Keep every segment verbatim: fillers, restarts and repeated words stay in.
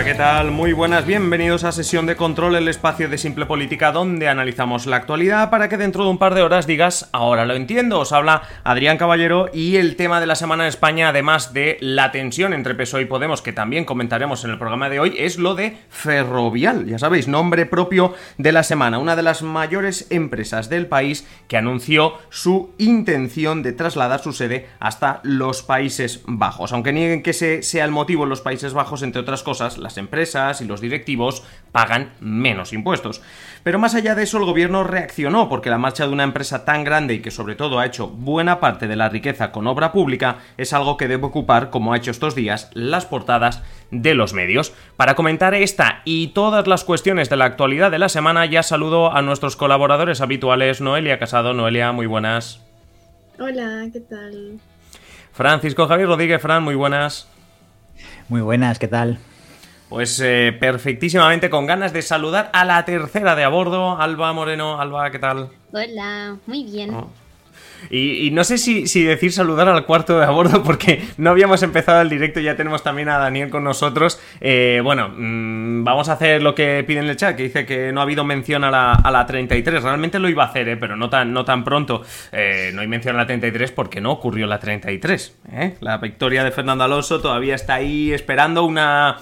¿qué tal? Muy buenas, bienvenidos a Sesión de Control, el espacio de Simple Política donde analizamos la actualidad para que dentro de un par de horas digas, ahora lo entiendo. Os habla Adrián Caballero y el tema de la semana en España, además de la tensión entre P S O E y Podemos, que también comentaremos en el programa de hoy, es lo de Ferrovial, ya sabéis, nombre propio de la semana, una de las mayores empresas del país que anunció su intención de trasladar su sede hasta los Países Bajos. Aunque nieguen que ese sea el motivo en los Países Bajos, entre otras cosas, las empresas y los directivos pagan menos impuestos. Pero más allá de eso, el gobierno reaccionó, porque la marcha de una empresa tan grande y que sobre todo ha hecho buena parte de la riqueza con obra pública es algo que debe ocupar, como ha hecho estos días, las portadas de los medios. Para comentar esta y todas las cuestiones de la actualidad de la semana, ya saludo a nuestros colaboradores habituales. Noelia Casado. Noelia, muy buenas. Hola, ¿qué tal? Francisco Javier Rodríguez. Fran, muy buenas. Muy buenas, ¿qué tal? Pues eh, perfectísimamente, con ganas de saludar a la tercera de a bordo, Alba Moreno. Alba, ¿qué tal? Hola, muy bien. Oh. Y, y no sé si, si decir saludar al cuarto de a bordo, porque no habíamos empezado el directo, ya tenemos también a Daniel con nosotros. Eh, bueno, mmm, vamos a hacer lo que pide en el chat, que dice que no ha habido mención a la, a la treinta y tres. Realmente lo iba a hacer, eh, pero no tan, no tan pronto. Eh, no hay mención a la treinta y tres porque no ocurrió la treinta y tres. ¿eh? La victoria de Fernando Alonso todavía está ahí esperando una...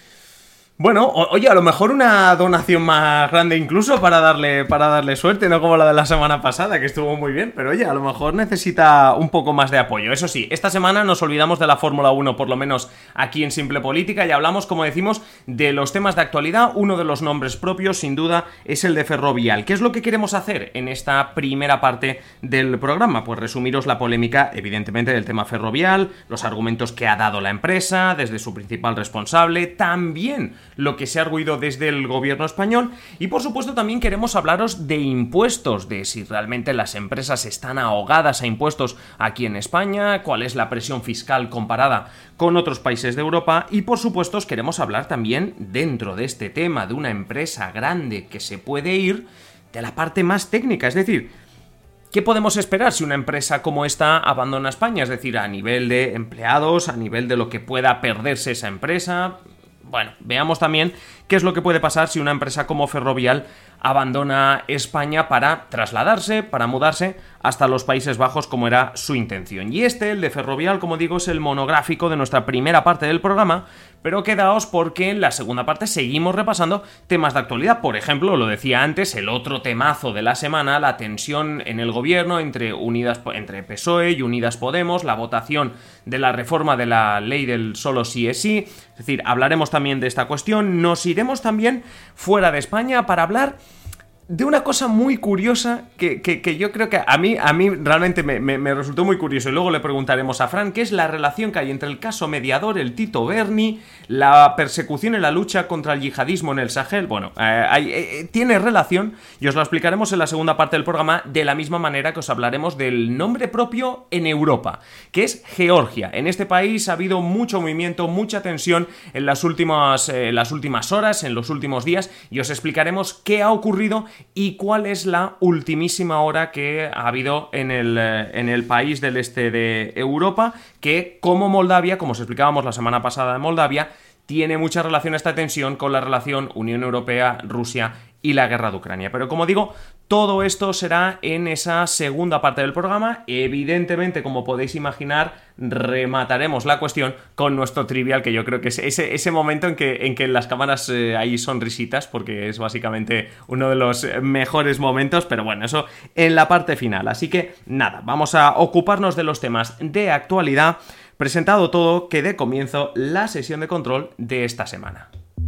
Bueno, oye, a lo mejor una donación más grande incluso para darle para darle suerte, no como la de la semana pasada, que estuvo muy bien, pero oye, a lo mejor necesita un poco más de apoyo. Eso sí, esta semana nos olvidamos de la Fórmula uno, por lo menos aquí en Simple Política, y hablamos, como decimos, de los temas de actualidad. Uno de los nombres propios, sin duda, es el de Ferrovial. ¿Qué es lo que queremos hacer en esta primera parte del programa? Pues resumiros la polémica, evidentemente, del tema Ferrovial, los argumentos que ha dado la empresa, desde su principal responsable, también lo que se ha arguido desde el gobierno español, y por supuesto también queremos hablaros de impuestos, de si realmente las empresas están ahogadas a impuestos aquí en España, cuál es la presión fiscal comparada con otros países de Europa, y por supuesto os queremos hablar también, dentro de este tema de una empresa grande que se puede ir, de la parte más técnica, es decir, ¿qué podemos esperar si una empresa como esta abandona España? Es decir, a nivel de empleados, a nivel de lo que pueda perderse esa empresa. Bueno, veamos también qué es lo que puede pasar si una empresa como Ferrovial abandona España para trasladarse, para mudarse hasta los Países Bajos, como era su intención. Y este, el de Ferrovial, como digo, es el monográfico de nuestra primera parte del programa, pero quedaos porque en la segunda parte seguimos repasando temas de actualidad. Por ejemplo, lo decía antes, el otro temazo de la semana, la tensión en el gobierno entre, Unidas, entre P S O E y Unidas Podemos, la votación de la reforma de la ley del solo sí es sí. Es decir, hablaremos también de esta cuestión. Nos iremos también fuera de España para hablar de una cosa muy curiosa que, que, que yo creo que a mí, a mí realmente me, me, me resultó muy curioso, y luego le preguntaremos a Fran, que es la relación que hay entre el caso mediador, el Tito Berni, la persecución y la lucha contra el yihadismo en el Sahel. Bueno, eh, hay, eh, tiene relación, y os lo explicaremos en la segunda parte del programa, de la misma manera que os hablaremos del nombre propio en Europa, que es Georgia. En este país ha habido mucho movimiento, mucha tensión en las últimas, eh, las últimas horas, en los últimos días, y os explicaremos qué ha ocurrido y cuál es la ultimísima hora que ha habido en el, en el país del este de Europa, que, como Moldavia, como os explicábamos la semana pasada de Moldavia, tiene mucha relación esta tensión con la relación Unión Europea-Rusia y la guerra de Ucrania. Pero como digo, todo esto será en esa segunda parte del programa. Evidentemente, como podéis imaginar, remataremos la cuestión con nuestro trivial, que yo creo que es ese, ese momento en que, en que las cámaras eh, hay sonrisitas, porque es básicamente uno de los mejores momentos, pero bueno, eso en la parte final. Así que nada, vamos a ocuparnos de los temas de actualidad. Presentado todo, que dé comienzo la sesión de control de esta semana.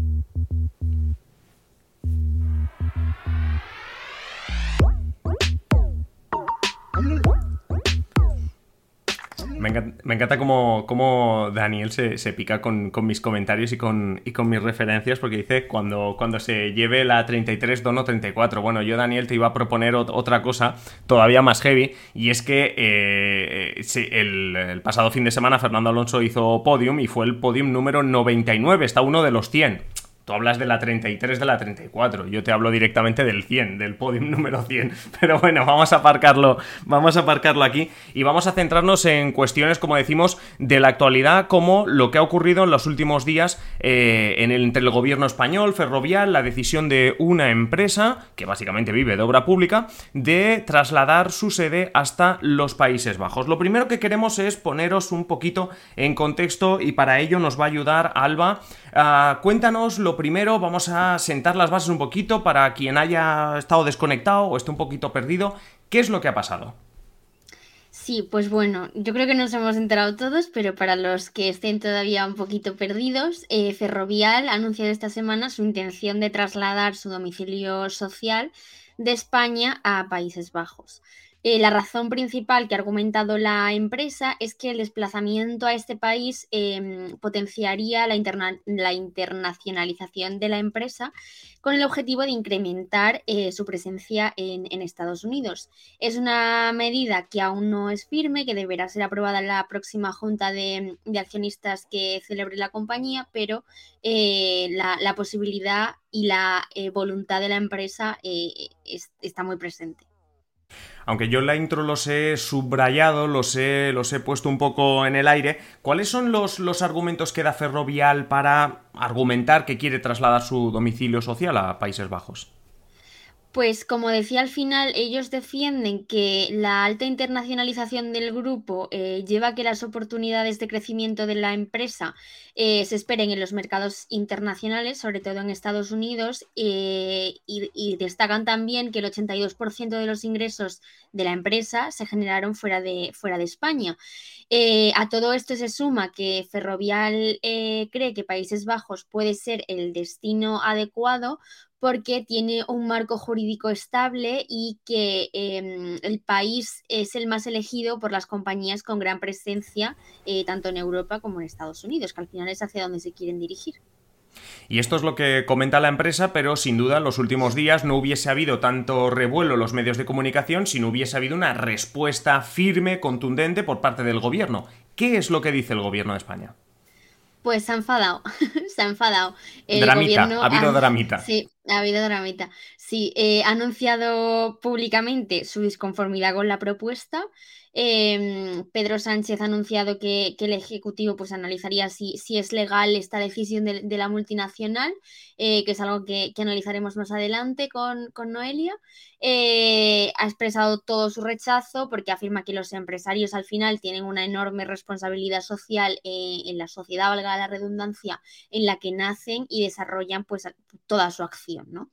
Me encanta, me encanta cómo, cómo Daniel se, se pica con, con mis comentarios y con, y con mis referencias, porque dice, cuando, cuando se lleve la treinta y tres, dono treinta y cuatro. Bueno, yo, Daniel, te iba a proponer ot- otra cosa todavía más heavy, y es que eh, sí, el, el pasado fin de semana Fernando Alonso hizo podium, y fue el podium número noventa y nueve, está uno de los cien. Tú hablas de la treinta y tres, de la treinta y cuatro. Yo te hablo directamente del cien, del podium número cien. Pero bueno, vamos a aparcarlo, vamos a aparcarlo aquí y vamos a centrarnos en cuestiones, como decimos, de la actualidad, como lo que ha ocurrido en los últimos días eh, en el, entre el gobierno español, Ferrovial, la decisión de una empresa, que básicamente vive de obra pública, de trasladar su sede hasta los Países Bajos. Lo primero que queremos es poneros un poquito en contexto y para ello nos va a ayudar Alba. Uh, cuéntanos lo primero, vamos a sentar las bases un poquito para quien haya estado desconectado o esté un poquito perdido. ¿Qué es lo que ha pasado? Sí, pues bueno, yo creo que nos hemos enterado todos, pero para los que estén todavía un poquito perdidos, eh, Ferrovial ha anunciado esta semana su intención de trasladar su domicilio social de España a Países Bajos. Eh, la razón principal que ha argumentado la empresa es que el desplazamiento a este país eh, potenciaría la, interna la internacionalización de la empresa con el objetivo de incrementar eh, su presencia en, en Estados Unidos. Es una medida que aún no es firme, que deberá ser aprobada en la próxima junta de, de accionistas que celebre la compañía, pero eh, la, la posibilidad y la eh, voluntad de la empresa eh, es, está muy presente. Aunque yo en la intro los he subrayado, los he, los he puesto un poco en el aire, ¿cuáles son los, los argumentos que da Ferrovial para argumentar que quiere trasladar su domicilio social a Países Bajos? Pues como decía al final, ellos defienden que la alta internacionalización del grupo eh, lleva a que las oportunidades de crecimiento de la empresa eh, se esperen en los mercados internacionales, sobre todo en Estados Unidos, eh, y, y destacan también que el ochenta y dos por ciento de los ingresos de la empresa se generaron fuera de, fuera de España. Eh, a todo esto se suma que Ferrovial eh, cree que Países Bajos puede ser el destino adecuado porque tiene un marco jurídico estable y que eh, el país es el más elegido por las compañías con gran presencia eh, tanto en Europa como en Estados Unidos, que al final es hacia donde se quieren dirigir. Y esto es lo que comenta la empresa, pero sin duda en los últimos días no hubiese habido tanto revuelo en los medios de comunicación si no hubiese habido una respuesta firme, contundente por parte del gobierno. ¿Qué es lo que dice el gobierno de España? Pues se ha enfadado, se ha enfadado. El Dramita, gobierno ha habido ha, dramita. sí, ha habido dramita. Sí, eh, ha anunciado públicamente su disconformidad con la propuesta. Eh, Pedro Sánchez ha anunciado que, que el Ejecutivo pues analizaría si, si es legal esta decisión de, de la multinacional, eh, que es algo que, que analizaremos más adelante con, con Noelia. Eh, ha expresado todo su rechazo porque afirma que los empresarios al final tienen una enorme responsabilidad social eh, en la sociedad, valga la redundancia, en la que nacen y desarrollan pues toda su acción, ¿no?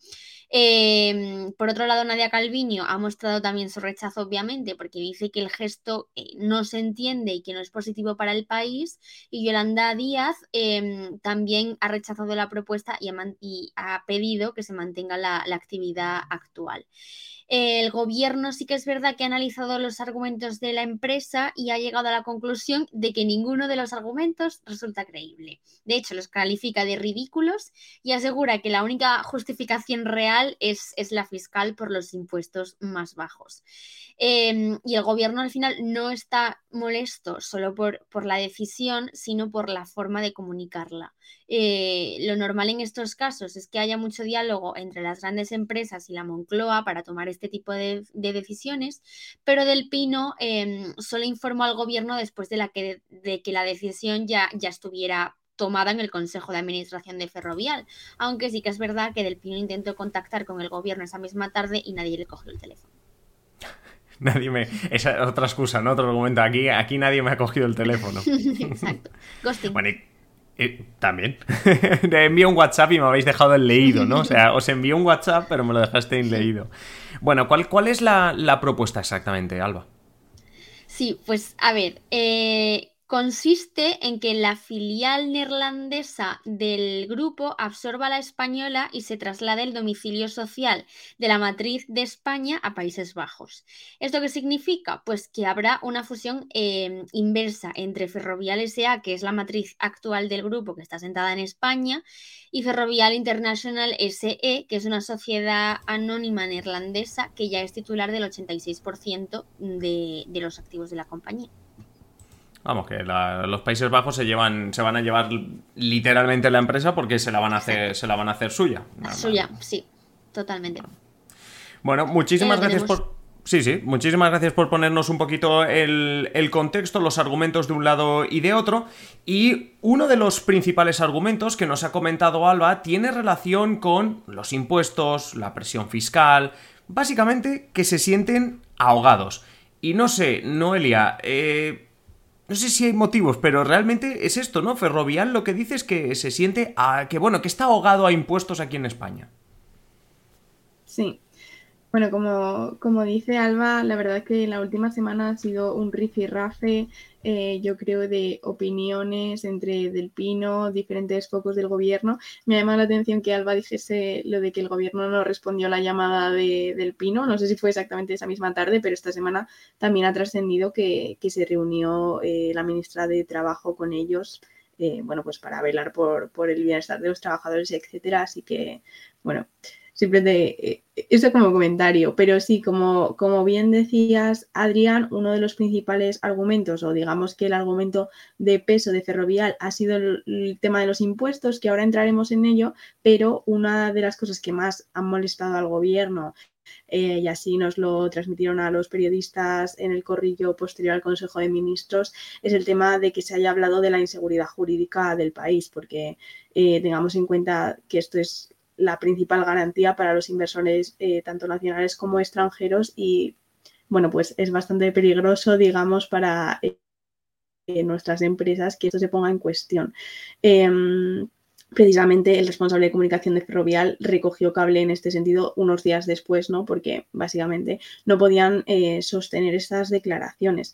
Eh, por otro lado, Nadia Calviño ha mostrado también su rechazo, obviamente, porque dice que el gesto eh, no se entiende y que no es positivo para el país. Y Yolanda Díaz eh, también ha rechazado la propuesta y ha, y ha pedido que se mantenga la, la actividad actual. El gobierno sí que es verdad que ha analizado los argumentos de la empresa y ha llegado a la conclusión de que ninguno de los argumentos resulta creíble. De hecho, los califica de ridículos y asegura que la única justificación real es, es la fiscal por los impuestos más bajos. Eh, y el gobierno al final no está molesto solo por, por la decisión, sino por la forma de comunicarla. Eh, lo normal en estos casos es que haya mucho diálogo entre las grandes empresas y la Moncloa para tomar este tipo de, de decisiones, pero Del Pino eh, solo informó al gobierno después de, la que, de que la decisión ya, ya estuviera tomada en el Consejo de Administración de Ferrovial, aunque sí que es verdad que Del Pino intentó contactar con el gobierno esa misma tarde y nadie le cogió el teléfono. Nadie me... Esa es otra excusa, ¿no? Otro argumento. Aquí, aquí nadie me ha cogido el teléfono. Exacto. Ghosting. Bueno, y, y, también. Te envío un WhatsApp y me habéis dejado el leído, ¿no? O sea, os envío un WhatsApp, pero me lo dejaste en leído. Bueno, ¿cuál, cuál es la, la propuesta exactamente, Alba? Sí, pues a ver, eh, consiste en que la filial neerlandesa del grupo absorba la española y se traslade el domicilio social de la matriz de España a Países Bajos. ¿Esto qué significa? Pues que habrá una fusión eh, inversa entre Ferrovial S A, que es la matriz actual del grupo que está sentada en España, y Ferrovial International S E, que es una sociedad anónima neerlandesa que ya es titular del ochenta y seis por ciento de, de los activos de la compañía. Vamos, que la, los Países Bajos se llevan, se van a llevar literalmente la empresa porque se la van a hacer, se la van a hacer suya. La suya, sí, totalmente. Bueno, muchísimas gracias tenemos... por... Sí, sí, muchísimas gracias por ponernos un poquito el, el contexto, los argumentos de un lado y de otro. Y uno de los principales argumentos que nos ha comentado Alba tiene relación con los impuestos, la presión fiscal, básicamente que se sienten ahogados. Y no sé, Noelia, eh, no sé si hay motivos, pero realmente es esto, ¿no? Ferrovial lo que dice es que se siente, a, que bueno, que está ahogado a impuestos aquí en España. Sí. Bueno, como, como dice Alba, la verdad es que la última semana ha sido un rifirrafe, eh, yo creo, de opiniones entre Del Pino, diferentes focos del gobierno. Me ha llamado la atención que Alba dijese lo de que el gobierno no respondió a la llamada de Del Pino. No sé si fue exactamente esa misma tarde, pero esta semana también ha trascendido que, que se reunió eh, la ministra de Trabajo con ellos, eh, bueno, pues para velar por, por el bienestar de los trabajadores, etcétera. Así que, bueno... Simplemente eh, eso como comentario, pero sí, como, como bien decías, Adrián, uno de los principales argumentos, o digamos que el argumento de peso de Ferrovial ha sido el, el tema de los impuestos, que ahora entraremos en ello, pero una de las cosas que más han molestado al gobierno, eh, y así nos lo transmitieron a los periodistas en el corrillo posterior al Consejo de Ministros, es el tema de que se haya hablado de la inseguridad jurídica del país, porque eh, tengamos en cuenta que esto es la principal garantía para los inversores eh, tanto nacionales como extranjeros y, bueno, pues es bastante peligroso, digamos, para eh, nuestras empresas que esto se ponga en cuestión. Eh, precisamente el responsable de comunicación de Ferrovial recogió cable en este sentido unos días después, ¿no? Porque básicamente no podían eh, sostener estas declaraciones.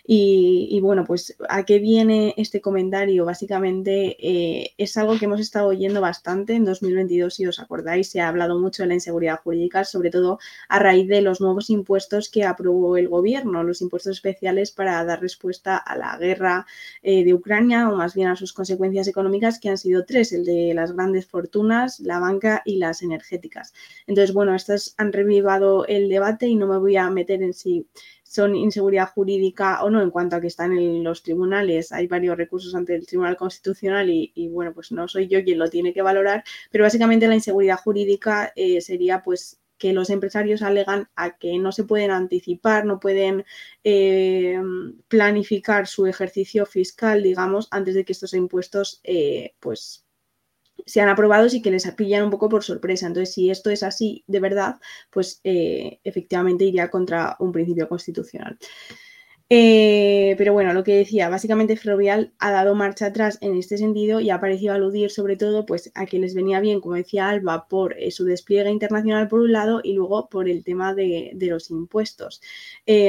Y, y bueno, pues ¿a qué viene este comentario? Básicamente eh, es algo que hemos estado oyendo bastante en dos mil veintidós, si os acordáis, se ha hablado mucho de la inseguridad jurídica, sobre todo a raíz de los nuevos impuestos que aprobó el gobierno, los impuestos especiales para dar respuesta a la guerra eh, de Ucrania, o más bien a sus consecuencias económicas, que han sido tres, el de las grandes fortunas, la banca y las energéticas. Entonces, bueno, estas han revivado el debate y no me voy a meter en si son inseguridad jurídica o no en cuanto a que están en los tribunales. Hay varios recursos ante el Tribunal Constitucional y, y bueno, pues no soy yo quien lo tiene que valorar, pero básicamente la inseguridad jurídica eh, sería pues que los empresarios alegan a que no se pueden anticipar, no pueden eh, planificar su ejercicio fiscal, digamos, antes de que estos impuestos eh, pues sean aprobados y que les pillan un poco por sorpresa. Entonces, si esto es así de verdad, pues eh, efectivamente iría contra un principio constitucional. Eh, pero bueno, lo que decía, básicamente Ferrovial ha dado marcha atrás en este sentido y ha parecido aludir sobre todo pues, a que les venía bien, como decía Alba, por eh, su despliegue internacional por un lado y luego por el tema de, de los impuestos. Eh,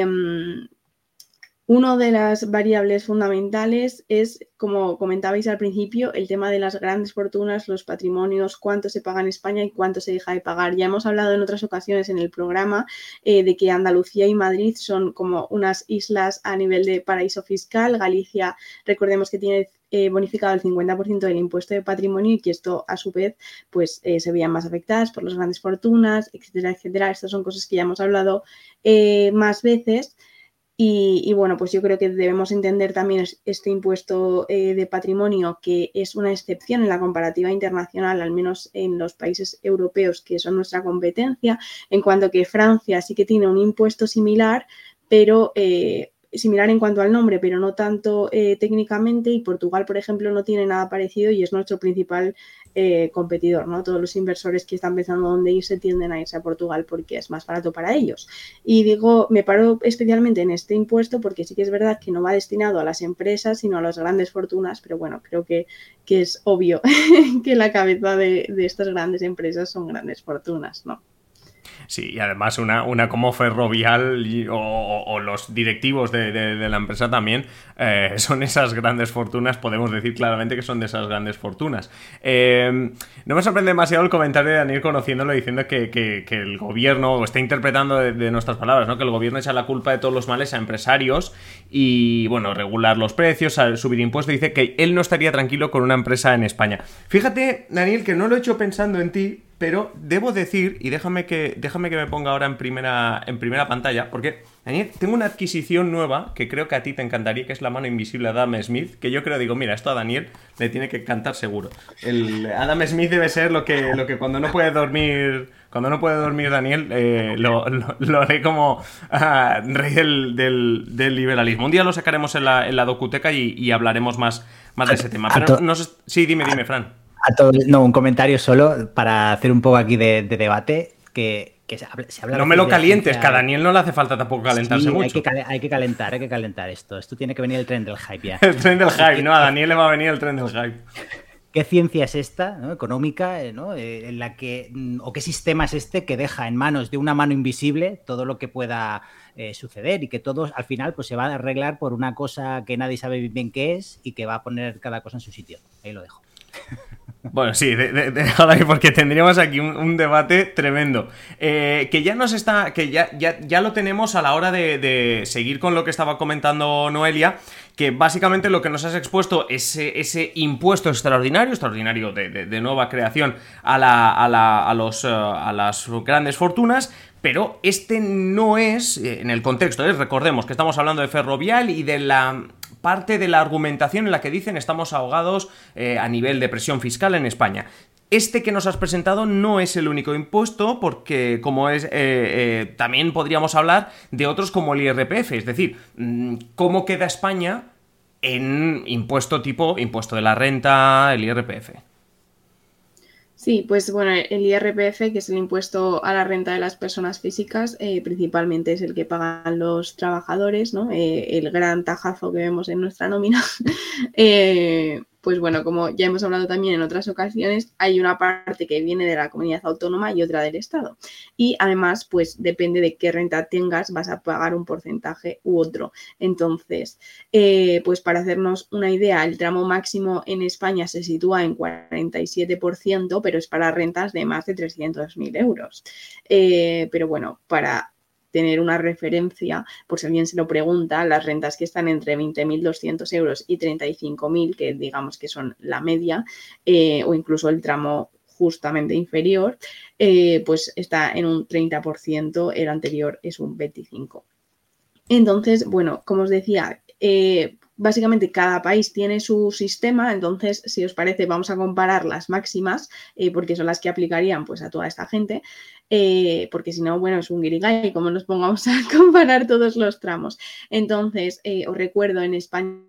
Una de las variables fundamentales es, como comentabais al principio, el tema de las grandes fortunas, los patrimonios, cuánto se paga en España y cuánto se deja de pagar. Ya hemos hablado en otras ocasiones en el programa eh, de que Andalucía y Madrid son como unas islas a nivel de paraíso fiscal. Galicia, recordemos que tiene eh, bonificado el cincuenta por ciento del impuesto de patrimonio y que esto, a su vez, pues eh, se veían más afectadas por las grandes fortunas, etcétera, etcétera. Estas son cosas que ya hemos hablado eh, más veces. Y, y bueno, pues yo creo que debemos entender también este impuesto eh, de patrimonio, que es una excepción en la comparativa internacional, al menos en los países europeos que son nuestra competencia, en cuanto que Francia sí que tiene un impuesto similar, pero eh, similar en cuanto al nombre, pero no tanto eh, técnicamente, y Portugal, por ejemplo, no tiene nada parecido y es nuestro principal eh, competidor, ¿no? Todos los inversores que están pensando dónde irse tienden a irse a Portugal porque es más barato para ellos. Y digo, me paro especialmente en este impuesto porque sí que es verdad que no va destinado a las empresas, sino a las grandes fortunas, pero bueno, creo que, que es obvio que la cabeza de, de estas grandes empresas son grandes fortunas, ¿no? Sí, y además una, una como Ferrovial y, o, o los directivos de, de, de la empresa también eh, son esas grandes fortunas, podemos decir claramente que son de esas grandes fortunas. Eh, no me sorprende demasiado el comentario de Daniel conociéndolo diciendo que, que, que el gobierno está interpretando de, de nuestras palabras, ¿no? Que el gobierno echa la culpa de todos los males a empresarios y, bueno, regular los precios, subir impuestos. Dice que él no estaría tranquilo con una empresa en España. Fíjate, Daniel, que no lo he hecho pensando en ti, Pero debo decir, y déjame que, déjame que me ponga ahora en primera, en primera pantalla, porque, Daniel, tengo una adquisición nueva que creo que a ti te encantaría, que es la mano invisible de Adam Smith, que yo creo, digo, mira, esto a Daniel le tiene que encantar seguro. El Adam Smith debe ser lo que, lo que cuando no puede dormir, cuando no puede dormir Daniel, eh, lo, lo, lo haré como uh, rey del, del, del liberalismo. Un día lo sacaremos en la, en la docuteca y, y hablaremos más, más de ese tema. Pero no sé, sí, dime, dime, Fran. A todo, no, un comentario solo para hacer un poco aquí de, de debate, que, que se habla, se habla no me lo calientes, ciencia, que a Daniel no le hace falta tampoco calentarse sí, mucho. Hay que, hay que calentar, hay que calentar esto. Esto tiene que venir el tren del hype ya. El tren del hype, no, a Daniel le va a venir el tren del hype. ¿Qué ciencia es esta, ¿no? económica, ¿no? Eh, en la que, o qué sistema es este que deja en manos de una mano invisible todo lo que pueda eh, suceder y que todo al final pues se va a arreglar por una cosa que nadie sabe bien qué es y que va a poner cada cosa en su sitio? Ahí lo dejo. Bueno, sí, de, de, de, de, porque tendríamos aquí un, un debate tremendo. Eh, que ya nos está. Que ya, ya, ya lo tenemos a la hora de, de seguir con lo que estaba comentando Noelia. Que básicamente lo que nos has expuesto es ese, ese impuesto extraordinario, extraordinario de, de, de nueva creación a, la, a, la, a, los, uh, a las grandes fortunas. Pero este no es, en el contexto, ¿eh? Recordemos que estamos hablando de Ferrovial y de la parte de la argumentación en la que dicen estamos ahogados eh, a nivel de presión fiscal en España. Este que nos has presentado no es el único impuesto porque, como es, eh, eh, también podríamos hablar de otros como el I R P F, es decir, ¿cómo queda España en impuesto tipo impuesto de la renta, el I R P F? Sí, pues bueno, el I R P F, que es el impuesto a la renta de las personas físicas, eh, principalmente es el que pagan los trabajadores, ¿no? Eh, el gran tajazo que vemos en nuestra nómina. eh, pues bueno, como ya hemos hablado también en otras ocasiones, hay una parte que viene de la comunidad autónoma y otra del Estado. Y además, pues depende de qué renta tengas, vas a pagar un porcentaje u otro. Entonces, eh, pues para hacernos una idea, el tramo máximo en España se sitúa en cuarenta y siete por ciento, pero es para rentas de más de trescientos mil euros. Eh, pero bueno, para tener una referencia, por si alguien se lo pregunta, las rentas que están entre veinte mil doscientos euros y treinta y cinco mil, que digamos que son la media, eh, o incluso el tramo justamente inferior, eh, pues está en un treinta por ciento, el anterior es un veinticinco por ciento. Entonces, bueno, como os decía, eh, básicamente cada país tiene su sistema, entonces si os parece vamos a comparar las máximas, eh, porque son las que aplicarían pues a toda esta gente, eh, porque si no, bueno, es un guirigay como nos pongamos a comparar todos los tramos. Entonces, eh, os recuerdo, en España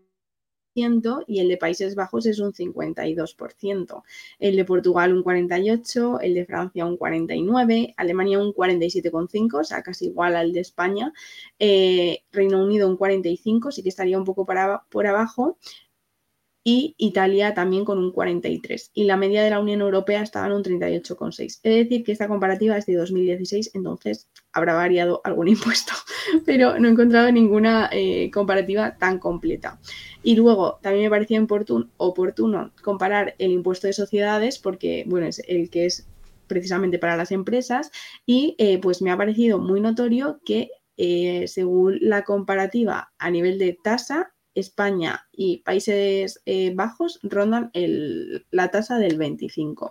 y el de Países Bajos es un cincuenta y dos por ciento, el de Portugal un cuarenta y ocho por ciento, el de Francia un cuarenta y nueve por ciento, Alemania un cuarenta y siete coma cinco por ciento, o sea, casi igual al de España, eh, Reino Unido un cuarenta y cinco por ciento, sí que estaría un poco para, por abajo, y Italia también con un cuarenta y tres por ciento, y la media de la Unión Europea estaba en un treinta y ocho coma seis por ciento. Es decir, que esta comparativa es de dos mil dieciséis, entonces habrá variado algún impuesto, pero no he encontrado ninguna eh, comparativa tan completa. Y luego también me parecía oportuno, oportuno comparar el impuesto de sociedades, porque bueno, es el que es precisamente para las empresas, y eh, pues me ha parecido muy notorio que eh, según la comparativa a nivel de tasa, España y Países eh, Bajos rondan el, la tasa del veinticinco.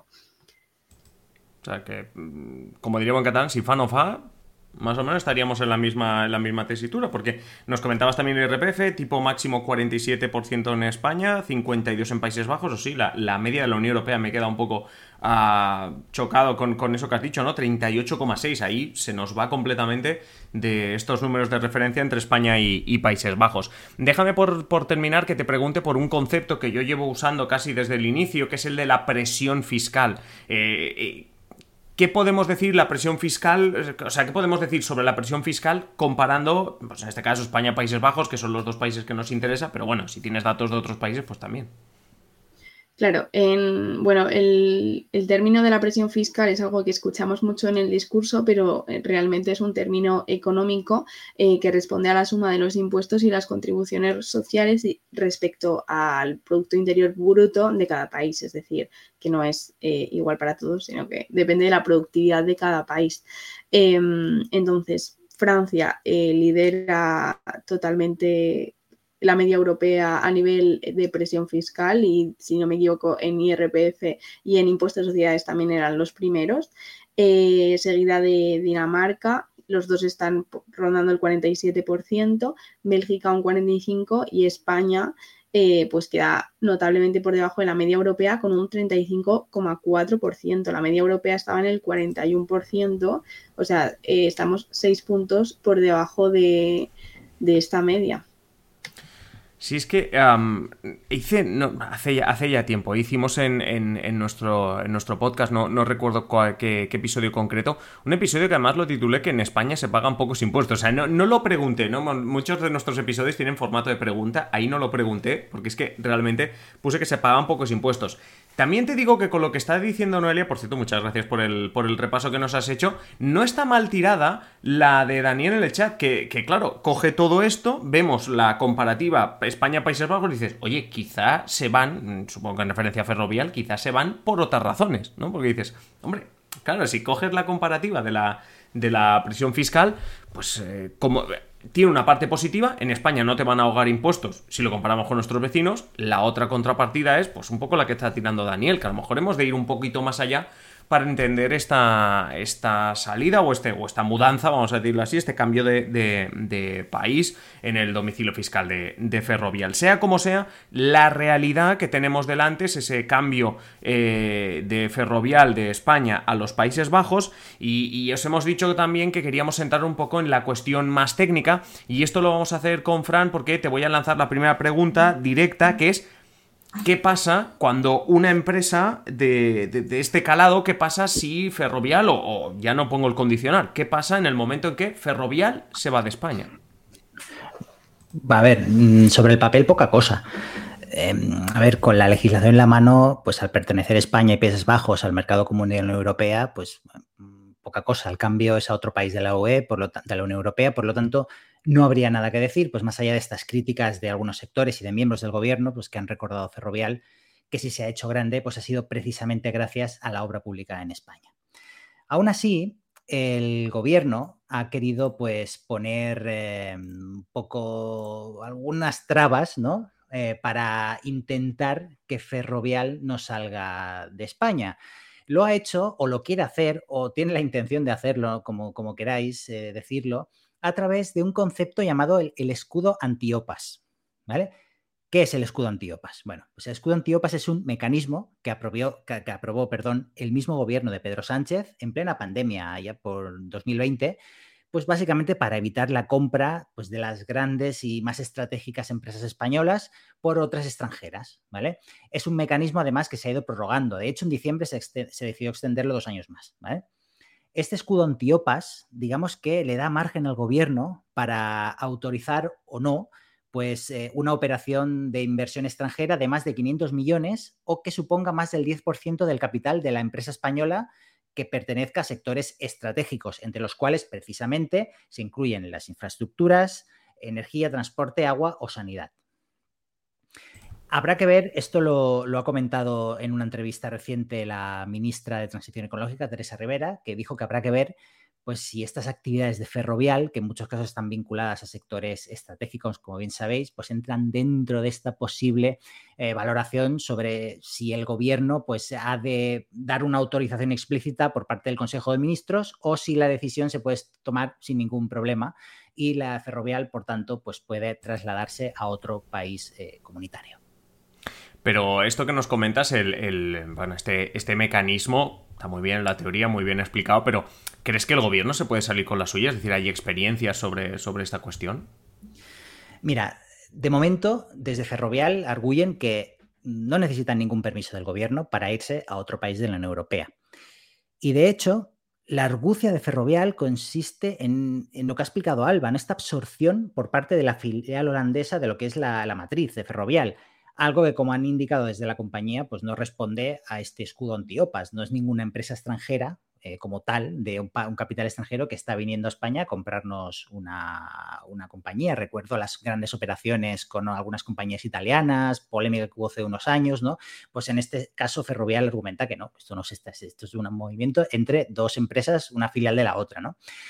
O sea que, como diríamos en catalán, si fa no fa, más o menos estaríamos en la misma, en la misma tesitura, porque nos comentabas también el I R P F, tipo máximo cuarenta y siete por ciento en España, cincuenta y dos por ciento en Países Bajos, o sí, la, la media de la Unión Europea me queda un poco uh, chocado con, con eso que has dicho, ¿no? treinta y ocho coma seis, ahí se nos va completamente de estos números de referencia entre España y, y Países Bajos. Déjame por, por terminar que te pregunte por un concepto que yo llevo usando casi desde el inicio, que es el de la presión fiscal. Eh, eh, ¿Qué podemos decir la presión fiscal? O sea, ¿qué podemos decir sobre la presión fiscal comparando, pues en este caso, España, Países Bajos, que son los dos países que nos interesa, pero bueno, si tienes datos de otros países, pues también. Claro, en, bueno, el, el término de la presión fiscal es algo que escuchamos mucho en el discurso, pero realmente es un término económico eh, que responde a la suma de los impuestos y las contribuciones sociales respecto al Producto Interior Bruto de cada país, es decir, que no es eh, igual para todos, sino que depende de la productividad de cada país. Eh, entonces, Francia eh, lidera totalmente la media europea a nivel de presión fiscal y, si no me equivoco, en I R P F y en impuestos de sociedades también eran los primeros, eh, seguida de Dinamarca. Los dos están rondando el cuarenta y siete por ciento, Bélgica un cuarenta y cinco por ciento y España eh, pues queda notablemente por debajo de la media europea con un treinta y cinco coma cuatro por ciento. La media europea estaba en el cuarenta y uno por ciento, o sea, eh, estamos seis puntos por debajo de, de esta media. Sí, es que um, hice, no, hace, ya, hace ya tiempo, hicimos en, en, en, nuestro, en nuestro podcast, no, no recuerdo cuál, qué, qué episodio concreto, un episodio que además lo titulé que en España se pagan pocos impuestos. O sea, no, no lo pregunté, ¿no? Muchos de nuestros episodios tienen formato de pregunta, ahí no lo pregunté, porque es que realmente puse que se pagaban pocos impuestos. También te digo que con lo que está diciendo Noelia, por cierto, muchas gracias por el, por el repaso que nos has hecho, no está mal tirada la de Daniel en el chat, que, que claro, coge todo esto, vemos la comparativa España-Países Bajos y dices, oye, quizá se van, supongo que en referencia a Ferrovial, quizá se van por otras razones, ¿no? Porque dices, hombre, claro, si coges la comparativa de la, de la presión fiscal, pues eh, como... tiene una parte positiva, en España no te van a ahogar impuestos si lo comparamos con nuestros vecinos. La otra contrapartida es pues un poco la que está tirando Daniel, que a lo mejor hemos de ir un poquito más allá para entender esta, esta salida o, este, o esta mudanza, vamos a decirlo así, este cambio de, de, de país en el domicilio fiscal de, de Ferrovial. Sea como sea, la realidad que tenemos delante es ese cambio eh, de Ferrovial de España a los Países Bajos y, y os hemos dicho también que queríamos entrar un poco en la cuestión más técnica y esto lo vamos a hacer con Fran porque te voy a lanzar la primera pregunta directa, que es ¿qué pasa cuando una empresa de, de, de este calado, qué pasa si Ferrovial, o, o ya no pongo el condicional, qué pasa en el momento en que Ferrovial se va de España? A ver, sobre el papel poca cosa. Eh, a ver, con la legislación en la mano, pues al pertenecer España y Países Bajos al mercado común de la Unión Europea, pues poca cosa. El cambio es a otro país de la U E, por lo de la Unión Europea, por lo tanto, no habría nada que decir, pues más allá de estas críticas de algunos sectores y de miembros del gobierno, pues que han recordado a Ferrovial, que si se ha hecho grande, pues ha sido precisamente gracias a la obra pública en España. Aún así, el gobierno ha querido pues poner eh, un poco algunas trabas, ¿no? Eh, para intentar que Ferrovial no salga de España. Lo ha hecho o lo quiere hacer o tiene la intención de hacerlo, como, como queráis eh, decirlo, a través de un concepto llamado el, el escudo antiopas, ¿vale? ¿Qué es el escudo antiopas? Bueno, pues el escudo antiopas es un mecanismo que aprobó, que, que aprobó perdón, el mismo gobierno de Pedro Sánchez en plena pandemia, allá por dos mil veinte, pues básicamente para evitar la compra pues, de las grandes y más estratégicas empresas españolas por otras extranjeras, ¿vale? Es un mecanismo además que se ha ido prorrogando. De hecho, en diciembre se, se decidió extenderlo dos años más, ¿vale? Este escudo antiopas, digamos que le da margen al gobierno para autorizar o no pues, eh, una operación de inversión extranjera de más de quinientos millones o que suponga más del diez por ciento del capital de la empresa española que pertenezca a sectores estratégicos, entre los cuales precisamente se incluyen las infraestructuras, energía, transporte, agua o sanidad. Habrá que ver, esto lo, lo ha comentado en una entrevista reciente la ministra de Transición Ecológica, Teresa Rivera, que dijo que habrá que ver pues, si estas actividades de Ferrovial, que en muchos casos están vinculadas a sectores estratégicos, como bien sabéis, pues entran dentro de esta posible eh, valoración sobre si el gobierno pues, ha de dar una autorización explícita por parte del Consejo de Ministros o si la decisión se puede tomar sin ningún problema y la Ferrovial, por tanto, pues puede trasladarse a otro país eh, comunitario. Pero esto que nos comentas, el, el, bueno, este, este mecanismo está muy bien en la teoría, muy bien explicado, pero ¿crees que el gobierno se puede salir con la suya? Es decir, ¿hay experiencias sobre, sobre esta cuestión? Mira, de momento, desde Ferrovial arguyen que no necesitan ningún permiso del gobierno para irse a otro país de la Unión Europea. Y de hecho, la argucia de Ferrovial consiste en, en lo que ha explicado Alba, en esta absorción por parte de la filial holandesa de lo que es la, la matriz de Ferrovial. Algo que, como han indicado desde la compañía, pues no responde a este escudo antiopas. No es ninguna empresa extranjera eh, como tal, de un, un capital extranjero que está viniendo a España a comprarnos una, una compañía. Recuerdo las grandes operaciones con algunas compañías italianas, polémica que hubo hace unos años, ¿no? Pues en este caso Ferrovial argumenta que no, esto no es, esto es un movimiento entre dos empresas, una filial de la otra, ¿no?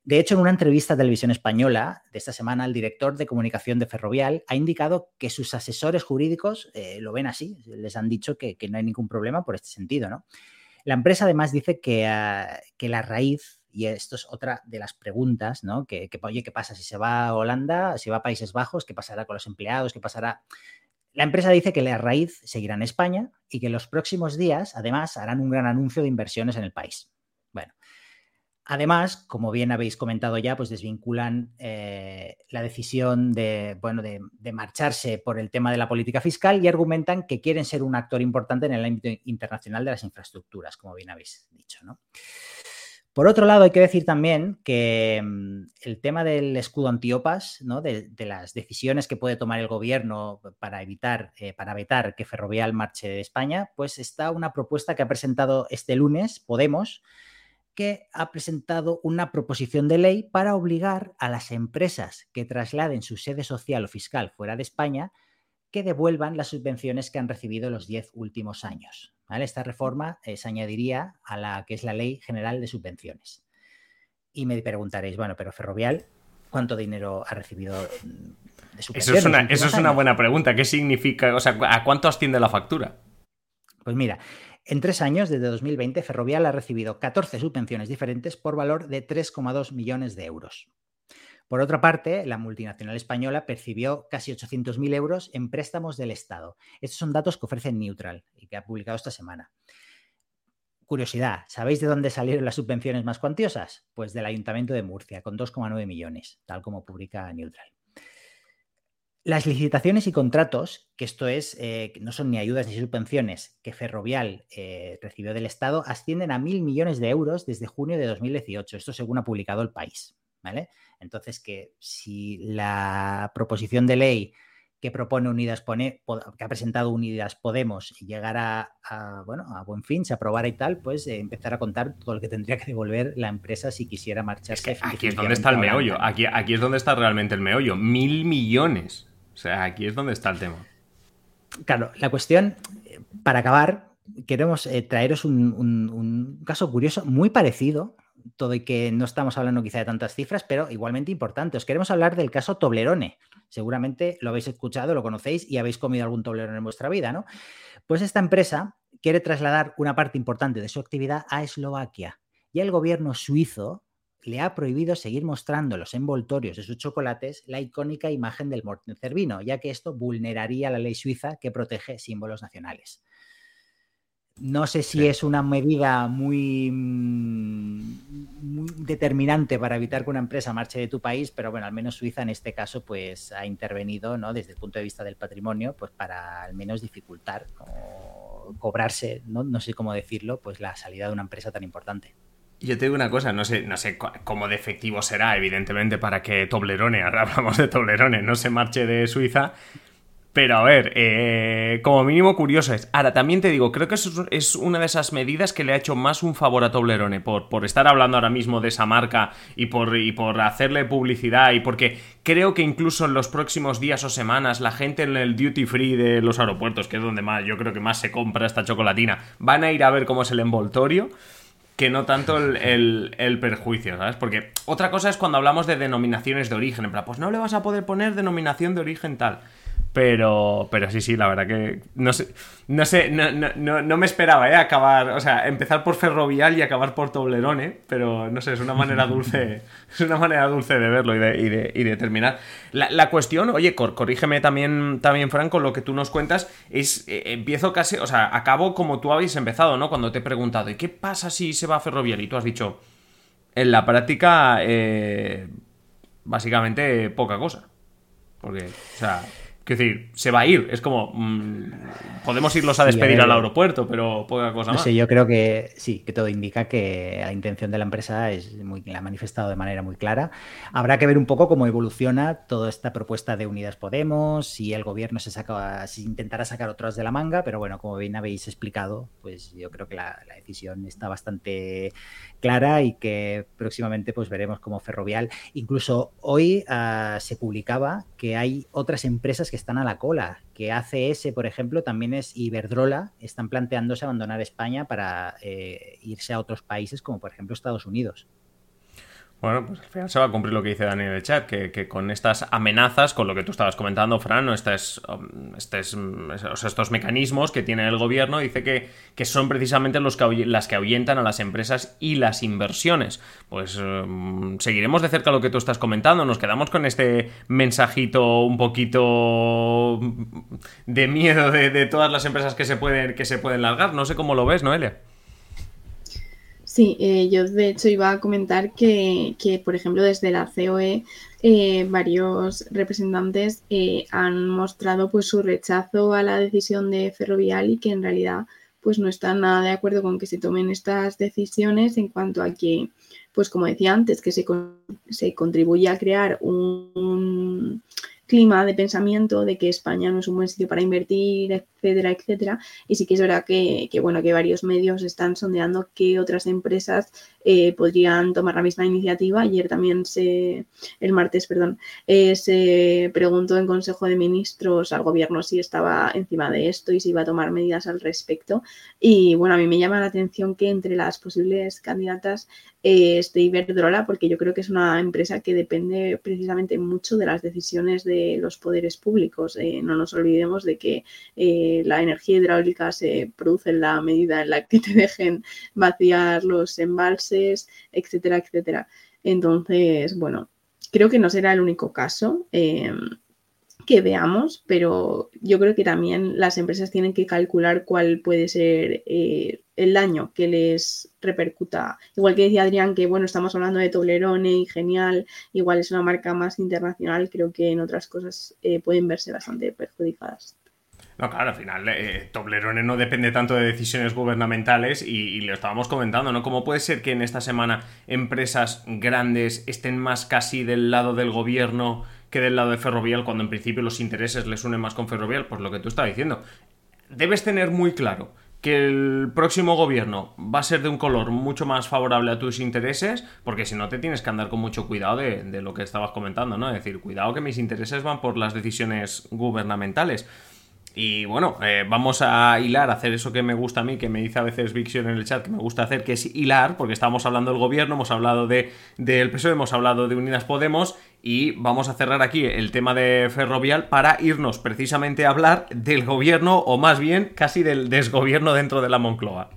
De hecho, en una entrevista a Televisión Española de esta semana, el director de comunicación de Ferrovial ha indicado que sus asesores jurídicos eh, lo ven así. Les han dicho que, que no hay ningún problema por este sentido, ¿no? La empresa además dice que, uh, que la raíz, y esto es otra de las preguntas, ¿no? Que, que, oye, ¿qué pasa si se va a Holanda, si va a Países Bajos? ¿Qué pasará con los empleados? ¿Qué pasará? La empresa dice que la raíz seguirá en España y que en los próximos días, además, harán un gran anuncio de inversiones en el país. Bueno, además, como bien habéis comentado ya, pues desvinculan eh, la decisión de, bueno, de, de marcharse por el tema de la política fiscal y argumentan que quieren ser un actor importante en el ámbito internacional de las infraestructuras, como bien habéis dicho, ¿no? Por otro lado, hay que decir también que um, el tema del escudo antiopas, ¿no? de, de las decisiones que puede tomar el gobierno para evitar, eh, para vetar que Ferrovial marche de España, pues está una propuesta que ha presentado este lunes Podemos, que ha presentado una proposición de ley para obligar a las empresas que trasladen su sede social o fiscal fuera de España que devuelvan las subvenciones que han recibido los diez últimos años. ¿Vale? Esta reforma eh, se añadiría a la que es la Ley General de Subvenciones. Y me preguntaréis, bueno, pero Ferrovial, ¿cuánto dinero ha recibido de subvenciones? Eso es una, eso es una buena pregunta. ¿Qué significa? O sea, ¿a cuánto asciende la factura? Pues mira, en tres años, desde dos mil veinte, Ferrovial ha recibido catorce subvenciones diferentes por valor de tres coma dos millones de euros. Por otra parte, la multinacional española percibió casi ochocientos mil euros en préstamos del Estado. Estos son datos que ofrece Neutral y que ha publicado esta semana. Curiosidad, ¿sabéis de dónde salieron las subvenciones más cuantiosas? Pues del Ayuntamiento de Murcia, con dos coma nueve millones, tal como publica Neutral. Las licitaciones y contratos, que esto es, eh, no son ni ayudas ni subvenciones, que Ferrovial eh, recibió del Estado, ascienden a mil millones de euros desde junio de dos mil dieciocho. Esto según ha publicado El País, ¿vale? Entonces, que si la proposición de ley que propone Unidas Pone, que ha presentado Unidas Podemos llegara a, bueno, a buen fin, se aprobara y tal, pues eh, empezar a contar todo lo que tendría que devolver la empresa si quisiera marcharse. Es que aquí es donde está el meollo. Aquí, aquí es donde está realmente el meollo. Mil millones. O sea, aquí es donde está el tema. Claro, la cuestión, para acabar, queremos eh, traeros un, un, un caso curioso muy parecido, todo y que no estamos hablando quizá de tantas cifras, pero igualmente importante. Os queremos hablar del caso Toblerone. Seguramente lo habéis escuchado, lo conocéis y habéis comido algún Toblerone en vuestra vida, ¿no? Pues esta empresa quiere trasladar una parte importante de su actividad a Eslovaquia y el gobierno suizo le ha prohibido seguir mostrando los envoltorios de sus chocolates la icónica imagen del Mortencervino, ya que esto vulneraría la ley suiza que protege símbolos nacionales. No sé si sí. es una medida muy, muy determinante para evitar que una empresa marche de tu país, pero bueno, al menos Suiza en este caso pues ha intervenido, ¿no? Desde el punto de vista del patrimonio, pues para al menos dificultar o cobrarse, ¿no? No sé cómo decirlo, pues la salida de una empresa tan importante. Yo te digo una cosa, no sé, no sé cómo de efectivo será, evidentemente, para que Toblerone, ahora hablamos de Toblerone, no se marche de Suiza. Pero a ver, eh, como mínimo curioso es. Ahora, también te digo, creo que es, es una de esas medidas que le ha hecho más un favor a Toblerone por, por estar hablando ahora mismo de esa marca y por, y por hacerle publicidad y porque creo que incluso en los próximos días o semanas la gente en el duty free de los aeropuertos, que es donde más yo creo que más se compra esta chocolatina, van a ir a ver cómo es el envoltorio, que no tanto el, el, el perjuicio, ¿sabes? Porque otra cosa es cuando hablamos de denominaciones de origen, en plan, pues no le vas a poder poner denominación de origen tal. Pero, pero sí, sí, la verdad que no sé, no sé, no, no, no me esperaba, ¿eh? Acabar, o sea, empezar por Ferrovial y acabar por Toblerone, pero no sé, es una manera dulce, es una manera dulce de verlo y de, y de, y de terminar. La, la cuestión, oye, cor, corrígeme también, también, Franco, lo que tú nos cuentas es, eh, empiezo casi, o sea, acabo como tú habéis empezado, ¿no? Cuando te he preguntado, ¿y qué pasa si se va a Ferrovial? Y tú has dicho, en la práctica, eh, básicamente poca cosa, porque, o sea... Quiero decir, se va a ir. Es como, mmm, podemos irlos a despedir sí, a al aeropuerto, pero poca cosa no más. Sé, yo creo que sí, que todo indica que la intención de la empresa es muy, la ha manifestado de manera muy clara. Habrá que ver un poco cómo evoluciona toda esta propuesta de Unidas Podemos, si el gobierno se saca, si intentará sacar otras de la manga, pero bueno, como bien habéis explicado, pues yo creo que la, la decisión está bastante clara y que próximamente pues veremos cómo Ferrovial. Incluso hoy uh, se publicaba que hay otras empresas que están a la cola, que A C S, por ejemplo, también es Iberdrola, están planteándose abandonar España para eh, irse a otros países como por ejemplo Estados Unidos. Bueno, pues al final se va a cumplir lo que dice Dani en el chat, que, que con estas amenazas, con lo que tú estabas comentando, Fran, ¿no? Estos, estos, o sea, estos mecanismos que tiene el gobierno, dice que, que son precisamente los que, las que ahuyentan a las empresas y las inversiones. Pues um, seguiremos de cerca lo que tú estás comentando, nos quedamos con este mensajito un poquito de miedo de, de todas las empresas que se pueden, que se pueden largar. No sé cómo lo ves, Noelia. Sí, eh, yo de hecho iba a comentar que, que por ejemplo, desde la C O E eh, varios representantes eh, han mostrado pues su rechazo a la decisión de Ferrovial y que en realidad pues no están nada de acuerdo con que se tomen estas decisiones en cuanto a que, pues como decía antes, que se, con, se contribuye a crear un, un clima de pensamiento de que España no es un buen sitio para invertir, etcétera, etcétera. Y sí que es verdad que, que, bueno, que varios medios están sondeando qué otras empresas eh, podrían tomar la misma iniciativa. Ayer también se, el martes, perdón, eh, se preguntó en Consejo de Ministros al Gobierno si estaba encima de esto y si iba a tomar medidas al respecto. Y bueno, a mí me llama la atención que entre las posibles candidatas eh, esté Iberdrola, porque yo creo que es una empresa que depende precisamente mucho de las decisiones de los poderes públicos. Eh, no nos olvidemos de que eh, la energía hidráulica se produce en la medida en la que te dejen vaciar los embalses, etcétera, etcétera. Entonces, bueno, creo que no será el único caso eh, que veamos, pero yo creo que también las empresas tienen que calcular cuál puede ser eh, el daño que les repercuta. Igual que decía Adrián que, bueno, estamos hablando de Toblerone y genial, igual es una marca más internacional, creo que en otras cosas eh, pueden verse bastante perjudicadas. No, claro, al final eh, Toblerone no depende tanto de decisiones gubernamentales y, y lo estábamos comentando, ¿no? ¿Cómo puede ser que en esta semana empresas grandes estén más casi del lado del gobierno que del lado de Ferrovial cuando en principio los intereses les unen más con Ferrovial? Pues lo que tú estabas diciendo. Debes tener muy claro que el próximo gobierno va a ser de un color mucho más favorable a tus intereses, porque si no te tienes que andar con mucho cuidado de, de lo que estabas comentando, ¿no? Es decir, cuidado que mis intereses van por las decisiones gubernamentales. Y bueno, eh, vamos a hilar, a hacer eso que me gusta a mí, que me dice a veces Vixion en el chat, que me gusta hacer, que es hilar, porque estábamos hablando del gobierno, hemos hablado de del P S O E, hemos hablado de Unidas Podemos, y vamos a cerrar aquí el tema de Ferrovial para irnos precisamente a hablar del gobierno, o más bien casi del desgobierno dentro de la Moncloa.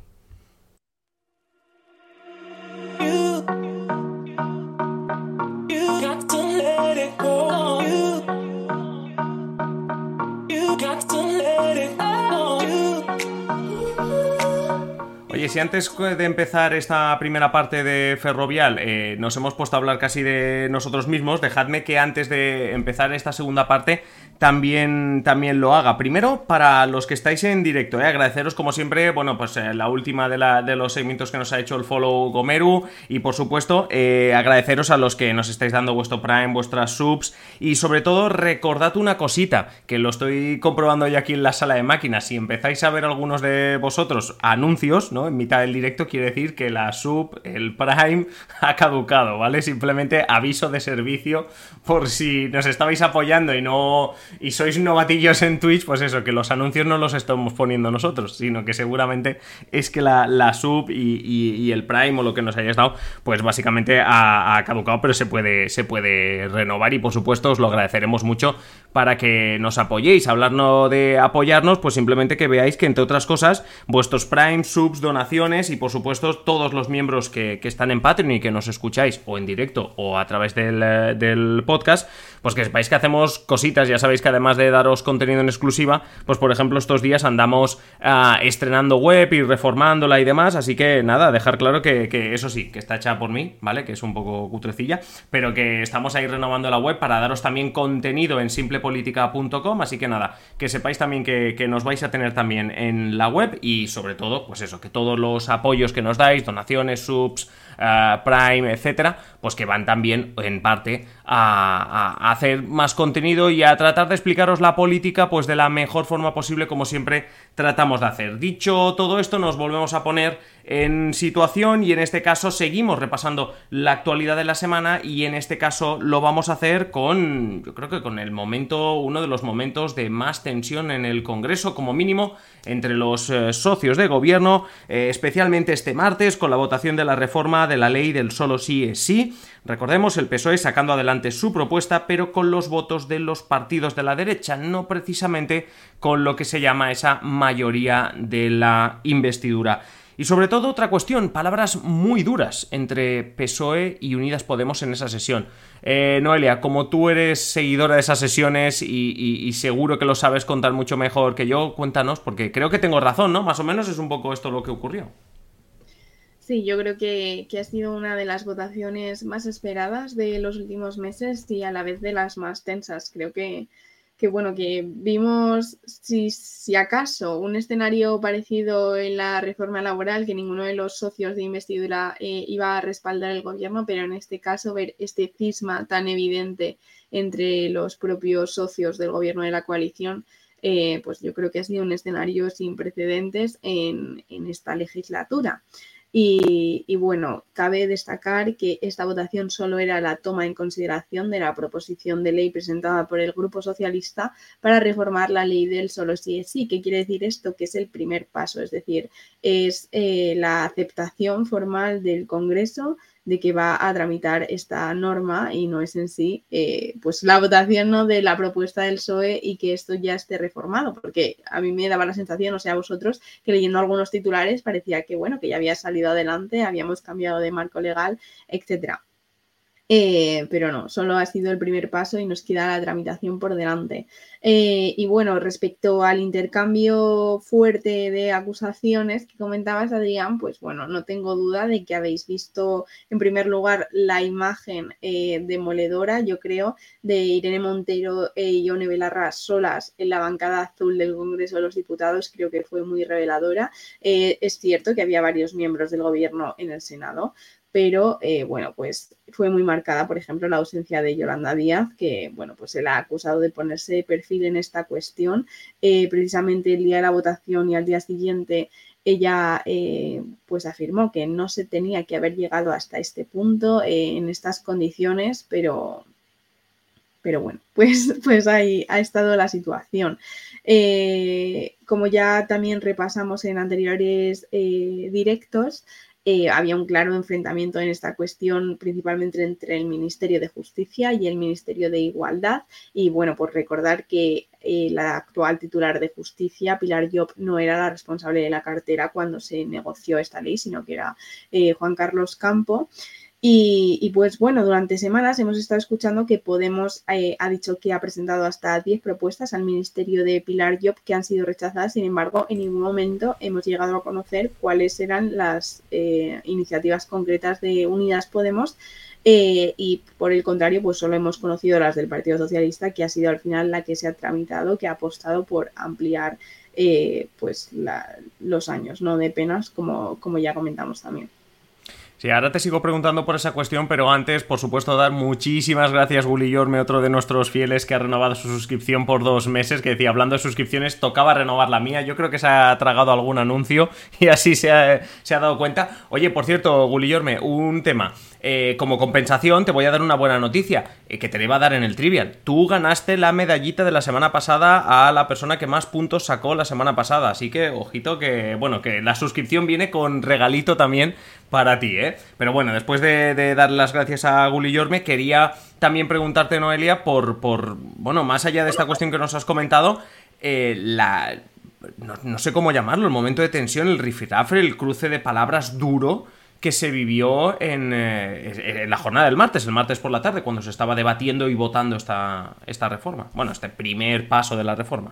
Oye, si antes de empezar esta primera parte de Ferrovial eh, nos hemos puesto a hablar casi de nosotros mismos, dejadme que antes de empezar esta segunda parte también, también lo haga. Primero, para los que estáis en directo, eh, agradeceros como siempre, bueno, pues eh, la última de, la, de los segmentos que nos ha hecho el follow Gomeru, y por supuesto eh, agradeceros a los que nos estáis dando vuestro Prime, vuestras subs, y sobre todo recordad una cosita, que lo estoy comprobando ya aquí en la sala de máquinas. Si empezáis a ver algunos de vosotros anuncios, ¿no?, en mitad del directo, quiere decir que la sub, el Prime, ha caducado, ¿vale? Simplemente aviso de servicio por si nos estabais apoyando y no y sois novatillos en Twitch, pues eso, que los anuncios no los estamos poniendo nosotros, sino que seguramente es que la, la sub y, y, y el Prime o lo que nos hayáis dado, pues básicamente ha, ha caducado, pero se puede, se puede renovar, y por supuesto os lo agradeceremos mucho para que nos apoyéis. Hablarnos de apoyarnos, pues simplemente que veáis que, entre otras cosas, vuestros Prime, subs, donaciones y por supuesto todos los miembros que, que están en Patreon y que nos escucháis o en directo o a través del, del podcast, pues que sepáis que hacemos cositas. Ya sabéis que además de daros contenido en exclusiva, pues por ejemplo estos días andamos uh, estrenando web y reformándola y demás, así que nada, dejar claro que, que eso sí, que está hecha por mí, ¿vale? Que es un poco cutrecilla, pero que estamos ahí renovando la web para daros también contenido en simple política punto com, así que nada, que sepáis también que, que nos vais a tener también en la web, y sobre todo, pues eso, que todos los apoyos que nos dais, donaciones, subs, uh, Prime, etcétera, pues que van también en parte a, a hacer más contenido y a tratar de explicaros la política pues de la mejor forma posible, como siempre tratamos de hacer. Dicho todo esto, nos volvemos a poner en situación y en este caso seguimos repasando la actualidad de la semana y en este caso lo vamos a hacer con, yo creo que con el momento, uno de los momentos de más tensión en el Congreso, como mínimo, entre los eh, socios de gobierno, eh, especialmente este martes con la votación de la reforma de la ley del solo sí es sí. Recordemos, el P S O E sacando adelante su propuesta, pero con los votos de los partidos de la derecha, no precisamente con lo que se llama esa mayoría de la investidura. Y sobre todo otra cuestión, palabras muy duras entre P S O E y Unidas Podemos en esa sesión. Eh, Noelia, como tú eres seguidora de esas sesiones y, y, y seguro que lo sabes contar mucho mejor que yo, cuéntanos, porque creo que tengo razón, ¿no? Más o menos es un poco esto lo que ocurrió. Sí, yo creo que, que ha sido una de las votaciones más esperadas de los últimos meses y a la vez de las más tensas. Creo que, que bueno, que vimos, si, si acaso, un escenario parecido en la reforma laboral, que ninguno de los socios de investidura eh, iba a respaldar el gobierno, pero en este caso ver este cisma tan evidente entre los propios socios del gobierno de la coalición, eh, pues yo creo que ha sido un escenario sin precedentes en, en esta legislatura. Y, y bueno, cabe destacar que esta votación solo era la toma en consideración de la proposición de ley presentada por el Grupo Socialista para reformar la ley del solo sí es sí. ¿Qué quiere decir esto? Que es el primer paso, es decir, es eh, la aceptación formal del Congreso de que va a tramitar esta norma y no es en sí eh, pues la votación, ¿no?, de la propuesta del P S O E y que esto ya esté reformado, porque a mí me daba la sensación, o sea, a vosotros, que leyendo algunos titulares parecía que bueno, que ya había salido adelante, habíamos cambiado de marco legal, etcétera. Eh, pero no, solo ha sido el primer paso y nos queda la tramitación por delante. Eh, y bueno, respecto al intercambio fuerte de acusaciones que comentabas, Adrián, pues bueno, no tengo duda de que habéis visto en primer lugar la imagen eh, demoledora, yo creo, de Irene Montero y Ione Belarra solas en la bancada azul del Congreso de los Diputados. Creo que fue muy reveladora. Eh, es cierto que había varios miembros del gobierno en el Senado, pero eh, bueno, pues fue muy marcada, por ejemplo, la ausencia de Yolanda Díaz, que bueno, pues se la ha acusado de ponerse de perfil en esta cuestión. Eh, precisamente el día de la votación y al día siguiente ella eh, pues afirmó que no se tenía que haber llegado hasta este punto eh, en estas condiciones, pero, pero bueno, pues, pues ahí ha estado la situación. Eh, como ya también repasamos en anteriores eh, directos, Eh, había un claro enfrentamiento en esta cuestión, principalmente entre el Ministerio de Justicia y el Ministerio de Igualdad. Y bueno, pues recordar que eh, la actual titular de Justicia, Pilar Llop, no era la responsable de la cartera cuando se negoció esta ley, sino que era eh, Juan Carlos Campo. Y, y pues bueno, durante semanas hemos estado escuchando que Podemos eh, ha dicho que ha presentado hasta diez propuestas al ministerio de Pilar Llop que han sido rechazadas. Sin embargo, en ningún momento hemos llegado a conocer cuáles eran las eh, iniciativas concretas de Unidas Podemos eh, y por el contrario, pues solo hemos conocido las del Partido Socialista, que ha sido al final la que se ha tramitado, que ha apostado por ampliar eh, pues la, los años, ¿no?, de penas, como, como ya comentamos también. Sí, ahora te sigo preguntando por esa cuestión, pero antes, por supuesto, dar muchísimas gracias, Guli Yorme, otro de nuestros fieles que ha renovado su suscripción por dos meses, que decía, hablando de suscripciones, tocaba renovar la mía. Yo creo que se ha tragado algún anuncio y así se ha, se ha dado cuenta. Oye, por cierto, Guli Yorme, un tema. Eh, como compensación te voy a dar una buena noticia eh, que te le iba a dar en el Trivial. Tú ganaste la medallita de la semana pasada a la persona que más puntos sacó la semana pasada, así que ojito que, bueno, que la suscripción viene con regalito también para ti, ¿eh? Pero bueno, después de, de dar las gracias a Guli Yorme, quería también preguntarte, Noelia, por, por, bueno, más allá de esta cuestión que nos has comentado, eh, la... No, no sé cómo llamarlo, el momento de tensión, el rifirrafe, el cruce de palabras duro que se vivió en, eh, en la jornada del martes, el martes por la tarde, cuando se estaba debatiendo y votando esta, esta reforma. Bueno, este primer paso de la reforma.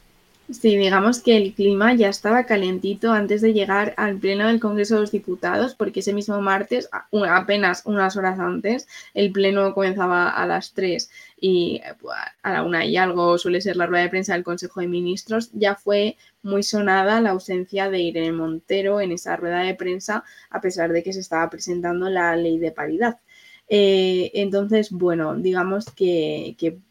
Sí, digamos que el clima ya estaba calentito antes de llegar al pleno del Congreso de los Diputados, porque ese mismo martes, apenas unas horas antes, el pleno comenzaba a las tres y a la una y algo suele ser la rueda de prensa del Consejo de Ministros. Ya fue muy sonada la ausencia de Irene Montero en esa rueda de prensa, a pesar de que se estaba presentando la ley de paridad. Eh, entonces, bueno, digamos que, que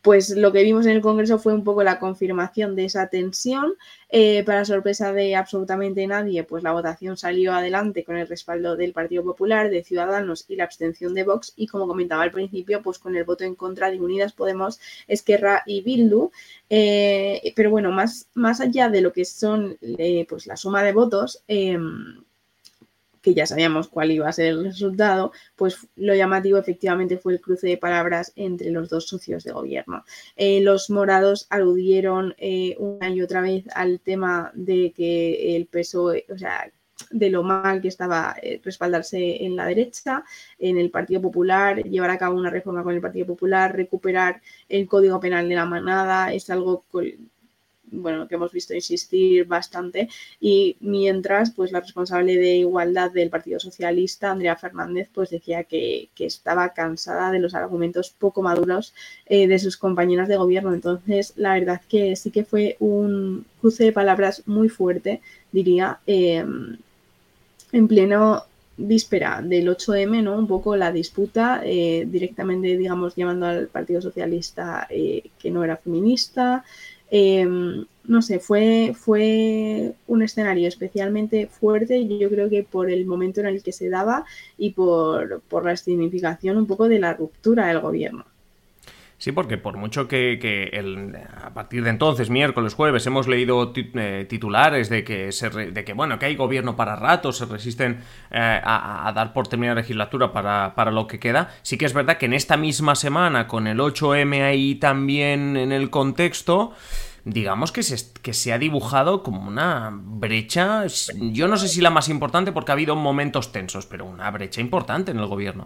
pues lo que vimos en el Congreso fue un poco la confirmación de esa tensión. Eh, para sorpresa de absolutamente nadie, pues la votación salió adelante con el respaldo del Partido Popular, de Ciudadanos y la abstención de Vox, y como comentaba al principio, pues con el voto en contra de Unidas Podemos, Esquerra y Bildu. Eh, pero bueno, más, más allá de lo que son eh, pues la suma de votos, eh, que ya sabíamos cuál iba a ser el resultado, pues lo llamativo efectivamente fue el cruce de palabras entre los dos socios de gobierno. Eh, los morados aludieron eh, una y otra vez al tema de que el P S O E, o sea, de lo mal que estaba eh, respaldarse en la derecha, en el Partido Popular, llevar a cabo una reforma con el Partido Popular, recuperar el Código Penal de la Manada, es algo con, bueno, que hemos visto insistir bastante, y mientras pues la responsable de igualdad del Partido Socialista, Andrea Fernández, pues decía que, que estaba cansada de los argumentos poco maduros eh, de sus compañeras de gobierno. Entonces la verdad que sí que fue un cruce de palabras muy fuerte, diría, eh, en pleno víspera del ocho eme, ¿no? Un poco la disputa, eh, directamente, digamos, llamando al Partido Socialista eh, que no era feminista. Eh, no sé, fue, fue un escenario especialmente fuerte, yo creo que por el momento en el que se daba y por, por la significación un poco de la ruptura del gobierno. Sí, porque por mucho que, que el, a partir de entonces, miércoles, jueves, hemos leído tit, eh, titulares de que, se re, de que bueno que hay gobierno para rato, se resisten eh, a, a dar por terminada la legislatura para, para lo que queda, sí que es verdad que en esta misma semana, con el ocho eme ahí también en el contexto, digamos que se, que se ha dibujado como una brecha, yo no sé si la más importante porque ha habido momentos tensos, pero una brecha importante en el gobierno.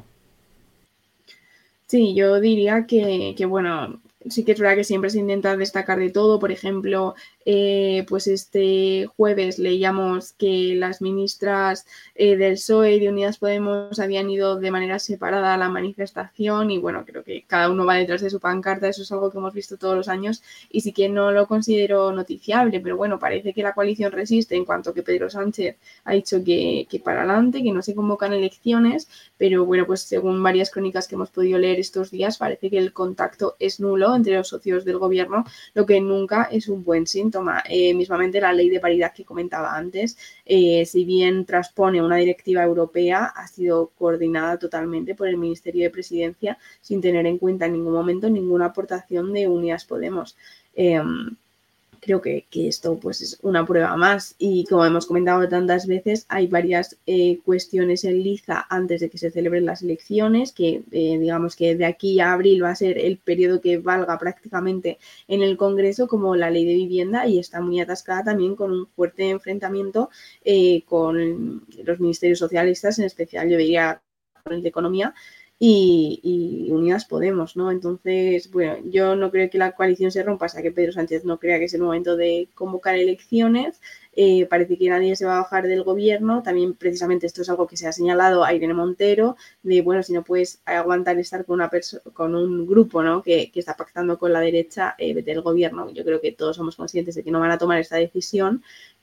Sí, yo diría que, que, bueno, sí que es verdad que siempre se intenta destacar de todo. Por ejemplo, eh, pues este jueves leíamos que las ministras eh, del P S O E y de Unidas Podemos habían ido de manera separada a la manifestación y bueno, creo que cada uno va detrás de su pancarta. Eso es algo que hemos visto todos los años y sí que no lo considero noticiable, pero bueno, parece que la coalición resiste en cuanto que Pedro Sánchez ha dicho que, que para adelante, que no se convocan elecciones, pero bueno, pues según varias crónicas que hemos podido leer estos días, parece que el contacto es nulo entre los socios del gobierno, lo que nunca es un buen síntoma. Eh, mismamente la ley de paridad que comentaba antes, eh, si bien transpone una directiva europea, ha sido coordinada totalmente por el Ministerio de Presidencia sin tener en cuenta en ningún momento ninguna aportación de Unidas Podemos. Eh, Creo que, que esto pues es una prueba más y como hemos comentado tantas veces hay varias eh, cuestiones en liza antes de que se celebren las elecciones que eh, digamos que de aquí a abril va a ser el periodo que valga prácticamente en el Congreso, como la ley de vivienda, y está muy atascada también con un fuerte enfrentamiento eh, con los ministerios socialistas, en especial yo diría con el de Economía Y, y Unidas Podemos, ¿no? Entonces, bueno, yo no creo que la coalición se rompa hasta que Pedro Sánchez no crea que es el momento de convocar elecciones. Eh, parece que nadie se va a bajar del gobierno. También, precisamente, esto es algo que se ha señalado a Irene Montero, de, bueno, si no puedes aguantar estar con una perso- con un grupo, ¿no? que, que está pactando con la derecha, eh, vete del gobierno. Yo creo que todos somos conscientes de que no van a tomar esta decisión.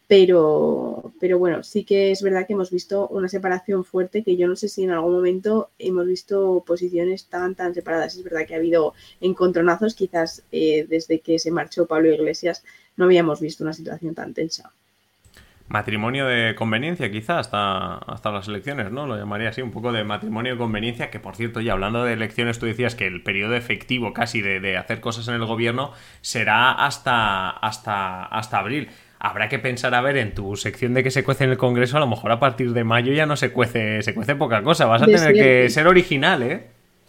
Pero, pero bueno, sí que es verdad que hemos visto una separación fuerte que yo no sé si en algún momento hemos visto posiciones tan, tan separadas. Es verdad que ha habido encontronazos, quizás eh, desde que se marchó Pablo Iglesias no habíamos visto una situación tan tensa. Matrimonio de conveniencia, quizá, hasta, hasta las elecciones, ¿no? Lo llamaría así, un poco de matrimonio de conveniencia, que por cierto, ya hablando de elecciones, tú decías que el periodo efectivo casi de, de hacer cosas en el gobierno será hasta, hasta, hasta abril. Habrá que pensar, a ver, en tu sección de que se cuece en el Congreso, a lo mejor a partir de mayo ya no se cuece, se cuece poca cosa. Vas a tener Desierto. que ser original, ¿eh?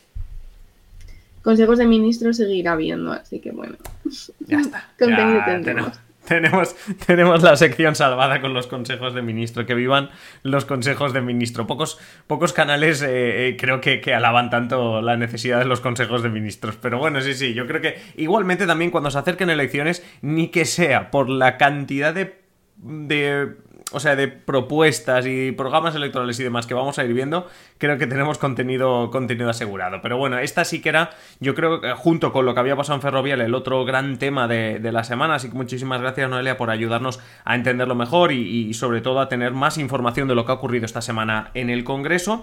Consejos de ministros seguirá habiendo, así que bueno. Ya está. Contenido Ya tendremos. tenemos, tenemos, tenemos la sección salvada con los consejos de ministro. Que vivan los consejos de ministro. Pocos, pocos canales eh, eh, creo que, que alaban tanto la necesidad de los consejos de ministros. Pero bueno, sí, sí, yo creo que igualmente también cuando se acerquen elecciones, ni que sea por la cantidad de... de o sea, de propuestas y programas electorales y demás que vamos a ir viendo, creo que tenemos contenido, contenido asegurado. Pero bueno, esta sí que era, yo creo, junto con lo que había pasado en Ferrovial, el otro gran tema de, de la semana. Así que muchísimas gracias, Noelia, por ayudarnos a entenderlo mejor y, y sobre todo a tener más información de lo que ha ocurrido esta semana en el Congreso.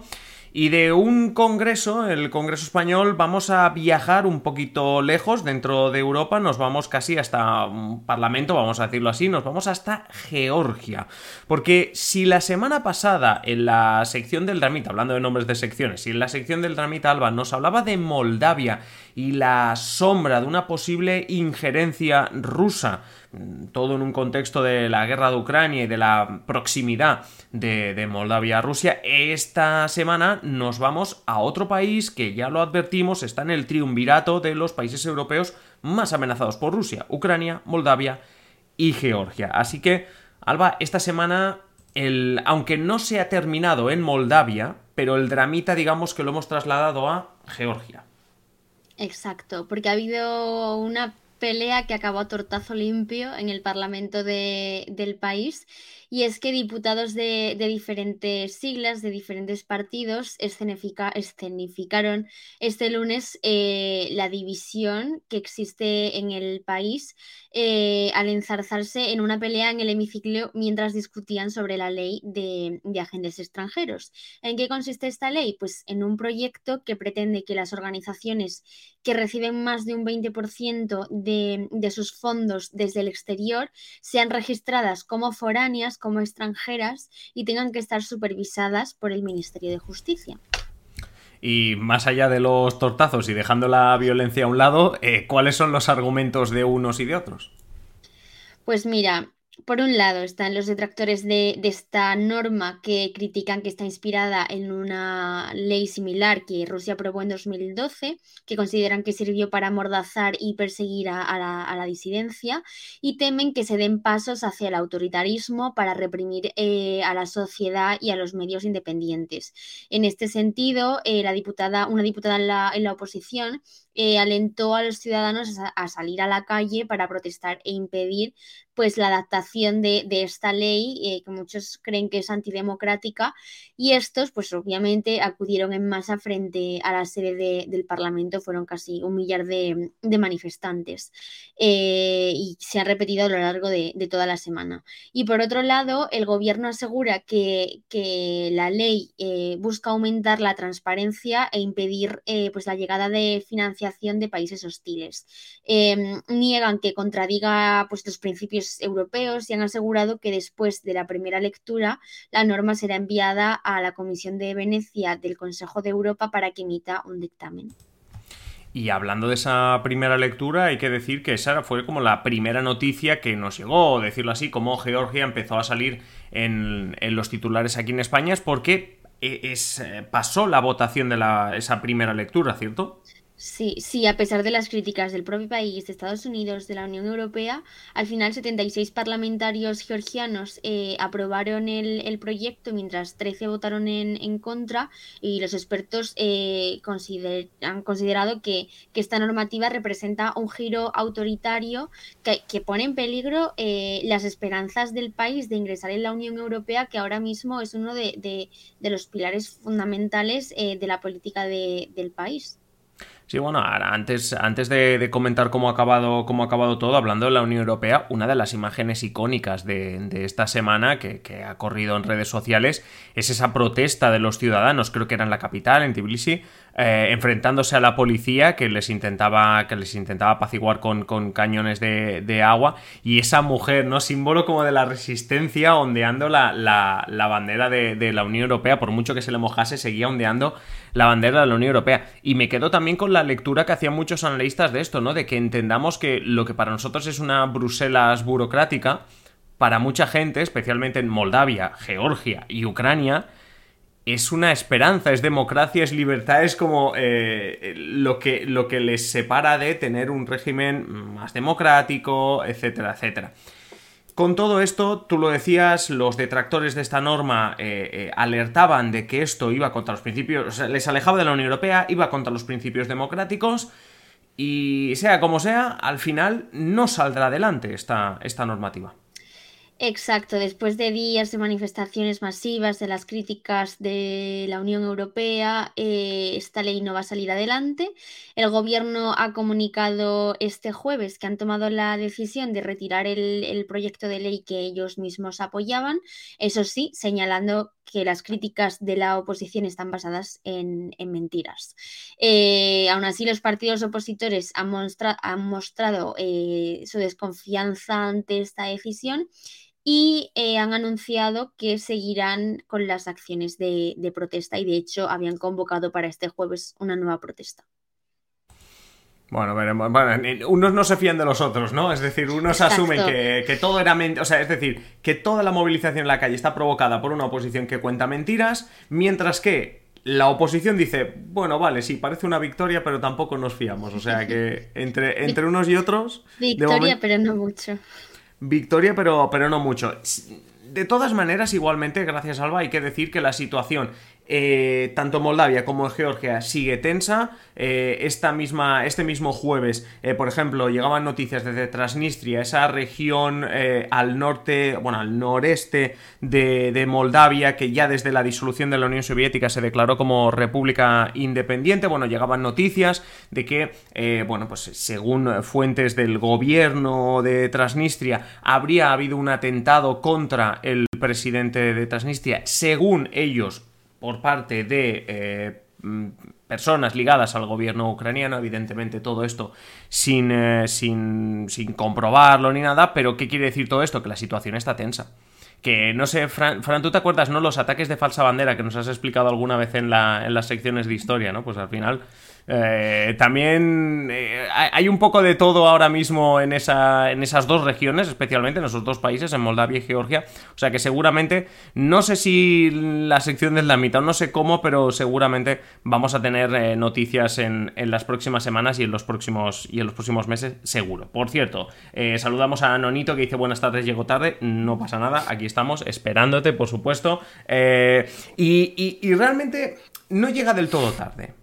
Y de un congreso, el Congreso Español, vamos a viajar un poquito lejos dentro de Europa, nos vamos casi hasta un parlamento, vamos a decirlo así, nos vamos hasta Georgia. Porque si la semana pasada en la sección del Dramita, hablando de nombres de secciones, si en la sección del Dramita, Alba, nos hablaba de Moldavia y la sombra de una posible injerencia rusa, todo en un contexto de la guerra de Ucrania y de la proximidad de, de Moldavia a Rusia, esta semana nos vamos a otro país que ya lo advertimos, está en el triunvirato de los países europeos más amenazados por Rusia: Ucrania, Moldavia y Georgia. Así que, Alba, esta semana, el, aunque no se ha terminado en Moldavia, pero el dramita, digamos que lo hemos trasladado a Georgia. Exacto, porque ha habido una pelea que acabó a tortazo limpio en el Parlamento de, del país, y es que diputados de, de diferentes siglas, de diferentes partidos, escenifica, escenificaron este lunes eh, la división que existe en el país eh, al enzarzarse en una pelea en el hemiciclo mientras discutían sobre la ley de, de agentes extranjeros. ¿En qué consiste esta ley? Pues en un proyecto que pretende que las organizaciones que reciben más de un veinte por ciento de, de sus fondos desde el exterior sean registradas como foráneas, como extranjeras, y tengan que estar supervisadas por el Ministerio de Justicia. Y más allá de los tortazos y dejando la violencia a un lado, eh, ¿cuáles son los argumentos de unos y de otros? Pues mira, por un lado están los detractores de, de esta norma, que critican que está inspirada en una ley similar que Rusia aprobó en dos mil doce, que consideran que sirvió para amordazar y perseguir a, a, la, a la disidencia, y temen que se den pasos hacia el autoritarismo para reprimir eh, a la sociedad y a los medios independientes. En este sentido, eh, la diputada, una diputada en la, en la oposición eh, alentó a los ciudadanos a, a salir a la calle para protestar e impedir pues la adaptación de, de esta ley, eh, que muchos creen que es antidemocrática, y estos pues obviamente acudieron en masa frente a la sede de, del Parlamento. Fueron casi un millar de, de manifestantes eh, y se han repetido a lo largo de, de toda la semana. Y por otro lado, el gobierno asegura que, que la ley eh, busca aumentar la transparencia e impedir eh, pues la llegada de financiación de países hostiles. Eh, niegan que contradiga pues los principios europeos y han asegurado que después de la primera lectura la norma será enviada a la Comisión de Venecia del Consejo de Europa para que emita un dictamen. Y hablando de esa primera lectura, hay que decir que esa fue como la primera noticia que nos llegó, decirlo así, como Georgia empezó a salir en, en los titulares aquí en España, es porque es, pasó la votación de la, esa primera lectura, ¿cierto? Sí, sí, a pesar de las críticas del propio país, de Estados Unidos, de la Unión Europea, al final setenta y seis parlamentarios georgianos eh, aprobaron el, el proyecto, mientras trece votaron en, en contra, y los expertos eh, consider, han considerado que, que esta normativa representa un giro autoritario que, que pone en peligro eh, las esperanzas del país de ingresar en la Unión Europea, que ahora mismo es uno de, de, de los pilares fundamentales eh, de la política de, del país. Sí, bueno, ahora, antes, antes de, de comentar cómo ha, acabado, cómo ha acabado todo, hablando de la Unión Europea, una de las imágenes icónicas de, de esta semana que, que ha corrido en redes sociales es esa protesta de los ciudadanos, creo que era en la capital, en Tbilisi, eh, enfrentándose a la policía que les intentaba, que les intentaba apaciguar con, con cañones de, de agua, y esa mujer, ¿no? Símbolo como de la resistencia, ondeando la, la, la bandera de, de la Unión Europea, por mucho que se le mojase, seguía ondeando la bandera de la Unión Europea. Y me quedo también con la lectura que hacían muchos analistas de esto, ¿no? De que entendamos que lo que para nosotros es una Bruselas burocrática, para mucha gente, especialmente en Moldavia, Georgia y Ucrania, es una esperanza, es democracia, es libertad, es como eh, lo, que, lo que les separa de tener un régimen más democrático, etcétera, etcétera. Con todo esto, tú lo decías, los detractores de esta norma eh, eh, alertaban de que esto iba contra los principios, o sea, les alejaba de la Unión Europea, iba contra los principios democráticos, y sea como sea, al final no saldrá adelante esta, esta normativa. Exacto, después de días de manifestaciones masivas, de las críticas de la Unión Europea, eh, esta ley no va a salir adelante. El gobierno ha comunicado este jueves que han tomado la decisión de retirar el, el proyecto de ley que ellos mismos apoyaban, eso sí, señalando que las críticas de la oposición están basadas en, en mentiras. Eh, aún así, los partidos opositores han, mostra han mostrado eh, su desconfianza ante esta decisión y eh, han anunciado que seguirán con las acciones de, de protesta y, de hecho, habían convocado para este jueves una nueva protesta. Bueno, veremos. Bueno, unos no se fían de los otros, ¿no? Es decir, unos Exacto. asumen que, que todo era mentira. O sea, es decir, que toda la movilización en la calle está provocada por una oposición que cuenta mentiras, mientras que la oposición dice, bueno, vale, sí, parece una victoria, pero tampoco nos fiamos. O sea, que entre, entre unos y otros... Victoria, momento, pero no mucho. Victoria, pero, pero no mucho. De todas maneras, igualmente, gracias Alba, hay que decir que la situación... Eh, tanto Moldavia como Georgia sigue tensa. Eh, esta misma, este mismo jueves, eh, por ejemplo, llegaban noticias desde Transnistria, esa región eh, al norte, bueno, al noreste de, de Moldavia, que ya desde la disolución de la Unión Soviética se declaró como república independiente. Bueno, llegaban noticias de que, eh, bueno, pues según fuentes del gobierno de Transnistria, habría habido un atentado contra el presidente de Transnistria, según ellos, por parte de eh, personas ligadas al gobierno ucraniano. Evidentemente todo esto sin, eh, sin, sin comprobarlo ni nada, pero ¿qué quiere decir todo esto? Que la situación está tensa. Que no sé, Fran, Fran, ¿tú te acuerdas, no? Los ataques de falsa bandera que nos has explicado alguna vez en, la, en las secciones de historia, ¿no? Pues al final... Eh, también eh, hay un poco de todo ahora mismo en, esa, en esas dos regiones, especialmente en esos dos países, en Moldavia y Georgia. O sea que seguramente, no sé si la sección es la mitad, no sé cómo, pero seguramente vamos a tener eh, noticias en, en las próximas semanas y en los próximos, y en los próximos meses, seguro. Por cierto, eh, saludamos a Nonito, que dice buenas tardes, llego tarde. No pasa nada, aquí estamos esperándote, por supuesto. Eh, y, y, y realmente no llega del todo tarde.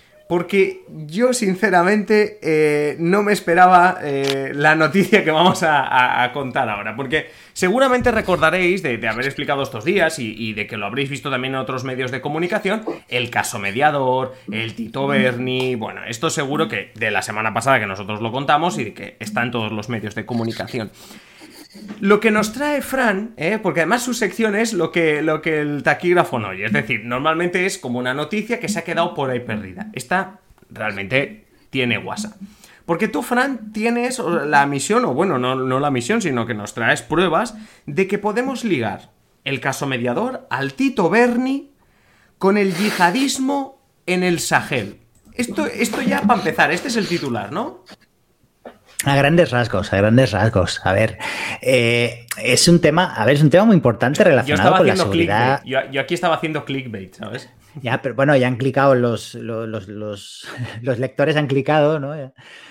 Porque yo, sinceramente, eh, no me esperaba eh, la noticia que vamos a, a, a contar ahora. Porque seguramente recordaréis de, de haber explicado estos días y, y de que lo habréis visto también en otros medios de comunicación, el caso Mediador, el Tito Berni... Bueno, esto seguro que de la semana pasada que nosotros lo contamos y de que está en todos los medios de comunicación. Lo que nos trae Fran, ¿eh? Porque además su sección es lo que, lo que el taquígrafo no oye. Es decir, normalmente es como una noticia que se ha quedado por ahí perdida. Esta realmente tiene guasa. Porque tú, Fran, tienes la misión, o bueno, no, no la misión, sino que nos traes pruebas de que podemos ligar el caso Mediador al Tito Berni con el yihadismo en el Sahel. Esto, esto ya para empezar, este es el titular, ¿no? A grandes rasgos, a grandes rasgos. A ver, eh, es un tema, a ver, es un tema muy importante relacionado con la seguridad. Yo, yo aquí estaba haciendo clickbait, ¿sabes? Ya, pero bueno, ya han clicado los, los, los, los, los lectores han clicado, ¿no?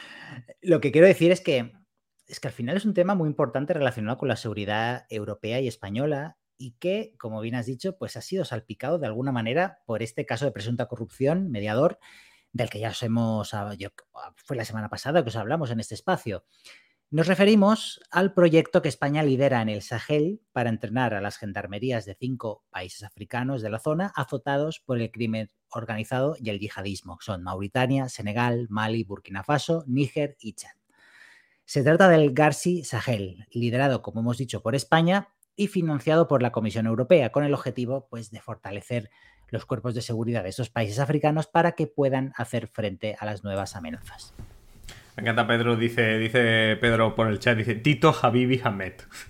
Lo que quiero decir es que, es que al final es un tema muy importante relacionado con la seguridad europea y española y que, como bien has dicho, pues ha sido salpicado de alguna manera por este caso de presunta corrupción, Mediador, del que ya os hemos, yo, fue la semana pasada que os hablamos en este espacio. Nos referimos al proyecto que España lidera en el Sahel para entrenar a las gendarmerías de cinco países africanos de la zona azotados por el crimen organizado y el yihadismo. Son Mauritania, Senegal, Mali, Burkina Faso, Níger y Chad. Se trata del Garsi Sahel, liderado, como hemos dicho, por España y financiado por la Comisión Europea, con el objetivo, pues, de fortalecer los cuerpos de seguridad de esos países africanos para que puedan hacer frente a las nuevas amenazas. Me encanta, Pedro, dice, dice Pedro por el chat, dice Tito Habibi Hamed.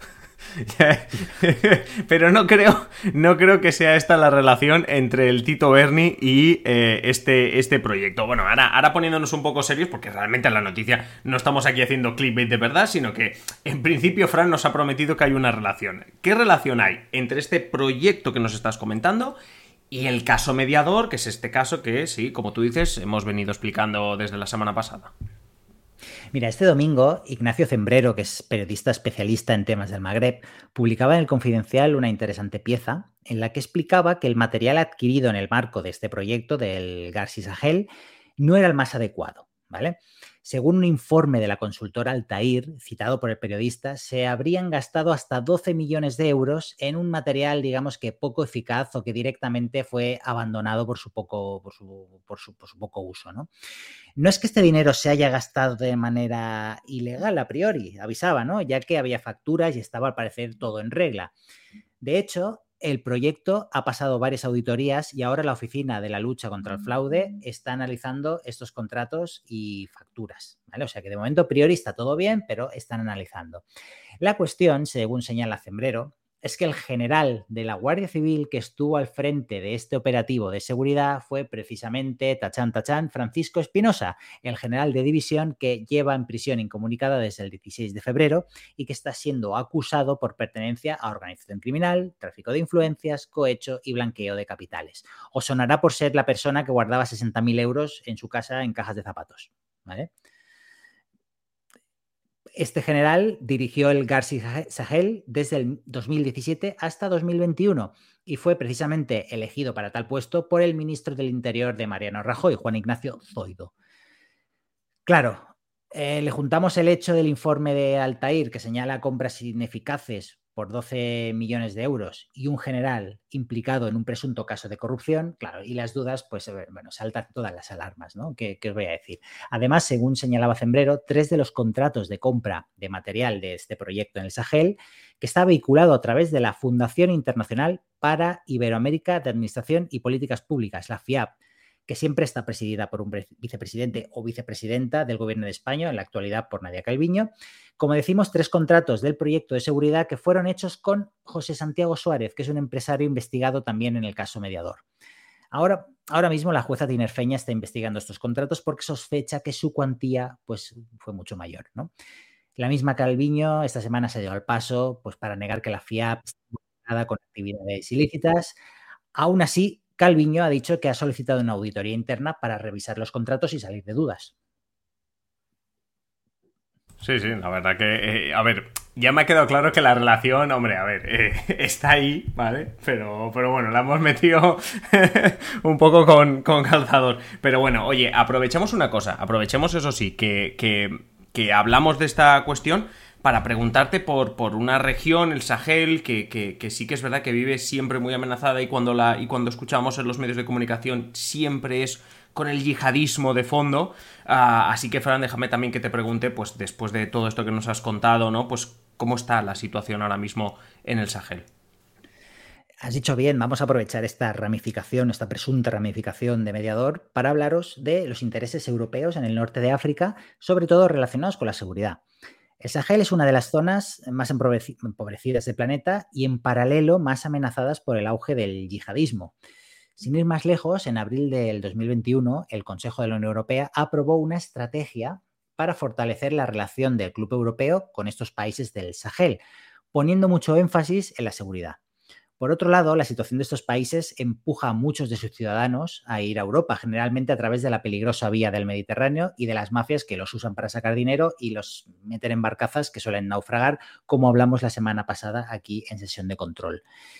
Pero no creo, no creo que sea esta la relación entre el Tito Berni y eh, este, este proyecto. Bueno, ahora, ahora poniéndonos un poco serios, porque realmente en la noticia no estamos aquí haciendo clickbait de verdad, sino que en principio Fran nos ha prometido que hay una relación. ¿Qué relación hay entre este proyecto que nos estás comentando y el caso Mediador, que es este caso que, sí, como tú dices, hemos venido explicando desde la semana pasada? Mira, este domingo, Ignacio Zembrero, que es periodista especialista en temas del Magreb, publicaba en El Confidencial una interesante pieza en la que explicaba que el material adquirido en el marco de este proyecto del Garsi Sahel no era el más adecuado, ¿vale? Según un informe de la consultora Altair, citado por el periodista, se habrían gastado hasta doce millones de euros en un material, digamos que poco eficaz o que directamente fue abandonado por su poco, por su, por su, por su poco uso, ¿no? No es que este dinero se haya gastado de manera ilegal a priori, avisaba, ¿no? Ya que había facturas y estaba al parecer todo en regla. De hecho, el proyecto ha pasado varias auditorías y ahora la Oficina de la Lucha contra el Fraude está analizando estos contratos y facturas, ¿vale? O sea que de momento a priori está todo bien, pero están analizando. La cuestión, según señala Zembrero, es que el general de la Guardia Civil que estuvo al frente de este operativo de seguridad fue precisamente, tachán, tachán, Francisco Espinosa, el general de división que lleva en prisión incomunicada desde el dieciséis de febrero y que está siendo acusado por pertenencia a organización criminal, tráfico de influencias, cohecho y blanqueo de capitales. Os sonará por ser la persona que guardaba sesenta mil euros en su casa en cajas de zapatos, ¿vale? Este general dirigió el Garsi Sahel desde el dos mil diecisiete hasta dos mil veintiuno y fue precisamente elegido para tal puesto por el ministro del Interior de Mariano Rajoy, Juan Ignacio Zoido. Claro, eh, le juntamos el hecho del informe de Altair que señala compras ineficaces por doce millones de euros y un general implicado en un presunto caso de corrupción, claro, y las dudas, pues, bueno, saltan todas las alarmas, ¿no? ¿Qué, qué os voy a decir? Además, según señalaba Zembrero, tres de los contratos de compra de material de este proyecto en el Sahel, que está vinculado a través de la Fundación Internacional para Iberoamérica de Administración y Políticas Públicas, la FIAP, que siempre está presidida por un vicepresidente o vicepresidenta del Gobierno de España, en la actualidad por Nadia Calviño. Como decimos, tres contratos del proyecto de seguridad que fueron hechos con José Santiago Suárez, que es un empresario investigado también en el caso Mediador. Ahora, ahora mismo la jueza tinerfeña está investigando estos contratos porque sospecha que su cuantía, pues, fue mucho mayor, ¿no? La misma Calviño esta semana se dio al paso, pues, para negar que la FIAP está involucrada con actividades ilícitas. Aún así, Calviño ha dicho que ha solicitado una auditoría interna para revisar los contratos y salir de dudas. Sí, sí, la verdad que, eh, a ver, ya me ha quedado claro que la relación, hombre, a ver, eh, está ahí, ¿vale? Pero, pero bueno, la hemos metido un poco con, con calzador. Pero bueno, oye, aprovechemos una cosa, aprovechemos eso sí, que, que, que hablamos de esta cuestión para preguntarte por, por una región, el Sahel, que, que, que sí que es verdad que vive siempre muy amenazada y cuando, la, y cuando escuchamos en los medios de comunicación siempre es con el yihadismo de fondo. Uh, así que, Fran, déjame también que te pregunte, pues después de todo esto que nos has contado, ¿no? Pues cómo está la situación ahora mismo en el Sahel. Has dicho bien, vamos a aprovechar esta ramificación, esta presunta ramificación de Mediador para hablaros de los intereses europeos en el norte de África, sobre todo relacionados con la seguridad. El Sahel es una de las zonas más empobrecidas del planeta y en paralelo más amenazadas por el auge del yihadismo. Sin ir más lejos, en abril del dos mil veintiuno, el Consejo de la Unión Europea aprobó una estrategia para fortalecer la relación del Club Europeo con estos países del Sahel, poniendo mucho énfasis en la seguridad. Por otro lado, la situación de estos países empuja a muchos de sus ciudadanos a ir a Europa, generalmente a través de la peligrosa vía del Mediterráneo y de las mafias que los usan para sacar dinero y los meten en barcazas que suelen naufragar, como hablamos la semana pasada aquí en sesión de control.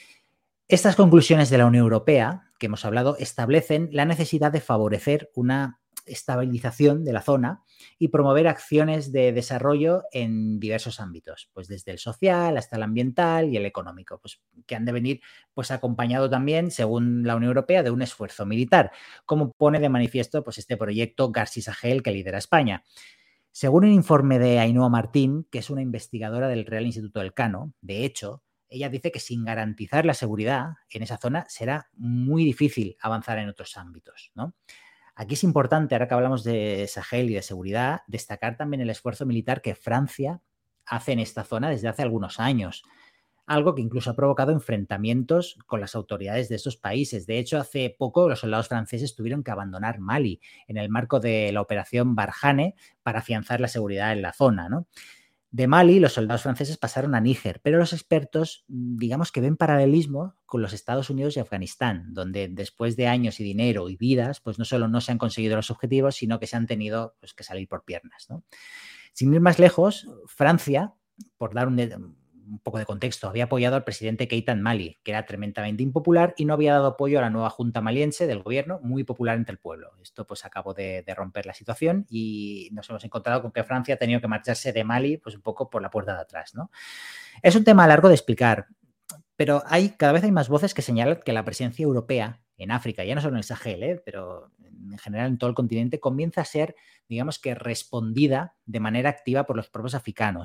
Estas conclusiones de la Unión Europea, que hemos hablado, establecen la necesidad de favorecer una estabilización de la zona y promover acciones de desarrollo en diversos ámbitos, pues desde el social hasta el ambiental y el económico, pues que han de venir pues acompañado también, según la Unión Europea, de un esfuerzo militar, como pone de manifiesto pues este proyecto Garsi Sahel que lidera España. Según un informe de Ainhoa Martín, que es una investigadora del Real Instituto Elcano, de hecho, ella dice que sin garantizar la seguridad en esa zona será muy difícil avanzar en otros ámbitos, ¿no? Aquí es importante, ahora que hablamos de Sahel y de seguridad, destacar también el esfuerzo militar que Francia hace en esta zona desde hace algunos años, algo que incluso ha provocado enfrentamientos con las autoridades de estos países. De hecho, hace poco los soldados franceses tuvieron que abandonar Mali en el marco de la operación Barkhane para afianzar la seguridad en la zona, ¿no? De Mali, los soldados franceses pasaron a Níger, pero los expertos, digamos que ven paralelismo con los Estados Unidos y Afganistán, donde después de años y dinero y vidas, pues no solo no se han conseguido los objetivos, sino que se han tenido pues, que salir por piernas, ¿no? Sin ir más lejos, Francia, por dar un, un poco de contexto, había apoyado al presidente Keïta en Mali, que era tremendamente impopular y no había dado apoyo a la nueva junta maliense del gobierno, muy popular entre el pueblo. Esto pues acabó de, de romper la situación y nos hemos encontrado con que Francia ha tenido que marcharse de Mali pues un poco por la puerta de atrás, ¿no? Es un tema largo de explicar, pero hay, cada vez hay más voces que señalan que la presencia europea en África, ya no solo en el Sahel, ¿eh? pero en general en todo el continente, comienza a ser, digamos que respondida de manera activa por los propios africanos.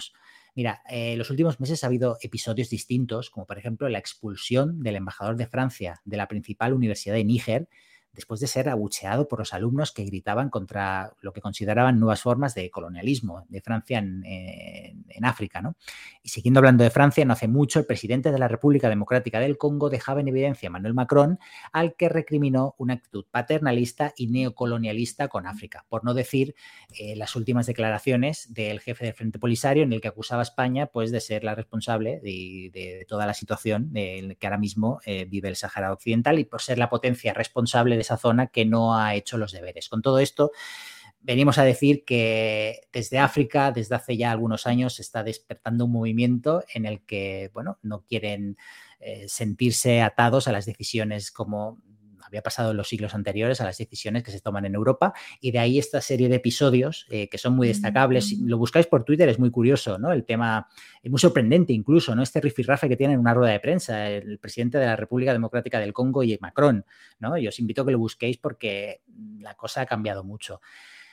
Mira, en eh, los últimos meses ha habido episodios distintos, como por ejemplo la expulsión del embajador de Francia de la principal universidad de Níger, después de ser abucheado por los alumnos que gritaban contra lo que consideraban nuevas formas de colonialismo de Francia en, en, en África, ¿no? Y siguiendo hablando de Francia, no hace mucho el presidente de la República Democrática del Congo dejaba en evidencia a Emmanuel Macron, al que recriminó una actitud paternalista y neocolonialista con África, por no decir eh, las últimas declaraciones del jefe del Frente Polisario, en el que acusaba a España pues, de ser la responsable de, de toda la situación en que ahora mismo eh, vive el Sáhara Occidental y por ser la potencia responsable de esa zona que no ha hecho los deberes. Con todo esto, venimos a decir que desde África, desde hace ya algunos años, se está despertando un movimiento en el que, bueno, no quieren eh, sentirse atados a las decisiones como había pasado en los siglos anteriores, a las decisiones que se toman en Europa, y de ahí esta serie de episodios eh, que son muy destacables. Si lo buscáis por Twitter, es muy curioso, ¿no? El tema es muy sorprendente incluso, ¿no? Este rifirrafe que tienen en una rueda de prensa el presidente de la República Democrática del Congo y Macron, ¿no? Y os invito a que lo busquéis porque la cosa ha cambiado mucho.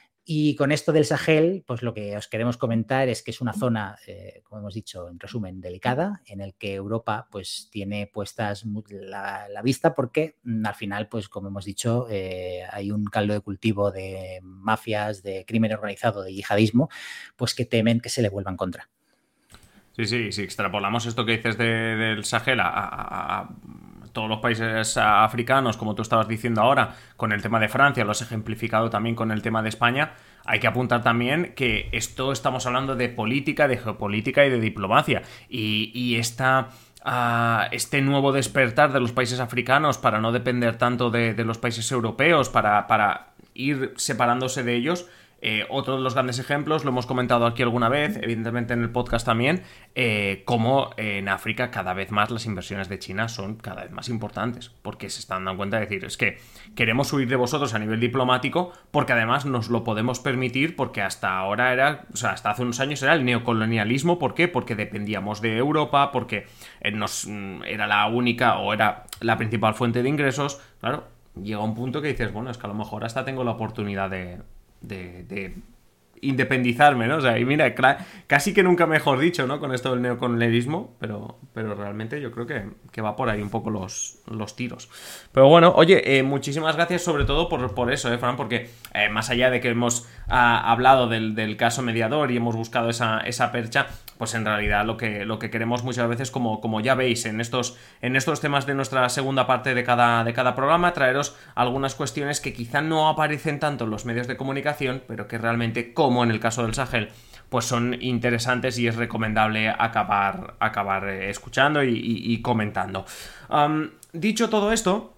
Y con esto del Sahel, pues lo que os queremos comentar es que es una zona, eh, como hemos dicho, en resumen, delicada, en el que Europa pues tiene puestas la, la vista porque al final, pues como hemos dicho, eh, hay un caldo de cultivo de mafias, de crimen organizado, de yihadismo, pues que temen que se le vuelva en contra. Sí, sí, si extrapolamos esto que dices de, del Sahel a, a, a todos los países africanos, como tú estabas diciendo ahora, con el tema de Francia, lo has ejemplificado también con el tema de España, hay que apuntar también que esto estamos hablando de política, de geopolítica y de diplomacia. Y, y esta... Uh, este nuevo despertar de los países africanos para no depender tanto de, de los países europeos, para, para ir separándose de ellos. Eh, otro de los grandes ejemplos, lo hemos comentado aquí alguna vez, evidentemente en el podcast también, eh, como en África cada vez más las inversiones de China son cada vez más importantes, porque se están dando cuenta de decir, es que queremos huir de vosotros a nivel diplomático, porque además nos lo podemos permitir, porque hasta ahora era, o sea, hasta hace unos años era el neocolonialismo. ¿Por qué? Porque dependíamos de Europa, porque nos, era la única o era la principal fuente de ingresos. Claro, llega un punto que dices, bueno, es que a lo mejor hasta tengo la oportunidad de... De, de independizarme, ¿no? O sea, y mira, casi que nunca mejor dicho, ¿no? Con esto del neocolonialismo, pero, pero realmente yo creo que, que va por ahí un poco los, los tiros. Pero bueno, oye, eh, muchísimas gracias sobre todo por, por eso, ¿eh, Fran? Porque eh, más allá de que hemos ah, hablado del, del caso mediador y hemos buscado esa, esa percha, pues en realidad lo que, lo que queremos muchas veces, como, como ya veis en estos, en estos temas de nuestra segunda parte de cada, de cada programa, traeros algunas cuestiones que quizá no aparecen tanto en los medios de comunicación, pero que realmente, como en el caso del Sahel, pues son interesantes y es recomendable acabar, acabar eh, escuchando y, y, y comentando. Um, dicho todo esto,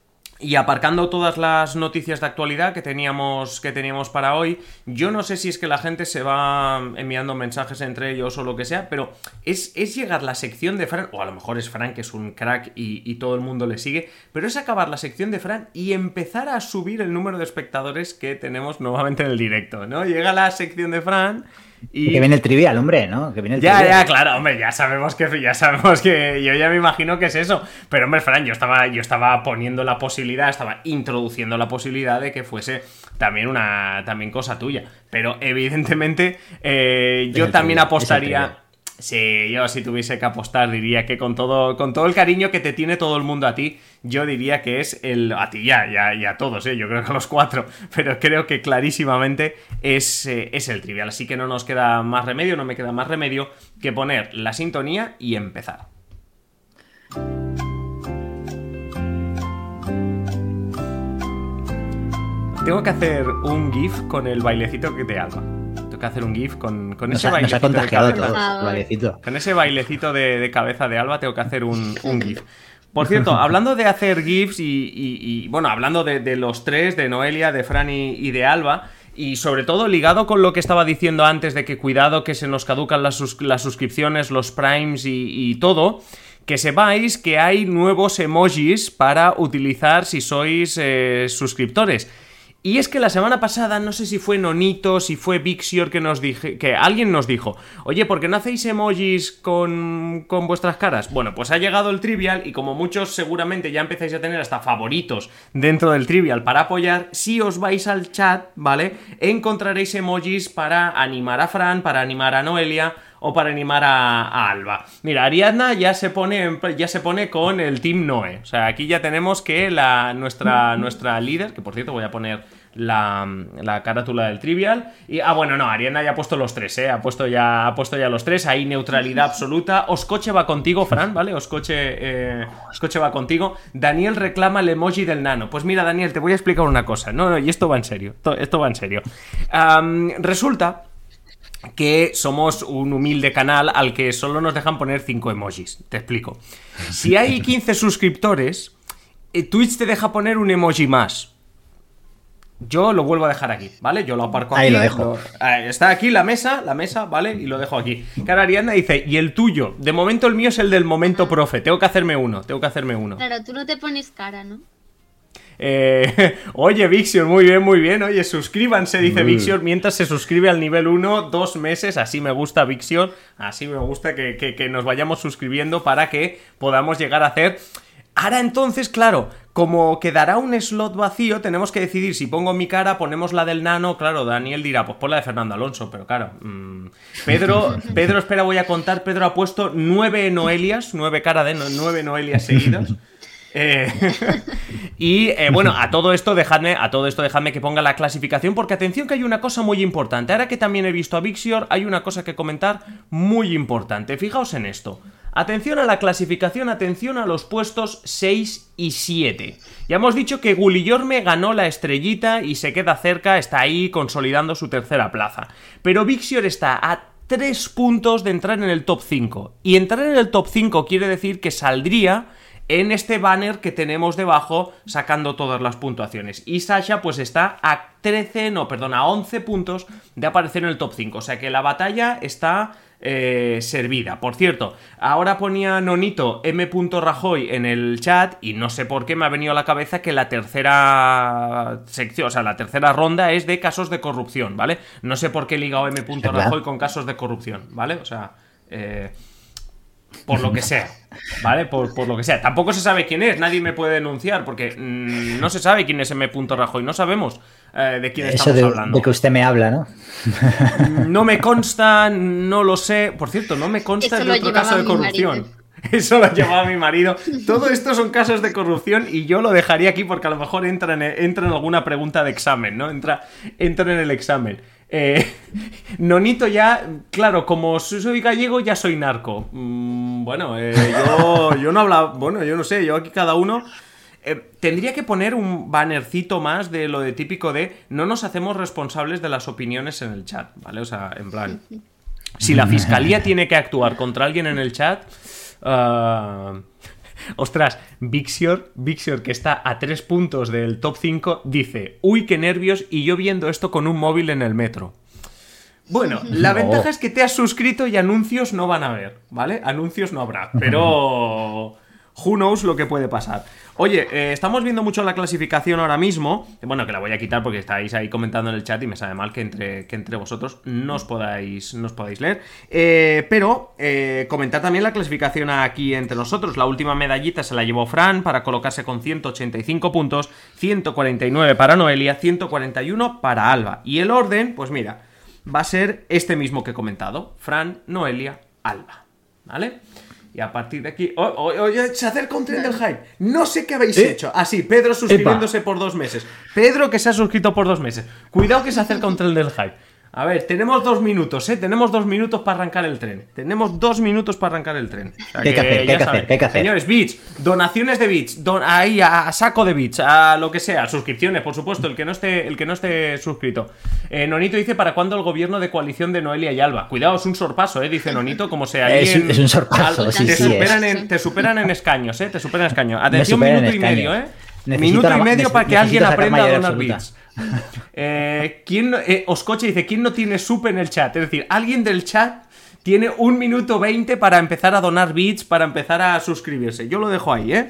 y aparcando todas las noticias de actualidad que teníamos, que teníamos para hoy, yo no sé si es que la gente se va enviando mensajes entre ellos o lo que sea, pero es, es llegar la sección de Fran, o a lo mejor es Fran que es un crack y, y todo el mundo le sigue, pero es acabar la sección de Fran y empezar a subir el número de espectadores que tenemos nuevamente en el directo, ¿no? Llega la sección de Fran... Y... Que viene el trivial, hombre, ¿no? Que viene el ya, trivial. ya, claro, hombre, ya sabemos que ya sabemos que yo ya me imagino que es eso. Pero, hombre, Fran, yo estaba, yo estaba poniendo la posibilidad, estaba introduciendo la posibilidad de que fuese también una también cosa tuya. Pero, evidentemente, eh, yo también trivial, apostaría. Sí, yo si tuviese que apostar diría que con todo con todo el cariño que te tiene todo el mundo a ti, yo diría que es el... A ti ya, ya, ya a todos, ¿eh? Yo creo que a los cuatro, pero creo que clarísimamente es, eh, es el trivial. Así que no nos queda más remedio, no me queda más remedio que poner la sintonía y empezar. Tengo que hacer un GIF con el bailecito que de Alba. Tengo que hacer un GIF con, con ese ha, bailecito. Nos ha contagiado de todos, el bailecito. Con ese bailecito de, de cabeza de Alba tengo que hacer un, un GIF. Por cierto, hablando de hacer GIFs y, y, y bueno, hablando de, de los tres, de Noelia, de Fran y, y de Alba, y sobre todo ligado con lo que estaba diciendo antes de que cuidado que se nos caducan las, sus, las suscripciones, los primes y, y todo... Que sepáis que hay nuevos emojis para utilizar si sois eh, suscriptores. Y es que la semana pasada, no sé si fue Nonito, si fue Vixior que nos dije, que alguien nos dijo, oye, ¿por qué no hacéis emojis con, con vuestras caras? Bueno, pues ha llegado el Trivial y como muchos seguramente ya empezáis a tener hasta favoritos dentro del Trivial para apoyar, si os vais al chat, ¿vale? Encontraréis emojis para animar a Fran, para animar a Noelia o para animar a, a Alba. Mira, Ariadna ya se pone ya se pone con el Team Noé. O sea, aquí ya tenemos que la nuestra, nuestra líder, que por cierto voy a poner la, la carátula del Trivial. Y, ah, bueno, no, Ariadna ya ha puesto los tres, ¿eh? Ha puesto ya, ha puesto ya los tres. Ahí neutralidad absoluta. Oscoche va contigo, Fran, ¿vale? Oscoche, eh, Oscoche va contigo. Daniel reclama el emoji del nano. Pues mira, Daniel, te voy a explicar una cosa. No, no, y esto va en serio. Esto va en serio. Um, resulta que somos un humilde canal al que solo nos dejan poner cinco emojis. Te explico. Si hay quince suscriptores, Twitch te deja poner un emoji más. Yo lo vuelvo a dejar aquí, ¿vale? Yo lo aparco aquí. Ahí lo dejo. Lo, eh, está aquí la mesa, la mesa, ¿vale? Y lo dejo aquí. Cara, Ariadna dice, ¿y el tuyo? De momento el mío es el del momento profe. Tengo que hacerme uno, tengo que hacerme uno. Claro, tú no te pones cara, ¿no? Eh, oye, Vixior, muy bien, muy bien. Oye, suscríbanse, dice mm. Vixior, mientras se suscribe al nivel uno, dos meses. Así me gusta, Vixior. Así me gusta que, que, que nos vayamos suscribiendo para que podamos llegar a hacer... Ahora entonces, claro, como quedará un slot vacío, tenemos que decidir si pongo mi cara, ponemos la del nano. Claro, Daniel dirá, pues pon la de Fernando Alonso, pero claro. Mmm, Pedro, Pedro, espera, voy a contar. Pedro ha puesto nueve Noelias, nueve cara de no, nueve Noelias seguidas. Eh, y eh, bueno, a todo esto dejadme a todo esto dejadme que ponga la clasificación, porque atención que hay una cosa muy importante. Ahora que también he visto a Vixior, hay una cosa que comentar muy importante. Fijaos en esto. Atención a la clasificación, atención a los puestos seis y siete. Ya hemos dicho que Gulillorme ganó la estrellita y se queda cerca, está ahí consolidando su tercera plaza. Pero Vixior está a tres puntos de entrar en el top cinco. Y entrar en el top cinco quiere decir que saldría en este banner que tenemos debajo sacando todas las puntuaciones. Y Sasha pues está a trece, no, perdón, a once puntos de aparecer en el top cinco. O sea que la batalla está eh, servida. Por cierto, ahora ponía Nonito M. Rajoy en el chat y no sé por qué me ha venido a la cabeza que la tercera sección, o sea, la tercera ronda es de casos de corrupción, ¿vale? No sé por qué he ligado M. Rajoy con casos de corrupción, ¿vale? O sea... Eh... Por lo que sea, ¿vale? Por, por lo que sea. Tampoco se sabe quién es, nadie me puede denunciar, porque mmm, no se sabe quién es M. Rajoy, no sabemos eh, de quién Eso estamos de, hablando. De que usted me habla, ¿no? No me consta, no lo sé. Por cierto, no me consta Eso de otro caso de corrupción. Marido. Eso lo llevaba mi marido. Todo esto son casos de corrupción y yo lo dejaría aquí porque a lo mejor entra en, entra en alguna pregunta de examen, ¿no? Entra, entra en el examen. Eh, Nonito ya, claro, como soy gallego ya soy narco. Mm, bueno, eh, yo, yo no hablaba, bueno, yo no sé, yo aquí cada uno... Eh, tendría que poner un bannercito más de lo de típico de no nos hacemos responsables de las opiniones en el chat, ¿vale? O sea, en plan, si la fiscalía tiene que actuar contra alguien en el chat... Uh... Ostras, Vixior, Vixior, que está a tres puntos del top cinco, dice, uy, qué nervios, y yo viendo esto con un móvil en el metro. Bueno, la no. ventaja es que te has suscrito y anuncios no van a haber, ¿vale? Anuncios no habrá, pero... who knows lo que puede pasar. Oye, eh, estamos viendo mucho la clasificación ahora mismo. Bueno, que la voy a quitar porque estáis ahí comentando en el chat y me sabe mal que entre, que entre vosotros no os podáis, no os podáis leer. Eh, pero eh, comentar también la clasificación aquí entre nosotros. La última medallita se la llevó Fran para colocarse con ciento ochenta y cinco puntos, ciento cuarenta y nueve para Noelia, ciento cuarenta y uno para Alba. Y el orden, pues mira, va a ser este mismo que he comentado. Fran, Noelia, Alba. ¿Vale? Y a partir de aquí... ¡Oh, oh, oh! Se acerca un tren del hype. No sé qué habéis ¿Eh? hecho. Ah, sí, Pedro suscribiéndose Epa. por dos meses. Pedro que se ha suscrito por dos meses. Cuidado que se acerca un tren del hype. A ver, tenemos dos minutos, ¿eh? Tenemos dos minutos para arrancar el tren. Tenemos dos minutos para arrancar el tren. O sea, ¿Qué hay que hacer? ¿Qué hay que hacer? ¿Qué hay que hacer? Señores, bits, donaciones de bits, don, ahí a, a saco de bits, a lo que sea, suscripciones, por supuesto, el que no esté, el que no esté suscrito. Eh, Nonito dice, ¿para cuándo el gobierno de coalición de Noelia y Alba? Cuidado, es un sorpaso, ¿eh? Dice Nonito, como sea. Es, en, es un sorpaso, al, sí, te, sí superan es. En, te superan en escaños, ¿eh? Te superan en escaños. Atención, minuto y medio, ¿eh? Necesito Minuto y medio la, para que alguien aprenda a donar absoluta. bits. Eh, ¿quién no, eh, Oscoche dice, ¿quién no tiene sub en el chat? Es decir, alguien del chat tiene un minuto veinte para empezar a donar bits, para empezar a suscribirse. Yo lo dejo ahí, ¿eh?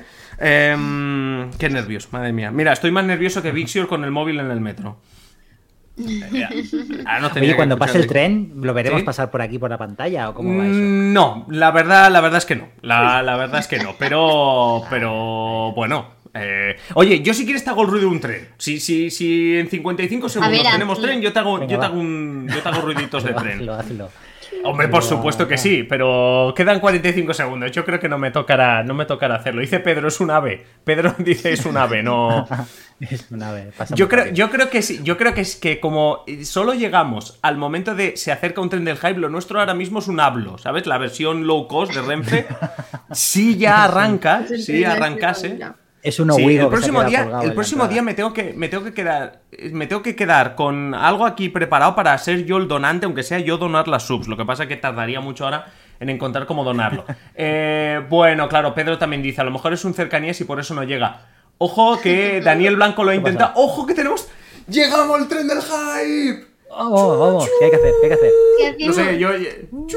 eh qué nervios, madre mía. Mira, estoy más nervioso que Vixior con el móvil en el metro. Eh, no Oye, cuando pase el tren, ¿lo veremos ¿Sí? pasar por aquí por la pantalla o cómo va eso? No, la verdad, la verdad es que no. La, la verdad es que no, pero, pero bueno... Eh, oye, yo si quieres te hago el ruido de un tren. Si, si, si en cincuenta y cinco segundos ver, tenemos tren, yo te hago, Venga, yo te hago, un, yo te hago ruiditos de tren. Hazlo, hazlo. Hombre, por supuesto que sí, pero quedan cuarenta y cinco segundos. Yo creo que no me tocará, no me tocará hacerlo. Dice Pedro, es un ave. Pedro dice es un ave, no. Es un ave. Pasa Yo muy creo, rápido. yo creo que sí. Yo creo que es que como solo llegamos al momento de se acerca un tren del hype, lo nuestro ahora mismo es un hablo, ¿sabes? La versión low cost de Renfe. Sí ya arranca, Es el sí tren de arrancase. la Es un Sí, Ouigo el que se próximo ha quedado día, colgado el en la próximo día entrada. me tengo que me tengo que quedar me tengo que quedar con algo aquí preparado para ser yo el donante, aunque sea yo donar las subs. Lo que pasa es que tardaría mucho ahora en encontrar cómo donarlo. Eh, bueno, claro, Pedro también dice, a lo mejor es un cercanías y por eso no llega. Ojo que Daniel Blanco lo ¿Qué intenta. pasa? Ojo que tenemos. ¡Llegamos al tren del hype! Vamos, vamos. ¿Qué hay que hacer? ¿Qué hay que hacer? ¿Qué No hacemos? sé, yo. ¡Chu,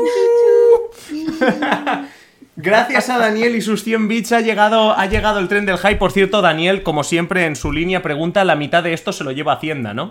chu! Gracias a Daniel y sus cien bits ha llegado, ha llegado el tren del hype. Por cierto, Daniel, como siempre en su línea, pregunta: la mitad de esto se lo lleva Hacienda, ¿no?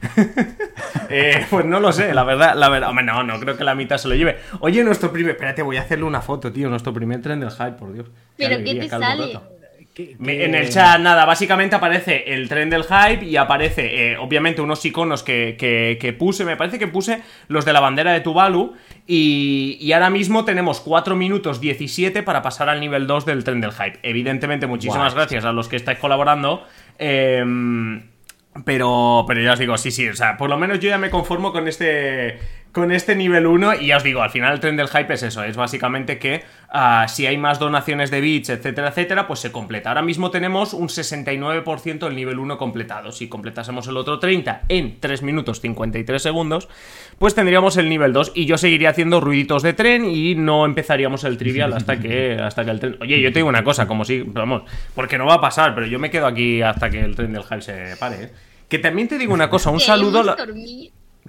eh, pues no lo sé, la verdad, la verdad. Hombre, no, no creo que la mitad se lo lleve. Oye, nuestro primer. Espérate, voy a hacerle una foto, tío. Nuestro primer tren del hype, por Dios. ¿Pero qué te calvo sale? roto. ¿Qué- Me- qué- En el chat, nada, básicamente aparece el tren del hype y aparece, eh, obviamente, unos iconos que, que, que puse. Me parece que puse los de la bandera de Tuvalu. Y, y ahora mismo tenemos cuatro minutos diecisiete para pasar al nivel dos del tren del hype. Evidentemente, muchísimas Guay. gracias a los que estáis colaborando. Eh, pero, pero ya os digo, sí, sí, o sea, por lo menos yo ya me conformo con este, con este nivel uno. Y ya os digo, al final el tren del hype es eso, es básicamente que uh, si hay más donaciones de bits, etcétera, etcétera, pues se completa. Ahora mismo tenemos un sesenta y nueve por ciento del nivel uno completado. Si completásemos el otro treinta en tres minutos cincuenta y tres segundos, pues tendríamos el nivel dos. Y yo seguiría haciendo ruiditos de tren y no empezaríamos el trivial hasta que, hasta que el tren... Oye, yo te digo una cosa, como si... Vamos, porque no va a pasar, pero yo me quedo aquí hasta que el tren del hype se pare, ¿eh? Que también te digo una cosa, un saludo... a la- Queremos dormir.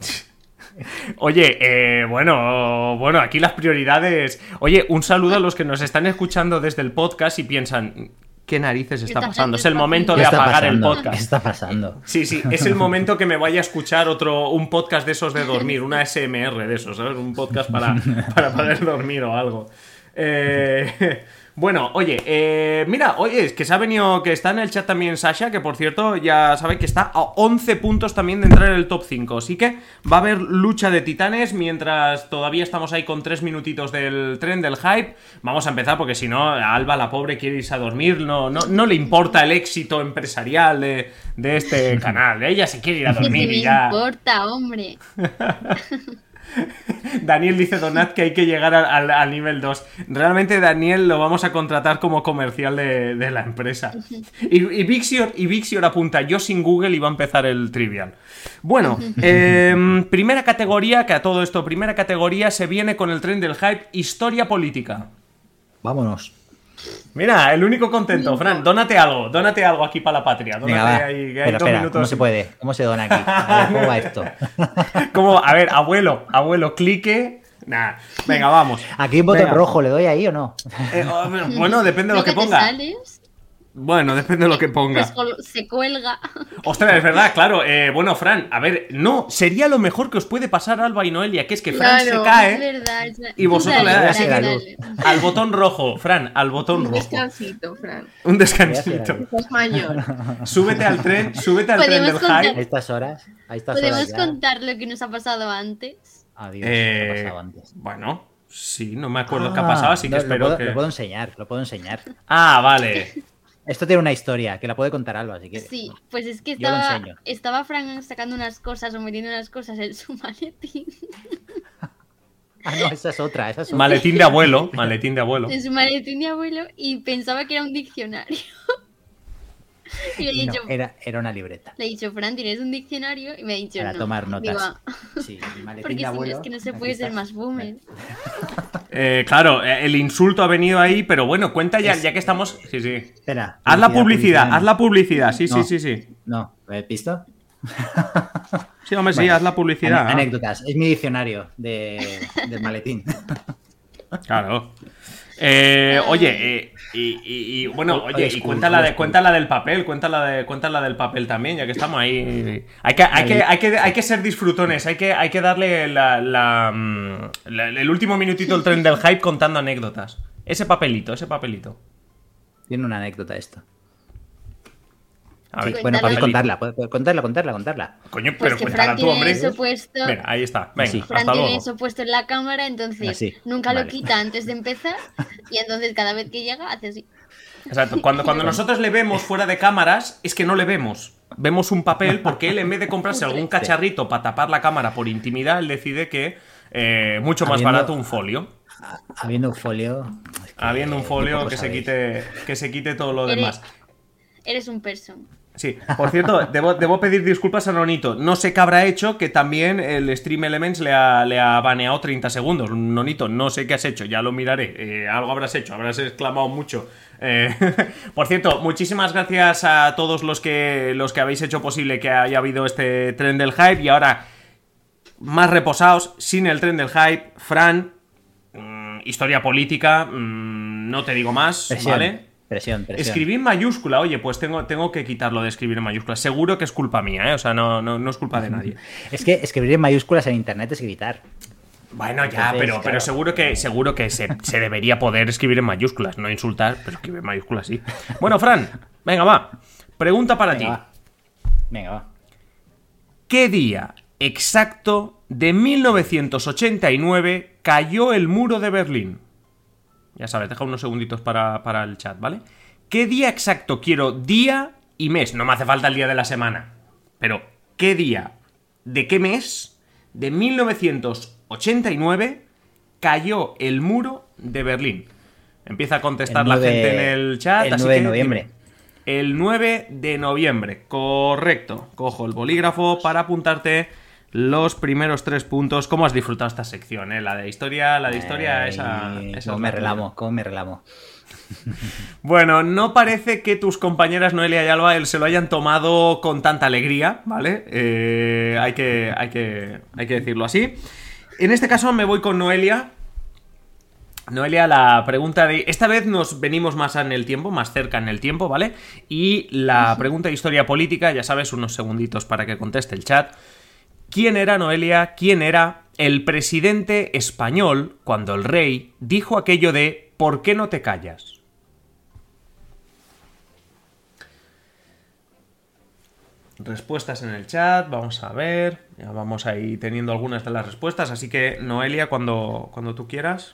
Oye, eh, bueno, bueno, aquí las prioridades... Oye, un saludo a los que nos están escuchando desde el podcast y piensan... ¿Qué narices está Esta pasando? gente Es el está momento ¿Qué de está apagar el pasando? ¿Qué podcast. está pasando? Sí, sí, es el momento que me vaya a escuchar otro, un podcast de esos de dormir, una A S M R de esos, ¿sabes? Un podcast para, para poder dormir o algo. Eh, bueno, oye, eh, mira, oye, es que se ha venido, que está en el chat también Sasha, que por cierto ya sabe que está a once puntos también de entrar en el top cinco, así que va a haber lucha de titanes mientras todavía estamos ahí con tres minutitos del tren del hype. Vamos a empezar porque si no, Alba, la pobre, quiere irse a dormir, no, no, no le importa el éxito empresarial de, de este canal, ella se quiere ir a ¿Qué dormir me y ya... importa, hombre? Daniel dice Donat que hay que llegar al, al- al nivel dos. Realmente Daniel lo vamos a contratar como comercial de, de la empresa. Y, y, Vixior, y Vixior apunta, yo sin Google iba a empezar el trivial. Bueno, eh, primera categoría, que a todo esto, primera categoría se viene con el tren del hype, historia política. Vámonos. Mira, el único contento, Fran, dónate algo, dónate algo aquí para la patria. Dónate Venga, va. ahí, que hay Espera, dos espera, minutos. ¿cómo se puede? ¿Cómo se dona aquí? A ver, ¿cómo va esto? Como, a ver, abuelo, abuelo, clique. Nah, venga, vamos. Aquí un botón Venga. rojo, ¿le doy ahí o no? Eh, oh, bueno, depende de lo que te ponga. sales, Bueno, depende de lo que ponga. pues col- se cuelga. Ostras, es verdad, claro. Eh, bueno, Fran, a ver, no, sería lo mejor que os puede pasar a Alba y Noelia, que es que Fran Claro, se Es cae verdad, es verdad. y vosotros le Dale, dais así dale, la dale. al botón rojo. Fran, al botón Un rojo. descansito, Fran. Un descansito. Estás mayor. Súbete al tren, súbete al tren del Podemos contar- A hype. estas horas, a estas ¿Podemos horas ya. contar lo que nos ha pasado antes? Adiós, ¿qué ha Eh, pasado antes? bueno, sí, no me acuerdo Ah, qué ha pasado, así que no, espero lo puedo, que... Lo puedo enseñar, lo puedo enseñar. Ah, vale. Esto tiene una historia que la puede contar Alba, si quieres. Sí, pues es que Yo lo estaba, enseño. estaba Frank sacando unas cosas o metiendo unas cosas en su maletín. Ah, no, esa es otra, esa es otra. Maletín de abuelo, maletín de abuelo. En su maletín de abuelo y pensaba que era un diccionario. Y le he Y no, dicho, era, era una libreta. le he dicho, Fran, ¿tienes un diccionario? Y me ha dicho, Para no. tomar Digo, notas. "Ah, Sí, el maletín porque de si no abuelo. es que no se aquí puede ser está. más boomer. Eh, claro, eh, el insulto ha venido ahí, pero bueno, cuenta ya, Es- ya que estamos... Sí, sí. Espera. Haz la publicidad, haz la publicidad. publicidad, sí, No. sí, sí, sí. No, ¿lo has visto? Sí, hombre, sí, Bueno, haz la publicidad. ane- Anécdotas. Es mi diccionario de, del maletín. Claro. Eh, oye, eh, y, y- y, bueno, Old oye, y school, cuéntala, old de, school. cuéntala del papel, cuéntala, de, cuéntala del papel también, ya que estamos ahí. Hay que, hay que, hay que, hay que ser disfrutones, hay que, hay que darle la, la, mm, la- el último minutito del tren del hype contando anécdotas. Ese papelito, ese papelito. Tiene una anécdota esto. A Sí, ver. bueno, podéis Cuéntala. contarla, podéis contarla, contarla, contarla. Coño, Pues pero que cuéntala Fran tú, tiene hombre. eso puesto. Mira, ahí está. Venga, Sí. Fran hasta tiene luego. eso puesto en la cámara, entonces Así, nunca lo vale. quita antes de empezar. Y entonces cada vez que llega hace así. Exacto. Cuando, cuando nosotros le vemos fuera de cámaras, es que no le vemos. Vemos un papel porque él, en vez de comprarse algún cacharrito para tapar la cámara por intimidad, él decide que eh, mucho más Habiendo- barato un folio. Habiendo un folio. es que Habiendo un folio poco que se sabéis. quite que se quite todo lo Eres- demás. Eres un person. Sí, por cierto, debo, debo pedir disculpas a Nonito. No sé qué habrá hecho, que también el Stream Elements le ha, le ha baneado treinta segundos. Nonito, no sé qué has hecho, ya lo miraré. Eh, algo habrás hecho, habrás exclamado mucho. Eh, por cierto, muchísimas gracias a todos los que, los que habéis hecho posible que haya habido este tren del hype. Y ahora, más reposados, sin el tren del hype, Fran, mmm, historia política, mmm, no te digo más, Presión, ¿vale? presión, presión. Escribí en mayúscula, oye, pues tengo, tengo que quitarlo de escribir en mayúscula. Seguro que es culpa mía, ¿eh? O sea, no, no, no es culpa de nadie. Es que escribir en mayúsculas en internet es gritar. Bueno, ya, Entonces, pero, claro. pero seguro que, seguro que se, se debería poder escribir en mayúsculas, no insultar, pero escribir en mayúsculas sí. Bueno, Fran, venga, va. Pregunta para Venga, ti. va. Venga, va. ¿Qué día exacto de mil novecientos ochenta y nueve cayó el muro de Berlín? Ya sabes, deja unos segunditos para, para el chat, ¿vale? ¿Qué día exacto? Quiero día y mes. No me hace falta el día de la semana. Pero, ¿qué día? ¿De qué mes? De mil novecientos ochenta y nueve cayó el muro de Berlín. Empieza a contestar El la nueve gente en el chat. el así nueve de que noviembre. dime. El nueve de noviembre, correcto. Cojo el bolígrafo para apuntarte los primeros tres puntos. ¿Cómo has disfrutado esta sección? Eh? La de historia, la de historia, Ay, esa, esa Cómo es me la tuya. relamo, cómo me relamo. Bueno, no parece que tus compañeras Noelia y Alba se lo hayan tomado con tanta alegría, ¿vale? Eh, hay, que, hay, que, hay que decirlo así. En este caso me voy con Noelia. Noelia, la pregunta de... Esta vez nos venimos más en el tiempo, más cerca en el tiempo, ¿vale? Y la pregunta de historia política, ya sabes, unos segunditos para que conteste el chat. ¿Quién era, Noelia? ¿Quién era el presidente español cuando el rey dijo aquello de ¿por qué no te callas? Respuestas en el chat, vamos a ver. Ya vamos ahí teniendo algunas de las respuestas, así que Noelia, cuando, cuando tú quieras.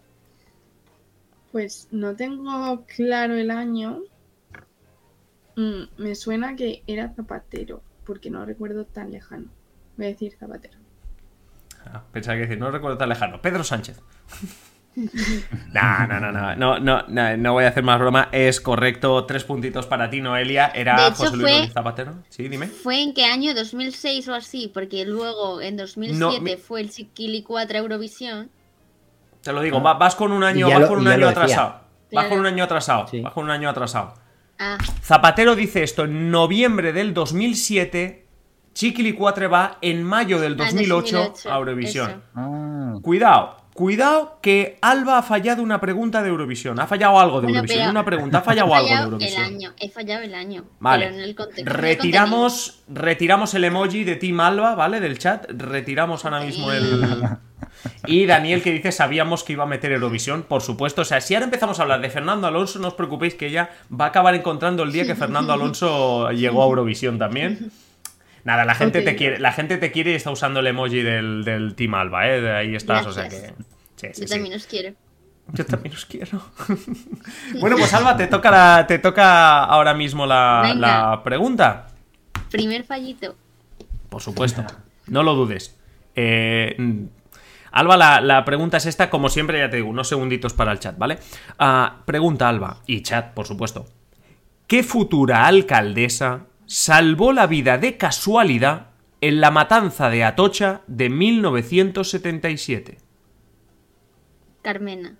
Pues no tengo claro el año. Mm, me suena que era Zapatero, porque no recuerdo tan lejano. Voy a decir Zapatero. Ah, pensaba que decir, no recuerdo tan lejano. Pedro Sánchez. No, no, no, no, no, no, no, no voy a hacer más broma. Es correcto, tres puntitos para ti, Noelia. Era De hecho, José Luis fue- Rodríguez Zapatero. Sí, dime. ¿Fue en qué año? ¿dos mil seis o así? Porque luego en dos mil siete No, mi- fue el Chiquilicuatre Eurovisión. Te lo digo, va- vas con un año, Y ya vas lo- con un y ya año lo decía. atrasado. Vas Claro. con un año atrasado. Sí. Vas con un año atrasado. Ah, Zapatero dice esto en noviembre del dos mil siete. Chiquilicuatre va en mayo del dos mil ocho, dos mil ocho, a Eurovisión. eso. Ah, Cuidado, cuidado que Alba ha fallado una pregunta de Eurovisión. Ha fallado algo de Bueno, Eurovisión. pero Una pregunta, ha fallado he algo de fallado el Eurovisión. año. He fallado el año. Vale. Pero en el conte- en el Retiramos, retiramos el emoji de Team Alba, ¿vale? Del chat. Retiramos ahora mismo el. Y Daniel que dice, sabíamos que iba a meter Eurovisión, por supuesto. O sea, si ahora empezamos a hablar de Fernando Alonso, no os preocupéis que ella va a acabar encontrando el día que Fernando Alonso llegó a Eurovisión también. Nada, la gente Ok. te quiere, la gente te quiere y está usando el emoji del, del Team Alba, ¿eh? De ahí estás, o sea que. Gracias. Sí, sí, Yo sí. también os quiero. Yo también os quiero. Bueno, pues Alba, te toca, la- te toca ahora mismo la, Venga. la pregunta. Primer fallito. Por supuesto, no lo dudes. Eh, mm, Alba, la, la pregunta es esta, como siempre, ya te digo, unos segunditos para el chat, ¿vale? Ah, pregunta Alba, y chat, por supuesto. ¿Qué futura alcaldesa salvó la vida de casualidad en la matanza de Atocha de mil novecientos setenta y siete? Carmena.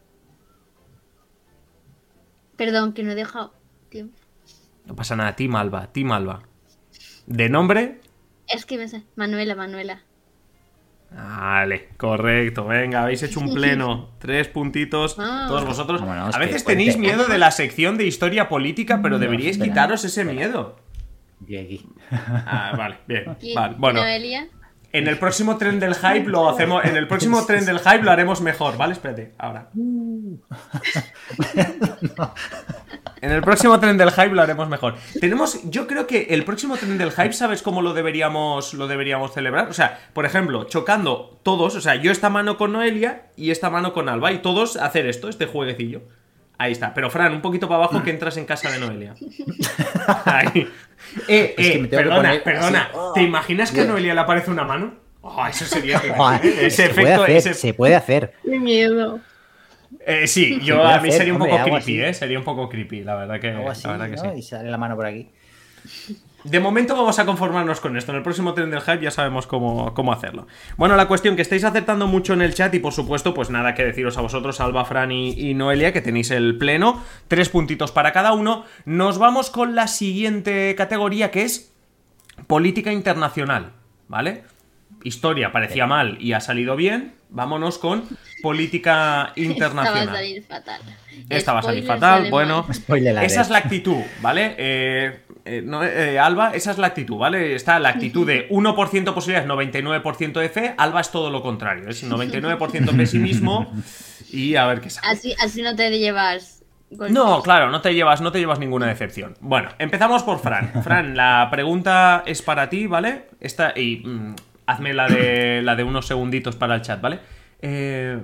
Perdón, que no he dejado tiempo. No pasa nada, Team Alba, Team Alba. ¿De nombre? Es que me sé. Manuela, Manuela. Vale, correcto. Venga, habéis hecho un pleno. Tres puntitos. Ah. Todos vosotros. Vámonos, A veces que tenéis cuente. miedo de la sección de historia política, pero deberíais espera. quitaros ese miedo. y aquí. Ah, vale, bien. ¿Y Vale, bueno, Noelia? en el próximo tren del hype lo hacemos. En el próximo tren del hype lo haremos mejor, ¿vale? Espérate, ahora. En el próximo tren del hype lo haremos mejor. Tenemos, yo creo que el próximo tren del hype, ¿sabes cómo lo deberíamos, lo deberíamos celebrar? O sea, por ejemplo, chocando todos, o sea, yo esta mano con Noelia y esta mano con Alba, y todos hacer esto, este jueguecillo. Ahí está. Pero Fran, un poquito para abajo que entras en casa de Noelia. Ahí. Eh, eh, me tengo que perdona, poner perdona. así. Oh. ¿Te imaginas que a Noelia le aparece una mano? Oh, eso sería... Joder, ese se efecto... puede hacer, ese... se puede hacer. Qué miedo. Eh, sí, yo puede a mí hacer, sería un hombre, poco algo creepy, así. ¿eh? Sería un poco creepy, la verdad que, Algo así, la verdad que ¿no? sí. Y sale la mano por aquí. De momento vamos a conformarnos con esto. En el próximo tren del hype ya sabemos cómo, cómo hacerlo. Bueno, la cuestión que estáis acertando mucho en el chat y por supuesto, pues nada que deciros a vosotros, Alba, Fran y, y Noelia, que tenéis el pleno. Tres puntitos para cada uno. Nos vamos con la siguiente categoría, que es política internacional, ¿vale? Historia parecía mal y ha salido bien. Vámonos con política internacional. Esta va a salir fatal. Esta va a salir Spoilers fatal, sale bueno. mal. Spoiler alert. Esa es la actitud, ¿vale? Eh, eh, no, eh, Alba, esa es la actitud, ¿vale? Está la actitud de uno por ciento posibilidades, noventa y nueve por ciento de fe. Alba es todo lo contrario, es noventa y nueve por ciento pesimismo y a ver qué sale. Así, así no te llevas golpes. No, claro, no te llevas, no te llevas ninguna decepción. Bueno, empezamos por Fran. Fran, la pregunta es para ti, ¿vale? Esta, y mm, hazme la de, la de unos segunditos para el chat, ¿vale? Eh...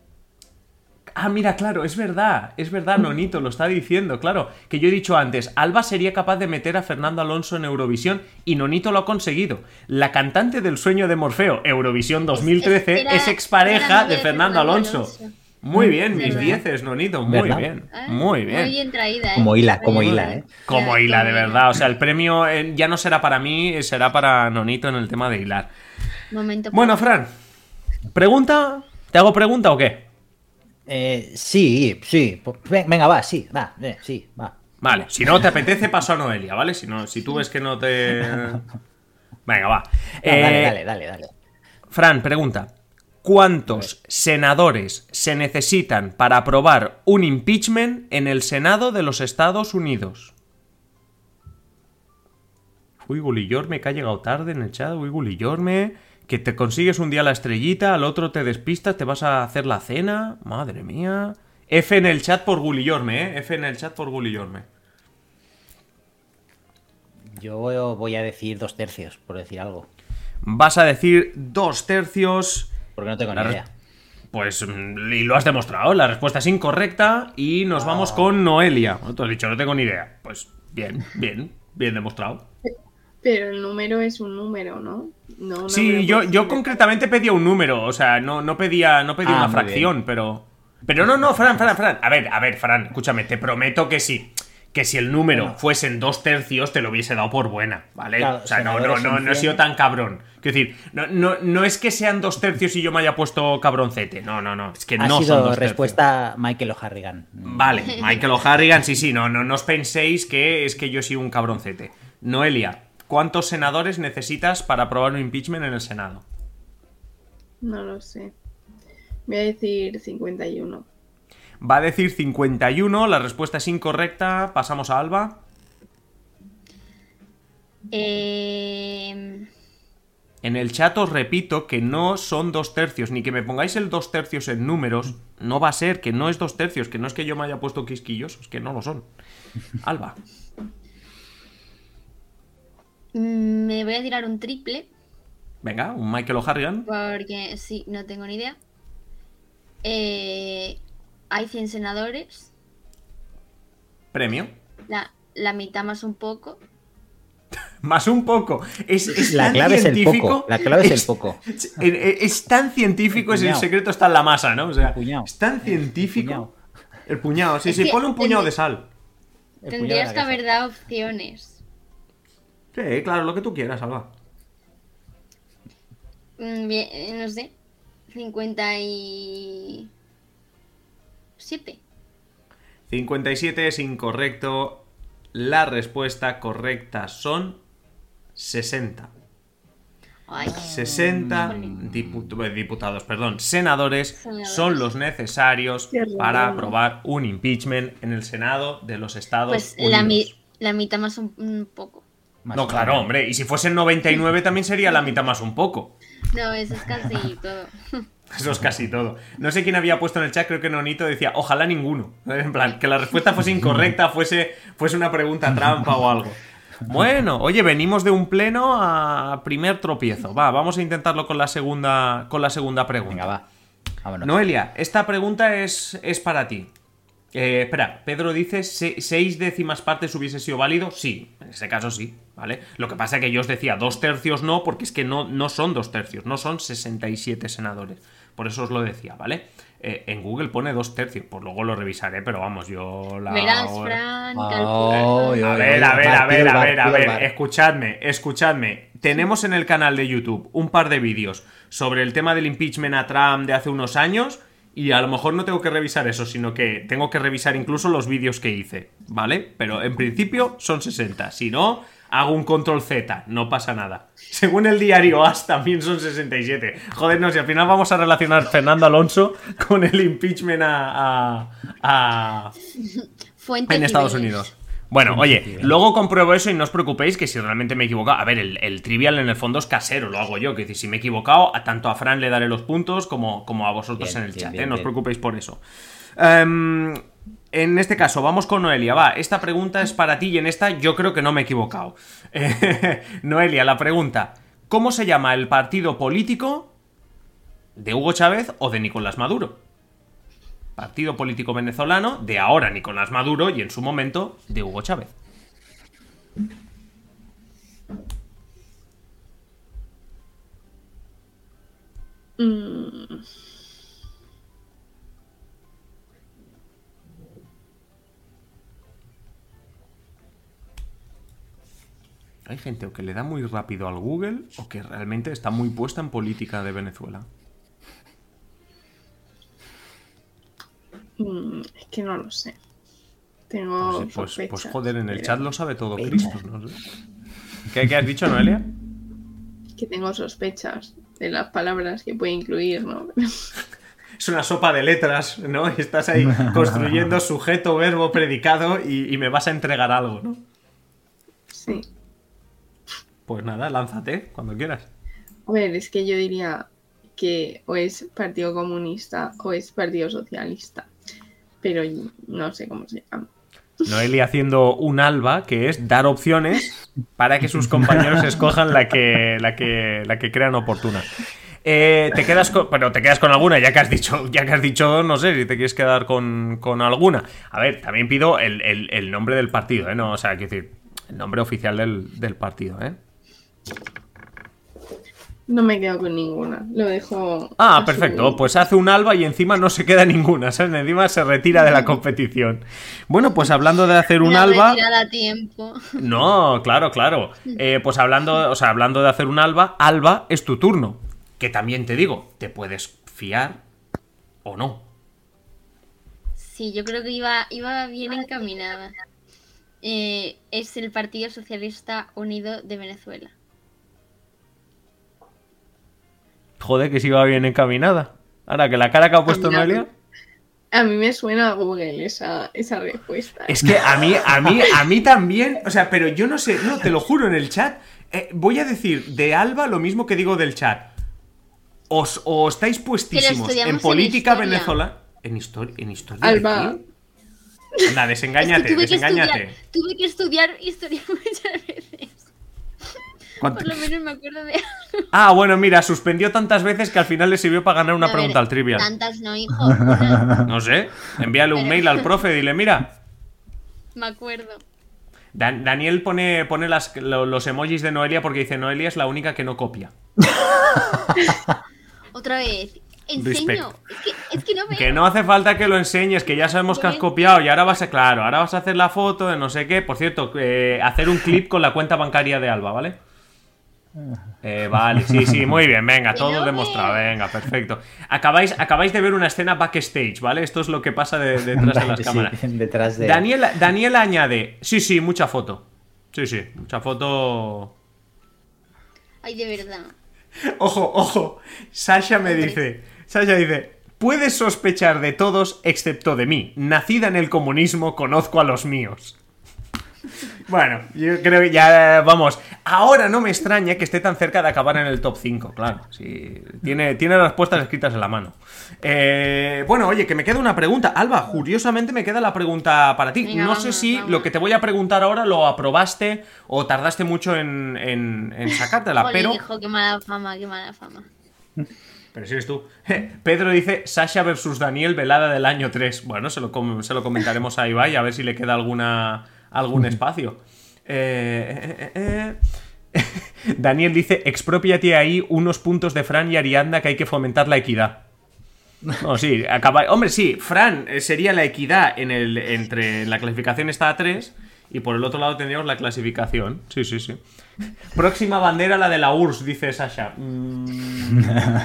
Ah, mira, claro, es verdad, es verdad, Nonito lo está diciendo, claro, que yo he dicho antes, Alba sería capaz de meter a Fernando Alonso en Eurovisión y Nonito lo ha conseguido. La cantante del sueño de Morfeo, Eurovisión dos mil trece, Era- es expareja era novia de Fernando Alonso. Alonso. Muy bien, mis ¿Verdad? dieces, Nonito, muy ¿Verdad? bien, Ah, muy bien. Muy bien traída, ¿eh? Como hila, como Muy hila, bien. ¿eh? Como Ya, hila, de como hila. verdad, o sea, el premio eh, ya no será para mí, eh, será para Nonito en el tema de hilar. Momento. Bueno, Fran, ¿pregunta? ¿Te hago pregunta o qué? Eh, sí, sí. Pues, ven- Venga, va, sí, va, eh, sí, va. Vale, si no te apetece, paso a Noelia, ¿vale? Si no, si tú ves que no te... Venga, va. Va, Eh, dale, dale, dale, dale. Fran, pregunta. ¿Cuántos senadores se necesitan para aprobar un impeachment en el Senado de los Estados Unidos? Uy, Gulillorme, que ha llegado tarde en el chat. Uy, Gulillorme, que te consigues un día la estrellita, al otro te despistas, te vas a hacer la cena. Madre mía. F en el chat por Gulillorme, ¿eh? F en el chat por Gulillorme. Yo voy a decir dos tercios, por decir algo. Vas a decir dos tercios. Porque no tengo La ni res- idea. Pues, mm, y lo has demostrado. La respuesta es incorrecta y nos Ah. vamos con Noelia. Tú has dicho, no tengo ni idea. Pues bien, bien, bien demostrado. Pero el número es un número, ¿no? No un Sí, número yo, por yo sí. concretamente pedía un número. O sea, no, no pedía, no pedía Ah, una muy fracción, pero... Pero no, no, Fran, Fran, Fran. A ver, a ver, Fran, escúchame, te prometo que sí. Que si el número Bueno. fuesen dos tercios, te lo hubiese dado por buena, ¿vale? Claro, o sea, no, no, senadores no, son no he cien. sido tan cabrón. Quiero decir, no, no, no es que sean dos tercios y yo me haya puesto cabroncete. No, no, no. Es que Ha no son sido dos tercios. respuesta Michael O'Harrigan. Vale, Michael O'Harrigan, sí, sí, no, no, no os penséis que es que yo soy un cabroncete. Noelia, ¿cuántos senadores necesitas para aprobar un impeachment en el Senado? No lo sé. Voy a decir cincuenta y uno. Va a decir cincuenta y uno, la respuesta es incorrecta, pasamos a Alba. Eh... En el chat os repito que no son dos tercios, ni que me pongáis el dos tercios en números, no va a ser, que no es dos tercios, que no es que yo me haya puesto quisquilloso, es que no lo son. Alba. Me voy a tirar un triple, Venga, un Michael O'Harrigan. porque sí, no tengo ni idea. Eh, hay cien senadores, Premio. la, la mitad más un poco. Más un poco. Es, es La tan clave es el científico, poco. La clave es el poco. Es, es- es tan científico, El es el puñado. secreto está en la masa, ¿no? O sea, El puñado. es tan científico. puñado. El puñado, sí, Es sí, que ponle un puñado tendrí- de sal. El puñado de Tendrías la que casa. haber dado opciones. Sí, claro, lo que tú quieras, Alba. Mm, bien, eh, no sé, cincuenta y siete. cincuenta y siete es incorrecto. La respuesta correcta son sesenta. Ay, sesenta Jolín. dipu- eh, diputados, perdón, senadores Senadores. son los necesarios Qué raro. para aprobar un impeachment en el Senado de los Estados pues Unidos. la, mi- la mitad más un, un poco. Más No, o claro, menos. hombre, y si fuesen noventa y nueve también sería la mitad más un poco. No, eso es casi todo. Eso es casi todo. No sé quién había puesto en el chat, creo que Nonito decía, ojalá ninguno. En plan, que la respuesta fuese incorrecta, fuese, fuese una pregunta trampa o algo. Bueno, oye, venimos de un pleno a primer tropiezo. Va, vamos a intentarlo con la segunda, con la segunda pregunta. Venga, va. Vámonos. Noelia, esta pregunta es, es para ti. Eh, espera, Pedro dice, ¿se, ¿seis décimas partes hubiese sido válido? Sí, en ese caso sí, ¿vale? Lo que pasa es que yo os decía dos tercios no, porque es que no, no son dos tercios, no son sesenta y siete senadores. Por eso os lo decía, ¿vale? Eh, en Google pone dos tercios, pues luego lo revisaré, pero vamos, yo la... Verás, Fran, Oh, a yo- ver, a ver, a ver, a ver, a ver, Bar. escuchadme, escuchadme. Tenemos en el canal de YouTube un par de vídeos sobre el tema del impeachment a Trump de hace unos años y a lo mejor no tengo que revisar eso, sino que tengo que revisar incluso los vídeos que hice, ¿vale? Pero en principio son sesenta, si no, hago un control Z, no pasa nada. Según el diario As también son sesenta y siete. Joder, no, si al final vamos a relacionar Fernando Alonso con el impeachment a... a, a... Fuente en Estados Cibeles. Unidos. Bueno, oye, luego compruebo eso y no os preocupéis que si realmente me he equivocado... A ver, el, el trivial en el fondo es casero, lo hago yo. Que decir, si me he equivocado, a tanto a Fran le daré los puntos como, como a vosotros Bien, en el bien, chat, bien, ¿eh? No os bien. preocupéis por eso. Em, en este caso, vamos con Noelia. Va, esta pregunta es para ti y en esta yo creo que no me he equivocado. Eh, Noelia, la pregunta. ¿Cómo se llama el partido político de Hugo Chávez o de Nicolás Maduro? Partido político venezolano de ahora Nicolás Maduro y en su momento de Hugo Chávez. Mm, Hay gente o que le da muy rápido al Google o que realmente está muy puesta en política de Venezuela. mm, es que no lo sé. Tengo Pues, pues, sospechas, pues joder, en el pero chat lo sabe todo Sospechas. Cristo, no sé. ¿Qué, ¿Qué has dicho, Noelia? que tengo sospechas de las palabras que puede incluir, ¿no? Es una sopa de letras, ¿no? Y estás ahí construyendo sujeto, verbo, predicado y, y me vas a entregar algo, ¿no? Sí. Pues nada, lánzate cuando quieras. A ver, es que yo diría que o es Partido Comunista o es Partido Socialista. Pero no sé cómo se llama. Noelia haciendo un alba, que es dar opciones para que sus compañeros escojan la que, la que, la que crean oportuna. Eh, te quedas con, bueno, te quedas con alguna, ya que has dicho, ya que has dicho, no sé si te quieres quedar con, con alguna. A ver, también pido el, el, el nombre del partido, ¿eh? No, o sea, quiero decir, el nombre oficial del, del partido, ¿eh? No me quedo con ninguna. Lo dejo. Ah, a su- perfecto. Pues hace un alba y encima no se queda ninguna, ¿sabes? Encima se retira de la competición. Bueno, pues hablando de hacer un Una alba... retirada a tiempo. No, claro, claro. Eh, pues hablando, o sea, hablando de hacer un alba, alba es tu turno. Que también te digo, te puedes fiar o no. Sí, yo creo que iba, iba bien encaminada. Eh, es el Partido Socialista Unido de Venezuela. Joder, que si va bien encaminada. Ahora, que la cara que ha puesto Mira, Noelia... A mí me suena a Google esa, esa respuesta. Es que a mí, a mí, a mí también, o sea, pero yo no sé, no, te lo juro en el chat, eh, voy a decir de Alba lo mismo que digo del chat. Os, o estáis puestísimos estudiamos en en política historia. venezolana. En historia, en historia. ¿de Alba. qué? Anda, desengáñate, Es que tuve que desengáñate. estudiar- tuve que estudiar historia muchas veces. ¿Cuánto- Por lo menos me acuerdo de algo. Ah, bueno, mira, suspendió tantas veces que al final le sirvió para ganar una A ver, pregunta al trivial. Tantas no, hijo. Una, No sé, envíale un Pero- mail al profe, dile, mira. me acuerdo. Dan- Daniel pone, pone las, lo- los emojis de Noelia porque dice Noelia es la única que no copia. Otra vez. Enseño. Respect. Es que, es que no veo. Que no hace falta que lo enseñes, que ya sabemos que has copiado y ahora vas a, claro, ahora vas a hacer la foto de no sé qué. Por cierto, eh, hacer un clip con la cuenta bancaria de Alba, ¿vale? Eh, vale, sí, sí, muy bien, venga, Que todo no demostrado, veo. venga, perfecto. Acabáis, acabáis de ver una escena backstage, ¿vale? Esto es lo que pasa de- detrás de las Sí, cámaras. detrás de... Daniel, Daniel añade, sí, sí, mucha foto. Sí, sí, mucha foto. Ay, de verdad. Ojo, ojo. Sasha me dice, Sasha dice, puedes sospechar de todos excepto de mí. Nacida en el comunismo, conozco a los míos. Bueno, yo creo que ya, vamos, ahora no me extraña que esté tan cerca de acabar en el top cinco, claro. Sí, tiene, tiene las respuestas escritas en la mano. Eh, bueno, oye, que me queda una pregunta. Alba, curiosamente me queda la pregunta para ti. Venga, no vamos, sé si vamos. lo que te voy a preguntar ahora lo aprobaste o tardaste mucho en, en, en sacártela, Jolín, pero... hijo, qué mala fama, qué mala fama. Pero si eres tú. Pedro dice Sasha versus Daniel, velada del año tres. Bueno, se lo, com- se lo comentaremos a Ibai a ver si le queda alguna algún espacio. Eh, eh, eh, eh. Daniel dice, expropiate ahí unos puntos de Fran y Arianda que hay que fomentar la equidad. No, sí, acaba... Hombre, sí, Fran eh, sería la equidad en el entre en la clasificación está a tres y por el otro lado tendríamos la clasificación. Sí, sí, sí. Próxima bandera, la de la U R S S, dice Sasha. Mm.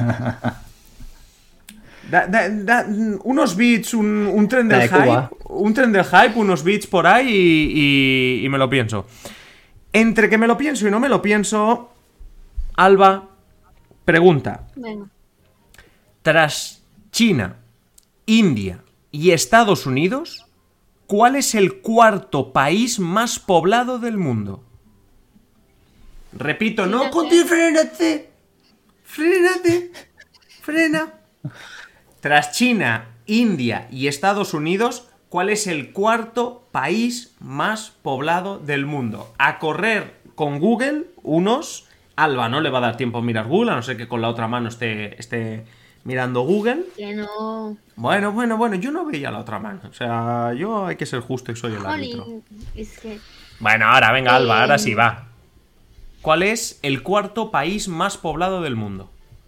Da, da, da, unos beats, un, un tren del La de hype. Cuba. Un tren del hype, unos beats por ahí y, y, y me lo pienso. Entre que me lo pienso y no me lo pienso, Alba pregunta. Venga. Tras China, India y Estados Unidos, ¿cuál es el cuarto país más poblado del mundo? Repito, Sí, no, lo contigo, sé. frénate. Frénate. Frena. Tras China, India y Estados Unidos, ¿cuál es el cuarto país más poblado del mundo? A correr con Google, unos. Alba no le va a dar tiempo a mirar Google, a no ser que con la otra mano esté, esté mirando Google. Que no. Bueno, bueno, bueno, yo no veía la otra mano. O sea, yo hay que ser justo y soy el árbitro. Jolín, es que. Bueno, ahora, venga, Alba, Eh, ahora sí va. ¿Cuál es el cuarto país más poblado del mundo?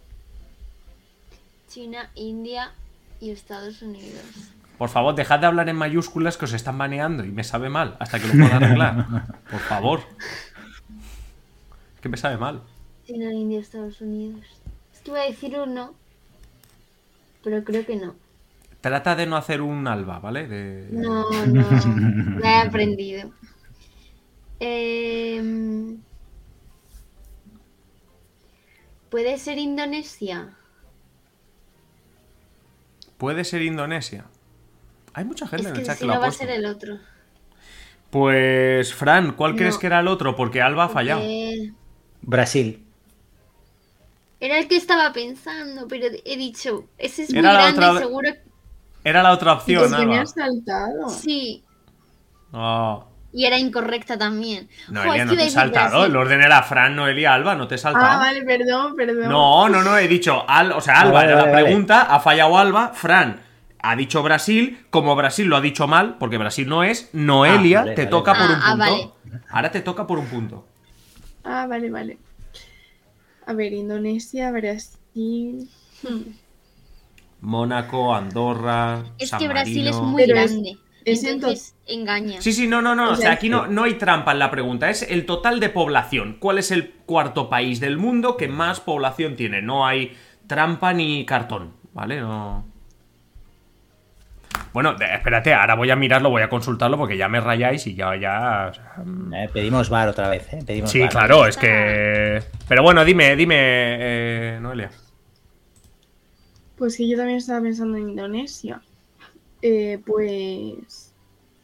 China, India y Estados Unidos. Por favor, dejad de hablar en mayúsculas que os están baneando y me sabe mal hasta que lo pueda arreglar. Por favor. Es que me sabe mal. China, India, Estados Unidos. Es que iba a decir uno, pero creo que no. Trata de no hacer un Alba, ¿vale? De... No, no. Lo he aprendido. Eh, ¿Puede ser Indonesia? Puede ser Indonesia. Hay mucha gente Es en el que chat si que lo no ha va a puesto. ser el otro. Pues, Fran, ¿cuál No. crees que era el otro? Porque Alba ha fallado. Eh, Brasil. Era el que estaba pensando, pero he dicho, ese es muy Era la grande otra- y seguro. Era la otra ¿Por opción, qué me Alba. has saltado? Sí, Oh. y era incorrecta también. Jo, Noelia, es no que te he iba a decir saltado. Brasil. El orden era Fran, Noelia, Alba. No te he saltado. Ah, vale, perdón, perdón. No, no, no, he dicho, Al, o sea, Alba Ah, vale, era la vale, vale. pregunta, ha fallado Alba, Fran ha dicho Brasil, como Brasil lo ha dicho mal, porque Brasil no es, Noelia, Ah, vale, te vale, toca vale. por un Ah, ah, punto. Ahora te toca por un punto. Ah, vale, vale. A ver, Indonesia, Brasil. Mónaco, Andorra, Es San que Brasil es Marino. muy Pero es- grande. es en entonces engaña. Sí, sí, no, no, no, o O sea, sea, aquí no, no hay trampa en la pregunta, es el total de población. ¿Cuál es el cuarto país del mundo que más población tiene? No hay trampa ni cartón, ¿vale? No... Bueno, de- espérate, ahora voy a mirarlo, voy a consultarlo porque ya me rayáis y ya, ya... o sea, mm. Eh, pedimos bar otra vez, ¿eh? Pedimos Sí, bar. claro, es que... Pero bueno, dime, dime, eh, Noelia. Pues que yo también estaba pensando en Indonesia. Eh, pues.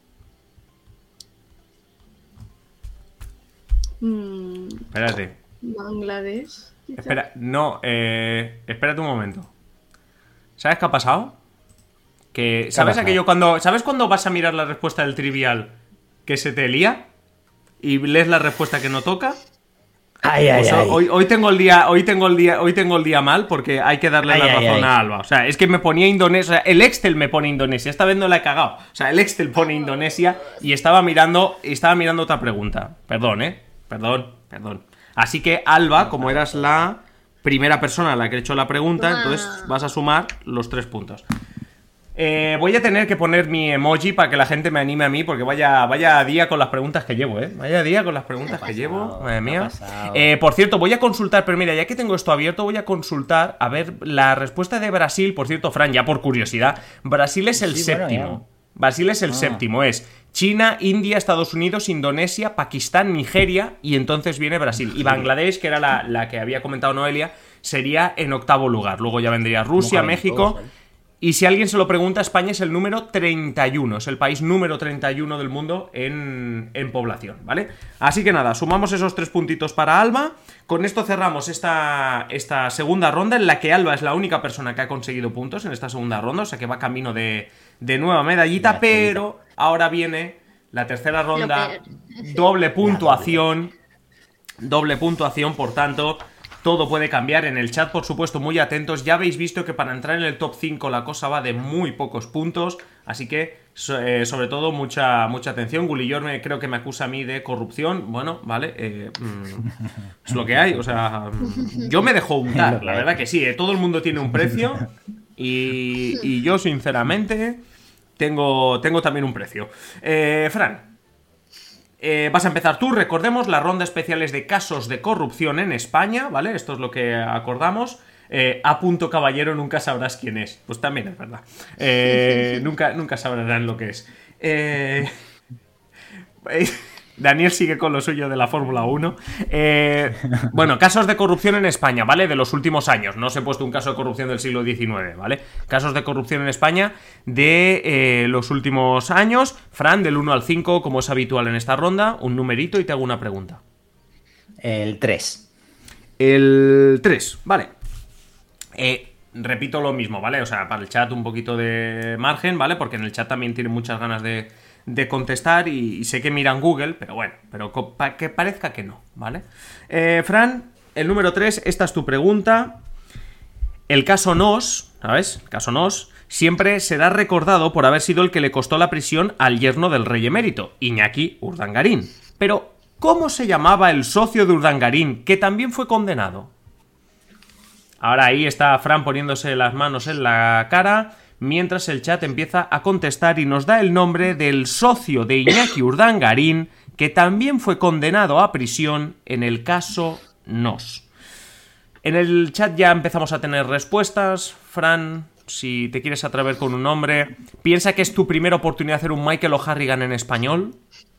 mm, Espérate. Bangladesh. quizá. Espera, no, eh, espérate un momento. ¿Sabes qué ha pasado? Que, ¿sabes pasado? aquello cuando... ¿Sabes cuando vas a mirar la respuesta del trivial que se te lía? Y lees la respuesta que no toca. Ay, ay, Pues ay. hoy, hoy tengo el día, hoy tengo el día, hoy tengo el día mal porque hay que darle Ay, la ay, razón ay. a Alba. O sea, es que me ponía Indonesia, o sea, el Excel me pone Indonesia. Esta vez no la he cagado. O sea, el Excel pone Indonesia y estaba mirando, estaba mirando otra pregunta. Perdón, eh. Perdón, perdón. Así que Alba, como eras la primera persona a la que he hecho la pregunta, Ah. entonces vas a sumar los tres puntos. Eh, voy a tener que poner mi emoji para que la gente me anime a mí, porque vaya, vaya día con las preguntas que llevo, ¿eh? Vaya día con las preguntas que llevo, madre mía. Eh, por cierto, voy a consultar, pero mira, ya que tengo esto abierto, voy a consultar, a ver, la respuesta de Brasil, por cierto, Fran, ya por curiosidad, Brasil es el Sí, bueno, séptimo. ya. Brasil es el Ah. séptimo, es China, India, Estados Unidos, Indonesia, Pakistán, Nigeria, y entonces viene Brasil. Y Bangladesh, que era la, la que había comentado Noelia, sería en octavo lugar. Luego ya vendría Rusia, Muy México... calentosos, ¿eh? Y si alguien se lo pregunta, España es el número treinta y uno, es el país número treinta y uno del mundo en, en población, ¿vale? Así que nada, sumamos esos tres puntitos para Alba. Con esto cerramos esta, esta segunda ronda, en la que Alba es la única persona que ha conseguido puntos en esta segunda ronda, o sea que va camino de, de nueva medallita, medallita, pero ahora viene la tercera ronda, doble puntuación, doble puntuación, por tanto... Todo puede cambiar en el chat, por supuesto, muy atentos. Ya habéis visto que para entrar en el top cinco la cosa va de muy pocos puntos. Así que, eh, sobre todo, mucha mucha atención. Gulillorme creo que me acusa a mí de corrupción. Bueno, vale, eh, mm, es lo que hay. O sea, yo me dejo untar, la verdad que sí. Eh, todo el mundo tiene un precio. Y, y yo, sinceramente, tengo, tengo también un precio. Eh, Fran. Eh, vas a empezar tú, recordemos, la ronda especial es de casos de corrupción en España, ¿vale? Esto es lo que acordamos. Eh, A. Caballero, nunca sabrás quién es. Pues también es verdad. Eh, nunca, nunca sabrán lo que es. Eh... Daniel sigue con lo suyo de la Fórmula uno. Eh, bueno, casos de corrupción en España, ¿vale? De los últimos años. No os he puesto un caso de corrupción del siglo diecinueve, ¿vale? Casos de corrupción en España de eh, los últimos años. Fran, del uno al cinco, como es habitual en esta ronda, un numerito y te hago una pregunta. El tres. El tres, vale. Eh, repito lo mismo, ¿vale? O sea, para el chat un poquito de margen, ¿vale? Porque en el chat también tienen muchas ganas de... de contestar y, y sé que miran Google, pero bueno, pero pa que parezca que no, ¿vale? Eh, Fran, el número tres, esta es tu pregunta. El caso Nos, ¿sabes? El caso Nos siempre será recordado por haber sido el que le costó la prisión al yerno del rey emérito, Iñaki Urdangarín. Pero, ¿cómo se llamaba el socio de Urdangarín que también fue condenado? Ahora ahí está Fran poniéndose las manos en la cara... mientras el chat empieza a contestar y nos da el nombre del socio de Iñaki Urdangarín, que también fue condenado a prisión en el caso Nos. En el chat ya empezamos a tener respuestas. Fran, si te quieres atrever con un nombre, piensa que es tu primera oportunidad de hacer un Michael O'Harrigan en español.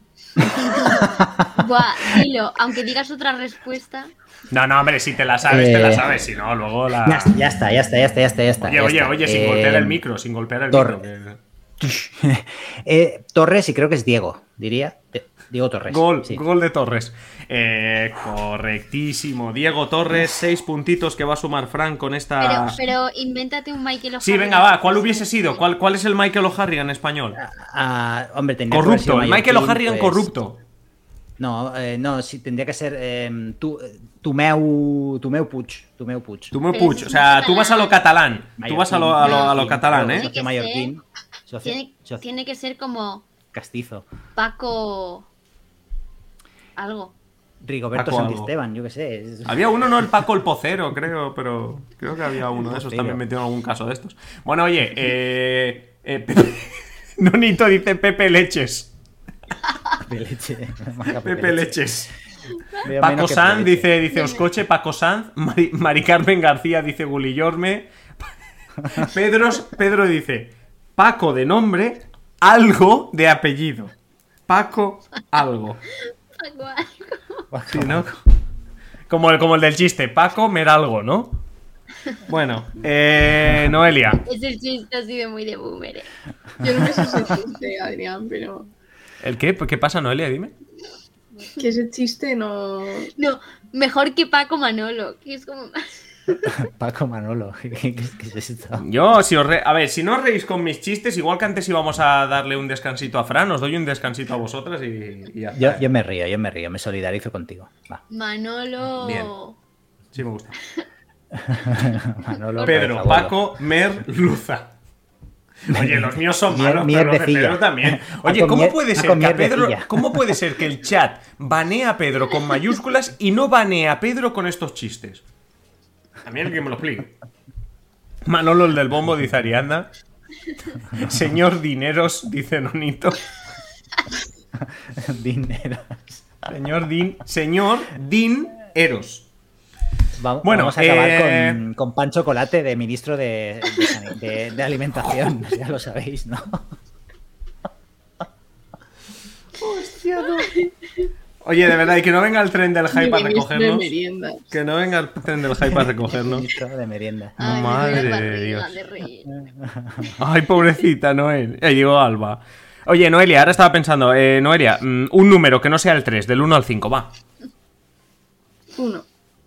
Buah, dilo, aunque digas otra respuesta... No, no, hombre, si te la sabes, eh... te la sabes, si no, luego la... Ya, ya está, ya está, ya está, ya está, ya está. Oye, ya oye, está. oye, sin eh... golpear el micro, sin golpear el Tor... micro. Que... eh, Torres, y creo que es Diego, diría. Diego Torres. Gol, sí. Gol de Torres. Eh, correctísimo. Diego Torres, seis puntitos que va a sumar Fran con esta... Pero, pero invéntate un Michael O'Harrigan. Sí, venga, va, ¿cuál hubiese sido? ¿Cuál, cuál es el Michael O'Harrigan en español? Uh, hombre, tendría corrupto, que el Michael O'Harrigan pues... corrupto. No, eh, no, sí, tendría que ser eh, tu, tu meu, tu meu Puig, tu meu Puig. Tu meu Puig, o sea, tú vas a lo catalán, Mallorquín. Tú vas a lo, a lo, a lo catalán, ¿eh? Socio Mallorquín. Socio, tiene, socio. tiene que ser como... Castizo. Paco... Algo. Rigoberto Santisteban, yo qué sé. Es... Había uno, no, el Paco el Pocero, creo, pero creo que había uno de esos también metido en algún caso de estos. Bueno, oye, eh... eh Pepe... Nonito dice Pepe Leches. Pepe Leche. Pepe, Pepe Leches. Leches. Paco Sanz dice, dice Oscoche, Paco Sanz. Mari, Mari Carmen García dice Gulillorme. Pedro, Pedro dice Paco de nombre, algo de apellido. Paco algo. Paco algo. Sí, ¿no? Como el, como el del chiste, Paco Meralgo, ¿no? Bueno, eh, Noelia. Ese chiste ha sido muy de boomer. ¿eh? Yo no sé si ese chiste, Adrián, pero... ¿El qué? ¿Qué pasa, Noelia? Dime. Que ese chiste no... No, mejor que Paco Manolo, que es como más... Paco Manolo, ¿qué, qué, qué es esto? Yo, si os re... a ver, si no os reís con mis chistes, igual que antes íbamos a darle un descansito a Fran, os doy un descansito a vosotras y, y ya. Yo, yo me río, yo me río, me solidarizo contigo. Va. Manolo... Bien. Sí me gusta. Manolo, Pedro, Paco, Mer, Luza. Oye, los míos son malos, mier, pero los de Pedro también. Oye, ¿cómo mier, puede ser que a Pedro, ¿cómo puede ser que el chat banea a Pedro con mayúsculas y no banea a Pedro con estos chistes? También que me lo explique. Manolo, el del bombo, dice Arianda. Señor Dineros, dice Nonito. Dineros. Señor Din, señor Din Eros. Vamos, bueno, vamos a acabar eh... con, con pan chocolate de ministro de, de, de, de alimentación, ya lo sabéis, ¿no? Hostia, no. Oye, de verdad, y que no venga el tren del hype a recogernos. De que no venga el tren del hype a recogernos. De merienda. Ay, Madre me de de Dios. de reír. Ay, pobrecita, Noel. Eh, digo Alba. Oye, Noelia, ahora estaba pensando, eh, Noelia, mm, un número que no sea el tres, del uno al cinco, va. Uno.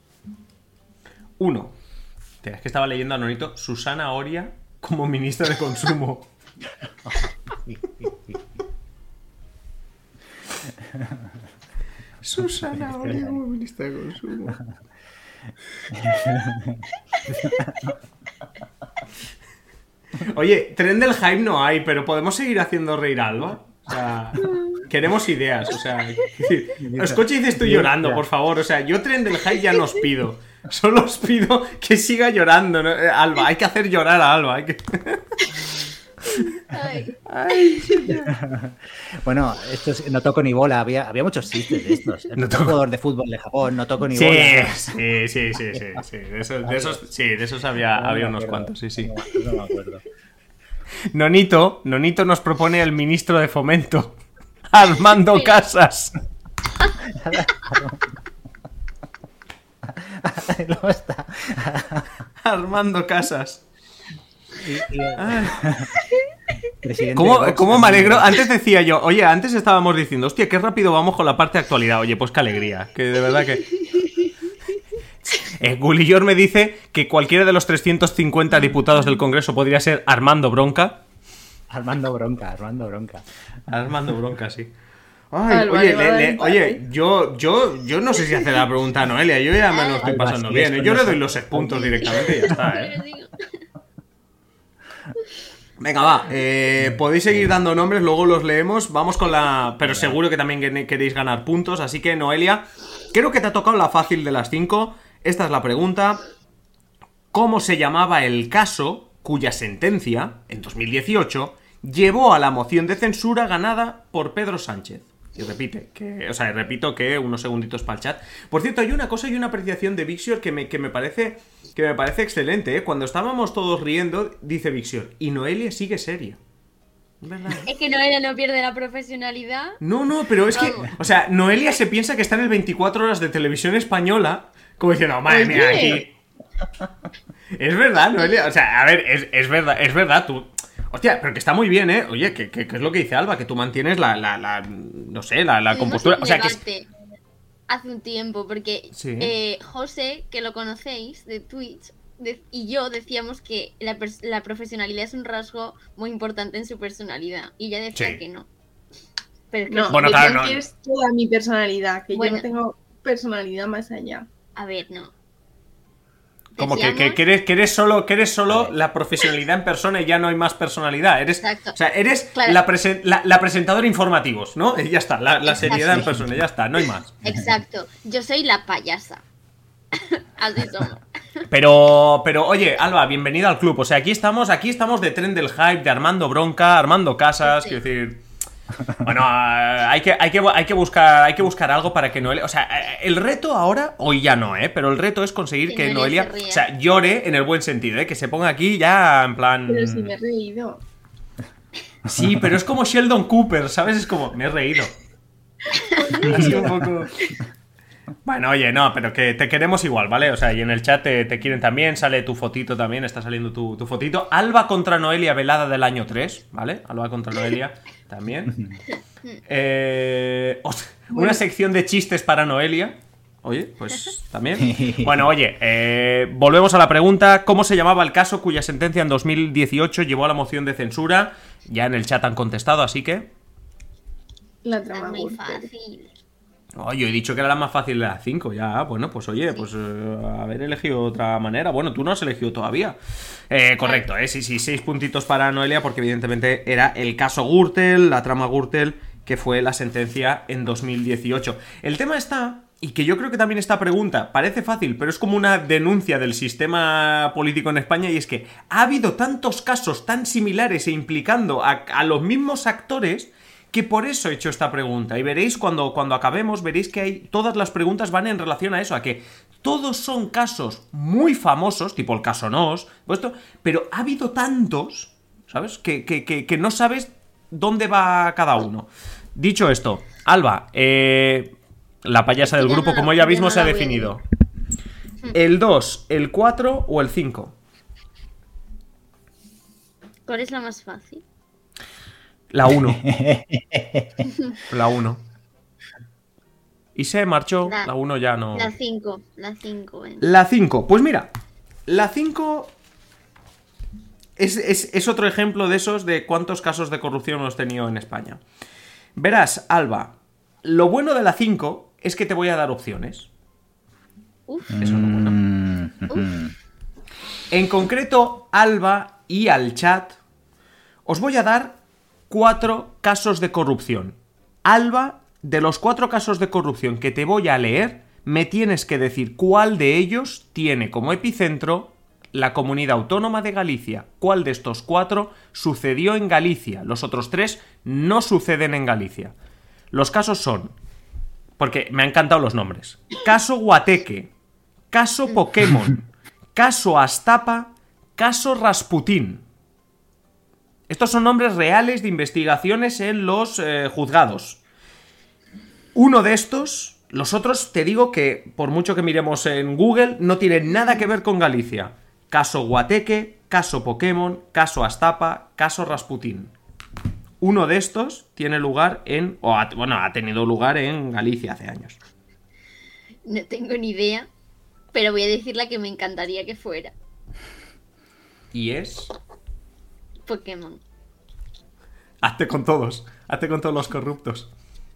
uno. Es que estaba leyendo a Nonito Susana Oria como ministra de Consumo. Susana Oria como ministra de Consumo. Oye, tren del hype no hay, pero podemos seguir haciendo reír a Alba. O sea, queremos ideas. O sea, Escoche dice estoy llorando, por favor. O sea, yo tren del hype ya no os pido. Solo os pido que siga llorando, ¿no? Alba, hay que hacer llorar a Alba. Hay que... Ay. Ay. Bueno, esto es, no toco ni bola. Había, había muchos chistes de estos. El No toco- jugador de fútbol de Japón, no toco ni Sí, bola. sí, sí, sí, sí, sí. De esos, de esos, sí, de esos había, No, no había me unos acuerdo. cuantos, sí, sí. No, no me acuerdo. Nonito, Nonito nos propone el ministro de Fomento, Armando Casas. Luego está. Armando Casas. Y- y- presidente de ¿Cómo, Vox cómo me también. alegro? Antes decía yo, oye, antes estábamos diciendo, hostia, qué rápido vamos con la parte de actualidad. Oye, pues qué alegría. Que de verdad que... Eh, Gulillor me dice que cualquiera de los trescientos cincuenta diputados del Congreso podría ser Armando Bronca. Armando Bronca, Armando Bronca. Armando Bronca, sí. Ay, Alba, oye, le va a le- dar le- empate. oye, yo, yo, yo no sé si hacer la pregunta a Noelia. Yo ya me lo estoy Alba, pasando sí, bien. es ¿eh? Yo con le doy los- los puntos directamente y ya está, ¿eh? Les digo. Venga, va. Eh, podéis seguir dando nombres, luego los leemos. Vamos con la... Pero seguro que también que- queréis ganar puntos. Así que, Noelia, creo que te ha tocado la fácil de las cinco. Esta es la pregunta. ¿Cómo se llamaba el caso cuya sentencia, en dos mil dieciocho, llevó a la moción de censura ganada por Pedro Sánchez? Y repite, que, o sea, repito que unos segunditos para el chat. Por cierto, hay una cosa y una apreciación de Vixior que me, que me parece que me parece excelente, ¿eh? Cuando estábamos todos riendo, dice Vixior, y Noelia sigue seria. ¿Es verdad? ¿eh? Es que Noelia no pierde la profesionalidad. No, no, pero es que, Vamos. o sea, Noelia se piensa que está en el veinticuatro horas de televisión española, como diciendo, madre mía, aquí... Es verdad, Noelia, o sea, a ver, es, es verdad, es verdad, tú... Hostia, pero que está muy bien, ¿eh? Oye, que, que, que es lo que dice Alba, que tú mantienes la, la, la no sé, la, la Tuvimos compostura, un o sea, que... es- debate hace un tiempo, porque Sí. eh, José, que lo conocéis de Twitch, de- y yo decíamos que la, pers- la profesionalidad es un rasgo muy importante en su personalidad, y ella decía Sí. que no. Pero es que, No, Bueno, decían claro, no. que es toda mi personalidad, que Bueno. yo no tengo personalidad más allá. a ver, no. Como que, que, Decíamos- que eres, que eres solo, que eres solo la profesionalidad en persona y ya no hay más personalidad. Eres, Exacto. o sea, eres Claro. la, presen- la, la presentadora informativos, ¿no? Y ya está, la, la Exacto. seriedad en persona, ya está, no hay más. Exacto, yo soy la payasa. Así somos. Pero, pero, oye, Alba, bienvenida al club. O sea, aquí estamos, aquí estamos de tren del hype, de Armando Bronca, Armando Casas, Sí. quiero decir. Bueno, eh, hay que, hay que, hay que buscar, hay que buscar algo para que Noelia. O sea, eh, el reto ahora, hoy ya no, ¿eh? Pero el reto es conseguir Que que Noelia Noelia, se ría. o sea, llore en el buen sentido, ¿eh? Que se ponga aquí ya en plan. Pero si me he reído. Sí, pero es como Sheldon Cooper, ¿sabes? Es como, me he reído. Así un poco. Bueno, oye, no, pero que te queremos igual, ¿vale? O sea, y en el chat te, te quieren también, sale tu fotito también, está saliendo tu, tu fotito. Alba contra Noelia, velada del año tres, ¿vale? Alba contra Noelia también. Eh, os- una sección de chistes para Noelia. Oye, pues también. Bueno, oye, eh, volvemos a la pregunta. ¿Cómo se llamaba el caso cuya sentencia en dos mil dieciocho llevó a la moción de censura? Ya en el chat han contestado, así que... La Es trama muy Gürtel. fácil. Oh, yo he dicho que era la más fácil de las cinco, ya, bueno, pues oye, pues eh, haber elegido otra manera. Bueno, tú no has elegido todavía. Eh, correcto, eh, sí, sí, seis puntitos para Noelia, porque evidentemente era el caso Gürtel, la trama Gürtel, que fue la sentencia en dos mil dieciocho. El tema está, y que yo creo que también esta pregunta parece fácil, pero es como una denuncia del sistema político en España, y es que ha habido tantos casos tan similares e implicando a, a los mismos actores, que por eso he hecho esta pregunta. Y veréis cuando, cuando acabemos, veréis que hay, todas las preguntas van en relación a eso, a que todos son casos muy famosos, tipo el caso Nos, puesto, pero ha habido tantos, ¿sabes? Que, que, que, que no sabes dónde va cada uno. Dicho esto, Alba, eh, La payasa del grupo, como ella mismo se ha definido. ¿El dos, el cuatro o el cinco? ¿Cuál es la más fácil? La uno. La uno. Y se marchó. La, la uno ya no. La cinco. La cinco. La cinco. Pues mira, la cinco es, es, es otro ejemplo de esos de cuántos casos de corrupción hemos tenido en España. Verás, Alba, lo bueno de la cinco es que te voy a dar opciones. Uf. Eso es lo bueno. Uf. En concreto, Alba y al chat, os voy a dar cuatro casos de corrupción. Alba, de los cuatro casos de corrupción que te voy a leer, me tienes que decir cuál de ellos tiene como epicentro la Comunidad Autónoma de Galicia. ¿Cuál de estos cuatro sucedió en Galicia? Los otros tres no suceden en Galicia. Los casos son, porque me han encantado los nombres: caso Guateque, caso Pokémon, caso Astapa, caso Rasputín. Estos son nombres reales de investigaciones en los eh, juzgados. Uno de estos, los otros te digo que, por mucho que miremos en Google, no tienen nada que ver con Galicia. Caso Guateque, caso Pokémon, caso Astapa, caso Rasputín. Uno de estos tiene lugar en... o ha, bueno, ha tenido lugar en Galicia hace años. No tengo ni idea, pero voy a decir la que me encantaría que fuera. ¿Y es? Pokémon. Hazte con todos. Hazte con todos los corruptos.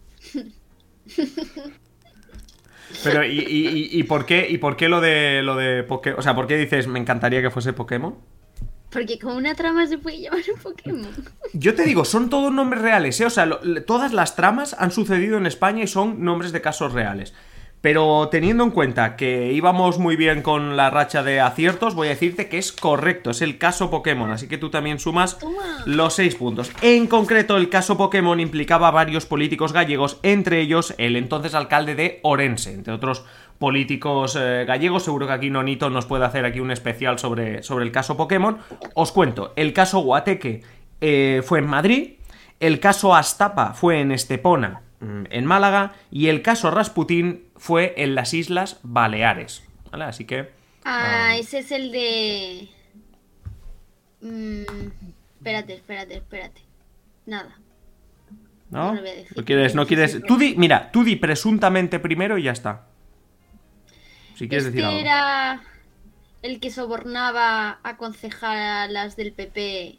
Pero, ¿y, y, y, por qué, y por qué lo de lo de Pokémon? O sea, ¿por qué dices me encantaría que fuese Pokémon? Porque con una trama se puede llamar un Pokémon. Yo te digo, son todos nombres reales, ¿eh? O sea, lo, todas las tramas han sucedido en España y son nombres de casos reales. Pero teniendo en cuenta que íbamos muy bien con la racha de aciertos, voy a decirte que es correcto, es el caso Pokémon, así que tú también sumas Toma. los seis puntos. En concreto, el caso Pokémon implicaba a varios políticos gallegos, entre ellos el entonces alcalde de Orense, entre otros políticos eh, gallegos. Seguro que aquí Nonito nos puede hacer aquí un especial sobre, sobre el caso Pokémon. Os cuento, el caso Guateque eh, fue en Madrid, el caso Astapa fue en Estepona, en Málaga, y el caso Rasputín fue en las Islas Baleares, ¿vale? Así que... Ah, um... ese es el de... Mm, espérate, espérate, espérate. Nada. ¿No? No, ¿No quieres? No quieres... Tú di, mira, tú di presuntamente primero y ya está. Si quieres este decir algo. Era el que sobornaba a concejalas del P P.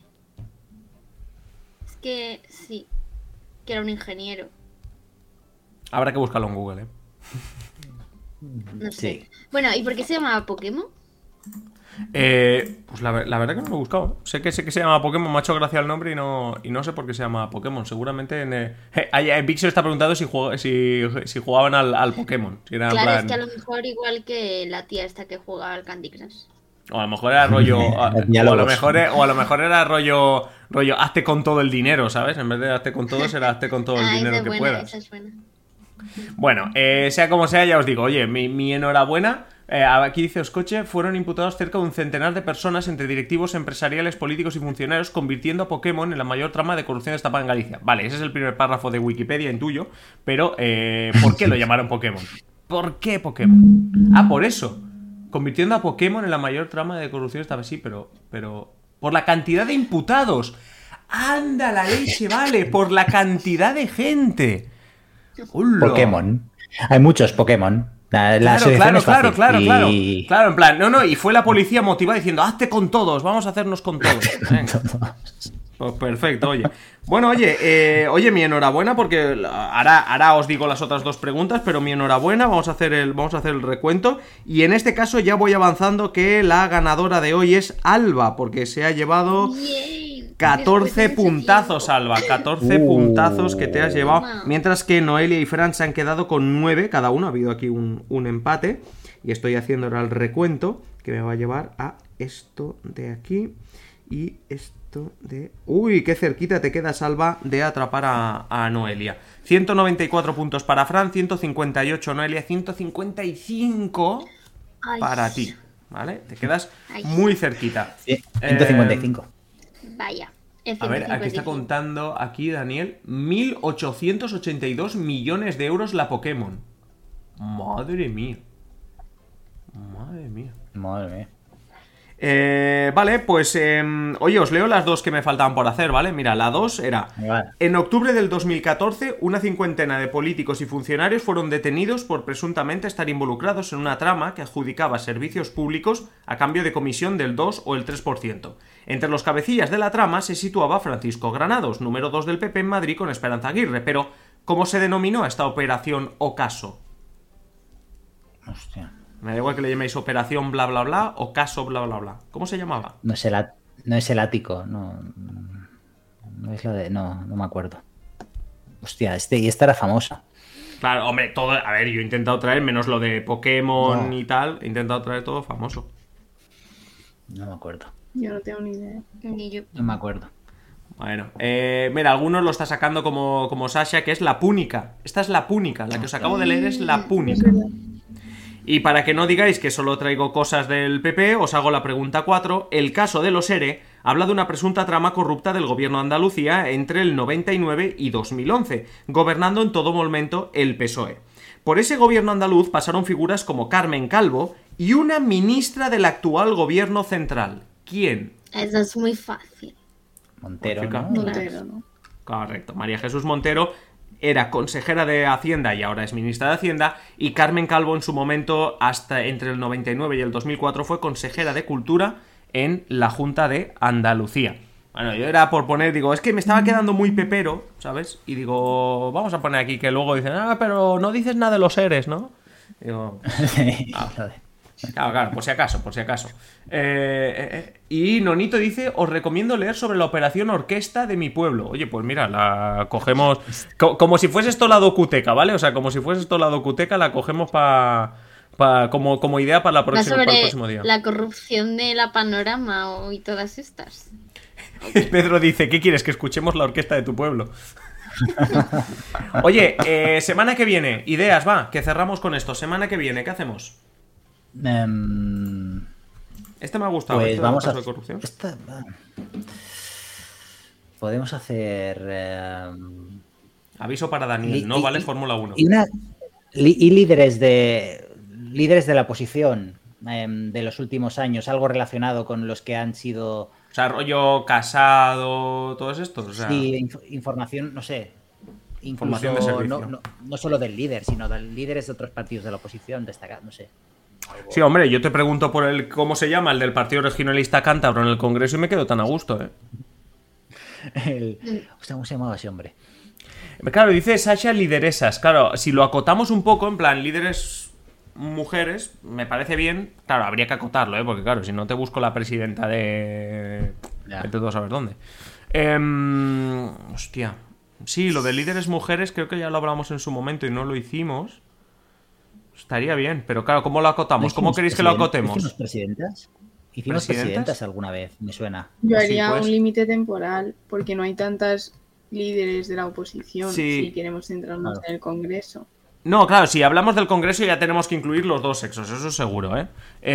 Es que sí, que era un ingeniero. Habrá que buscarlo en Google, ¿eh? No sé. Sí. Bueno, ¿y por qué se llamaba Pokémon? Eh, pues la, la verdad que no lo he buscado. Sé que sé que se llama Pokémon, me ha hecho gracia el nombre y no, y no sé por qué se llama Pokémon. Seguramente en, eh, en Pixel está preguntando si, jug, si, si jugaban al, al Pokémon. Si era claro, plan... es que a lo mejor igual que la tía esta que juega al Candy Crush. O a lo mejor era rollo. o, a lo mejor, o a lo mejor era rollo. Rollo, hazte con todo el dinero, ¿sabes? En vez de hazte con todo, será hazte con todo el ah, dinero esa que buena, puedas. Esa es buena. Bueno, eh, sea como sea, ya os digo, oye, mi, mi enhorabuena. Eh, aquí dice Oscoche, fueron imputados cerca de un centenar de personas entre directivos, empresariales, políticos y funcionarios, convirtiendo a Pokémon en la mayor trama de corrupción destapada en Galicia. Vale, ese es el primer párrafo de Wikipedia, intuyo, pero eh, ¿por qué lo llamaron Pokémon? ¿Por qué Pokémon? Ah, por eso. Convirtiendo a Pokémon en la mayor trama de corrupción esta vez, sí, pero, pero... por la cantidad de imputados. ¡Anda la leche, vale! Por la cantidad de gente. ¡Hola! Pokémon. Hay muchos Pokémon. La, la claro, claro, claro, claro, y... claro. Claro, en plan, no, no, y fue la policía motivada diciendo, hazte con todos, vamos a hacernos con todos. Pues perfecto, oye. Bueno, oye, eh, oye, mi enhorabuena, porque ahora, ahora os digo las otras dos preguntas, pero mi enhorabuena, vamos a hacer el, vamos a hacer el recuento. Y en este caso ya voy avanzando que la ganadora de hoy es Alba, porque se ha llevado catorce puntazos, Alba. catorce uh, puntazos que te has llevado. Mientras que Noelia y Fran se han quedado con nueve cada uno. Ha habido aquí un, un empate. Y estoy haciendo ahora el recuento, que me va a llevar a esto de aquí. Y esto de... Uy, qué cerquita te queda, Alba, de atrapar a, a Noelia. ciento noventa y cuatro puntos para Fran, ciento cincuenta y ocho Noelia, ciento cincuenta y cinco Ay. Para ti, ¿vale? Te quedas Ay. muy cerquita. Sí, ciento cincuenta y cinco. Eh, Vaya. A ver, aquí está contando, aquí Daniel, mil ochocientos ochenta y dos millones de euros la Pokémon. Madre mía. Madre mía. Madre mía. Eh, vale, pues eh, oye, os leo las dos que me faltaban por hacer, ¿vale? Mira, la dos era: Vale. en octubre del dos mil catorce, una cincuentena de políticos y funcionarios fueron detenidos por presuntamente estar involucrados en una trama que adjudicaba servicios públicos a cambio de comisión del dos o el tres por ciento. Entre los cabecillas de la trama se situaba Francisco Granados, número dos del P P en Madrid con Esperanza Aguirre, pero ¿cómo se denominó esta operación o caso? Hostia. Me da igual que le llaméis operación bla bla bla o caso bla bla bla. ¿Cómo se llamaba? No es el, at- no es el ático, no. No es lo de. No, no me acuerdo. Hostia, este, y esta era famosa. Claro, hombre, todo. A ver, yo he intentado traer menos lo de Pokémon No. y tal. He intentado traer todo famoso. No me acuerdo. Yo no tengo ni idea. Ni yo. No me acuerdo. Bueno, eh, mira, algunos lo está sacando como, como Sasha, que es la Púnica. Esta es la Púnica, la que os acabo de leer es la Es Púnica. verdad. Y para que no digáis que solo traigo cosas del P P, os hago la pregunta cuatro. El caso de los ERE habla de una presunta trama corrupta del gobierno de Andalucía entre el noventa y nueve y dos mil once, gobernando en todo momento el P S O E. Por ese gobierno andaluz pasaron figuras como Carmen Calvo y una ministra del actual gobierno central. ¿Quién? Eso es muy fácil. Montero, Mónica. ¿no? Montero, ¿no? Correcto. María Jesús Montero era consejera de Hacienda y ahora es ministra de Hacienda, y Carmen Calvo en su momento, hasta entre el noventa y nueve y el dos mil cuatro, fue consejera de Cultura en la Junta de Andalucía. Bueno, yo era por poner, digo, es que me estaba quedando muy pepero, ¿sabes? Y digo, vamos a poner aquí que luego dicen, ah, pero no dices nada de los seres, ¿no? Digo, ah, claro, claro, por si acaso, por si acaso. Eh, eh, eh, y Nonito dice, os recomiendo leer sobre la operación Orquesta de mi pueblo. Oye, pues mira, la cogemos co- como si fuese esto la docuteca, ¿vale? O sea, como si fuese esto la docuteca, la cogemos para pa, como, como idea para, la Va próxima, para el sobre próximo día. la corrupción de la Panorama o- y todas estas. Pedro dice, ¿qué quieres? Que escuchemos la orquesta de tu pueblo. Oye, eh, semana que viene, ideas, va, que cerramos con esto. Semana que viene, ¿qué hacemos? Em, Este me ha gustado. pues este vamos caso a. de corrupción. esta- podemos hacer. em, Aviso para Daniel, Li- no y- vale y- Fórmula uno. Y, una, li- y líderes de líderes de la oposición em, de los últimos años, algo relacionado con los que han sido. O sea, rollo Casado, todos estos. O sea, Sí, inf- información, no sé. Incluso Información de servicio. no, no, no solo del líder, sino de líderes de otros partidos de la oposición destacados, no sé. Algo- sí, hombre, yo te pregunto por el cómo se llama el del Partido Regionalista Cántabro en el Congreso y me quedo tan a gusto, ¿eh? El- hostia, ¿cómo se llamaba ese hombre? Claro, dice Sasha lideresas. Claro, si lo acotamos un poco, en plan, líderes mujeres, me parece bien. Claro, habría que acotarlo, ¿eh? Porque claro, si no te busco la presidenta de... Ya. Vete tú a saber dónde. Em, hostia. Sí, lo de líderes mujeres creo que ya lo hablamos en su momento y no lo hicimos. Estaría bien, pero claro, ¿cómo lo acotamos? ¿No ¿Cómo hicimos queréis que lo presiden- acotemos? ¿Hicimos presidentas? ¿Hicimos ¿Presidentas? presidentas alguna vez? Me suena. Yo Sí, haría pues. un límite temporal porque no hay tantas líderes de la oposición Sí. si queremos centrarnos Claro. en el Congreso. No, claro, si hablamos del Congreso ya tenemos que incluir los dos sexos, eso seguro, ¿eh?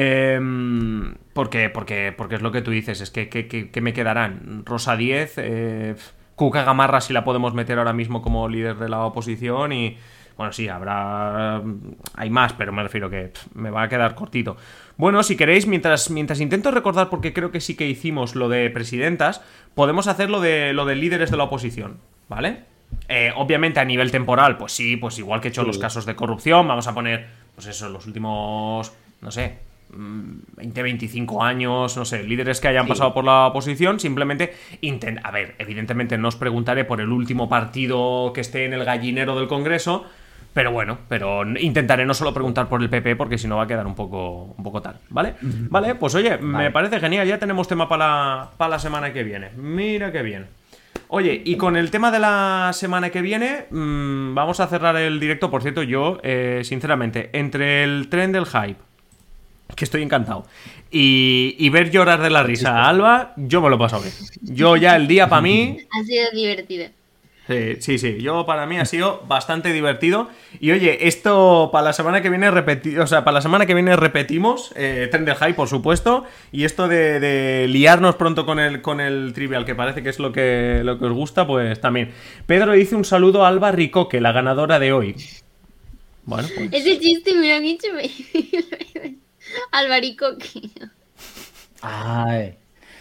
Em, porque, porque, porque es lo que tú dices, es que, que, que- que me quedarán. Rosa diez, eh, Cuca Gamarra si la podemos meter ahora mismo como líder de la oposición y... Bueno, sí, habrá... Hay más, pero me refiero que pff, me va a quedar cortito. Bueno, si queréis, mientras, mientras intento recordar, porque creo que sí que hicimos lo de presidentas, podemos hacer lo de, lo de líderes de la oposición, ¿vale? Eh, obviamente a nivel temporal, pues sí, pues igual que he hecho Sí. los casos de corrupción, vamos a poner, pues eso, los últimos, no sé, mm, veinte, veinticinco años, no sé, líderes que hayan Sí. pasado por la oposición, simplemente intent- a ver, evidentemente no os preguntaré por el último partido que esté en el gallinero del Congreso, pero bueno, pero intentaré no solo preguntar por el P P porque si no va a quedar un poco, un poco tal, ¿vale? Vale, pues oye, me Vale. parece genial, ya tenemos tema para la, para la semana que viene. Mira qué bien. Oye, y con el tema de la semana que viene, mmm, vamos a cerrar el directo. Por cierto, yo, eh, sinceramente, entre el tren del hype, que estoy encantado, y, y ver llorar de la risa a Alba, yo me lo he pasado bien. Yo ya el día para mí... Ha sido divertido. Sí, sí, sí, yo para mí ha sido bastante divertido. Y oye, esto para la semana que viene repeti- o sea, para la semana que viene repetimos, eh, Tren del Hype, por supuesto. Y esto de, de liarnos pronto con el, con el trivial, que parece que es lo que, lo que os gusta, pues también. Pedro dice un saludo a Alba Ricoque, la ganadora de hoy. Bueno, pues... Ese chiste me lo han hecho Albaricoque. Ay.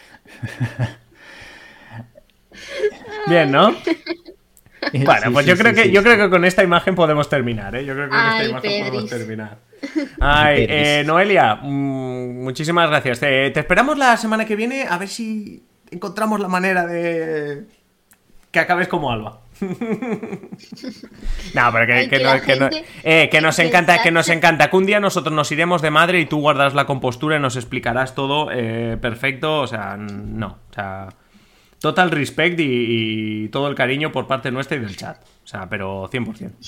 Bien, ¿no? Bueno, pues Sí, yo sí, creo sí, que sí, yo sí. creo que con esta imagen podemos terminar, ¿eh? Yo creo que con Ay, esta imagen Pedris. podemos terminar. Ay, Pedris. eh, Noelia, mmm, muchísimas gracias. Te, te esperamos la semana que viene a ver si encontramos la manera de que acabes como Alba. No, pero que, Ay, que que no- la que no- gente- eh, que nos que encanta, el que nos chat- encanta. Que un día nosotros nos iremos de madre y tú guardarás la compostura y nos explicarás todo eh, perfecto. O sea, no. O sea, total respect y, y todo el cariño por parte nuestra y del chat. O sea, pero cien por ciento.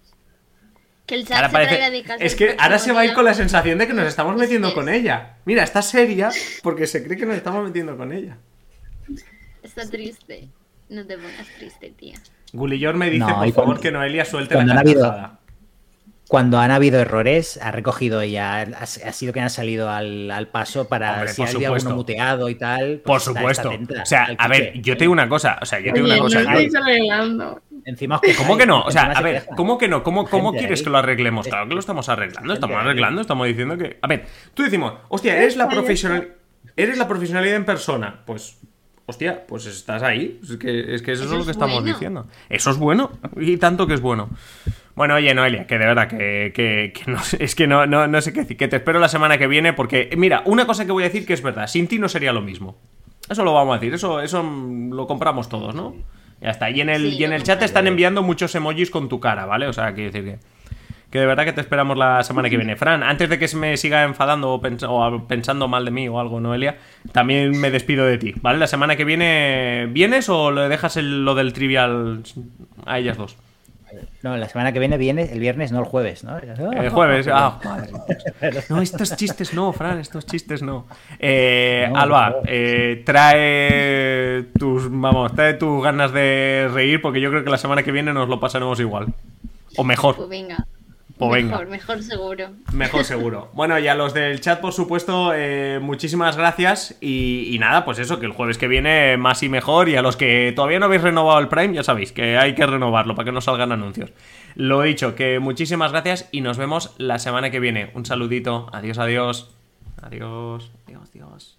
Que el chat Ahora se parece- traiga de casa es el que próximo ahora se va a ir día. con la sensación de que nos estamos metiendo Es- con ella. Mira, está seria porque se cree que nos estamos metiendo con ella. Está triste. No te pongas triste, tía. Gulillor me dice, No, por y favor, cuando- que Noelia suelte la cuando han habido- carcajada. Cuando han habido errores, ha recogido ella, ha, ha sido quien ha salido al, al paso para Hombre, si por había supuesto. alguno muteado y tal. pues Por está- supuesto. está atenta O sea, al a ver, quiche. yo te digo una cosa. O sea, yo te digo Oye, una cosa. no yo- estáis arreglando. Encima os quejáis, ¿Cómo que no? O sea, encima a se ver, quejan. ¿cómo que no? ¿Cómo, cómo Gente quieres ahí. que lo arreglemos? Claro que lo estamos arreglando, estamos Gente ahí. arreglando, estamos diciendo que... A ver, tú decimos, hostia, eres la profesional... Eres la profesionalidad en persona. Pues, hostia, pues estás ahí. Es que, es que eso, Eso es lo es que estamos bueno. diciendo. Eso es bueno. Y tanto que es bueno. Bueno, oye, Noelia, que de verdad que, que, que no, es que no, no, no sé qué decir. Que te espero la semana que viene porque, mira, una cosa que voy a decir que es verdad. Sin ti no sería lo mismo. Eso lo vamos a decir. Eso, eso mm, lo compramos todos, ¿no? Ya está. Y en el, Sí, y en lo el chat te compramos. están enviando muchos emojis con tu cara, ¿vale? O sea, quiero decir que... Que de verdad que te esperamos la semana que viene. Fran, antes de que se me siga enfadando o, pens- o pensando mal de mí o algo, Noelia, también me despido de ti, ¿vale? La semana que viene, ¿vienes o le dejas el- lo del trivial a ellas dos? No, la semana que viene viene el viernes, no el jueves, ¿no? El jueves, ah, madre mía. No, estos chistes no, Fran, estos chistes no. Eh, No, Alba, no. eh, trae tus, vamos, trae tus ganas de reír porque yo creo que la semana que viene nos lo pasaremos igual. O mejor. Pues venga. Pues venga. mejor, mejor seguro. Mejor seguro. Bueno, y a los del chat, por supuesto, eh, muchísimas gracias. Y, y nada, pues eso, que el jueves que viene más y mejor. Y a los que todavía no habéis renovado el Prime, ya sabéis que hay que renovarlo para que no salgan anuncios. Lo he dicho, que muchísimas gracias y nos vemos la semana que viene. Un saludito. Adiós, adiós. Adiós, adiós, adiós.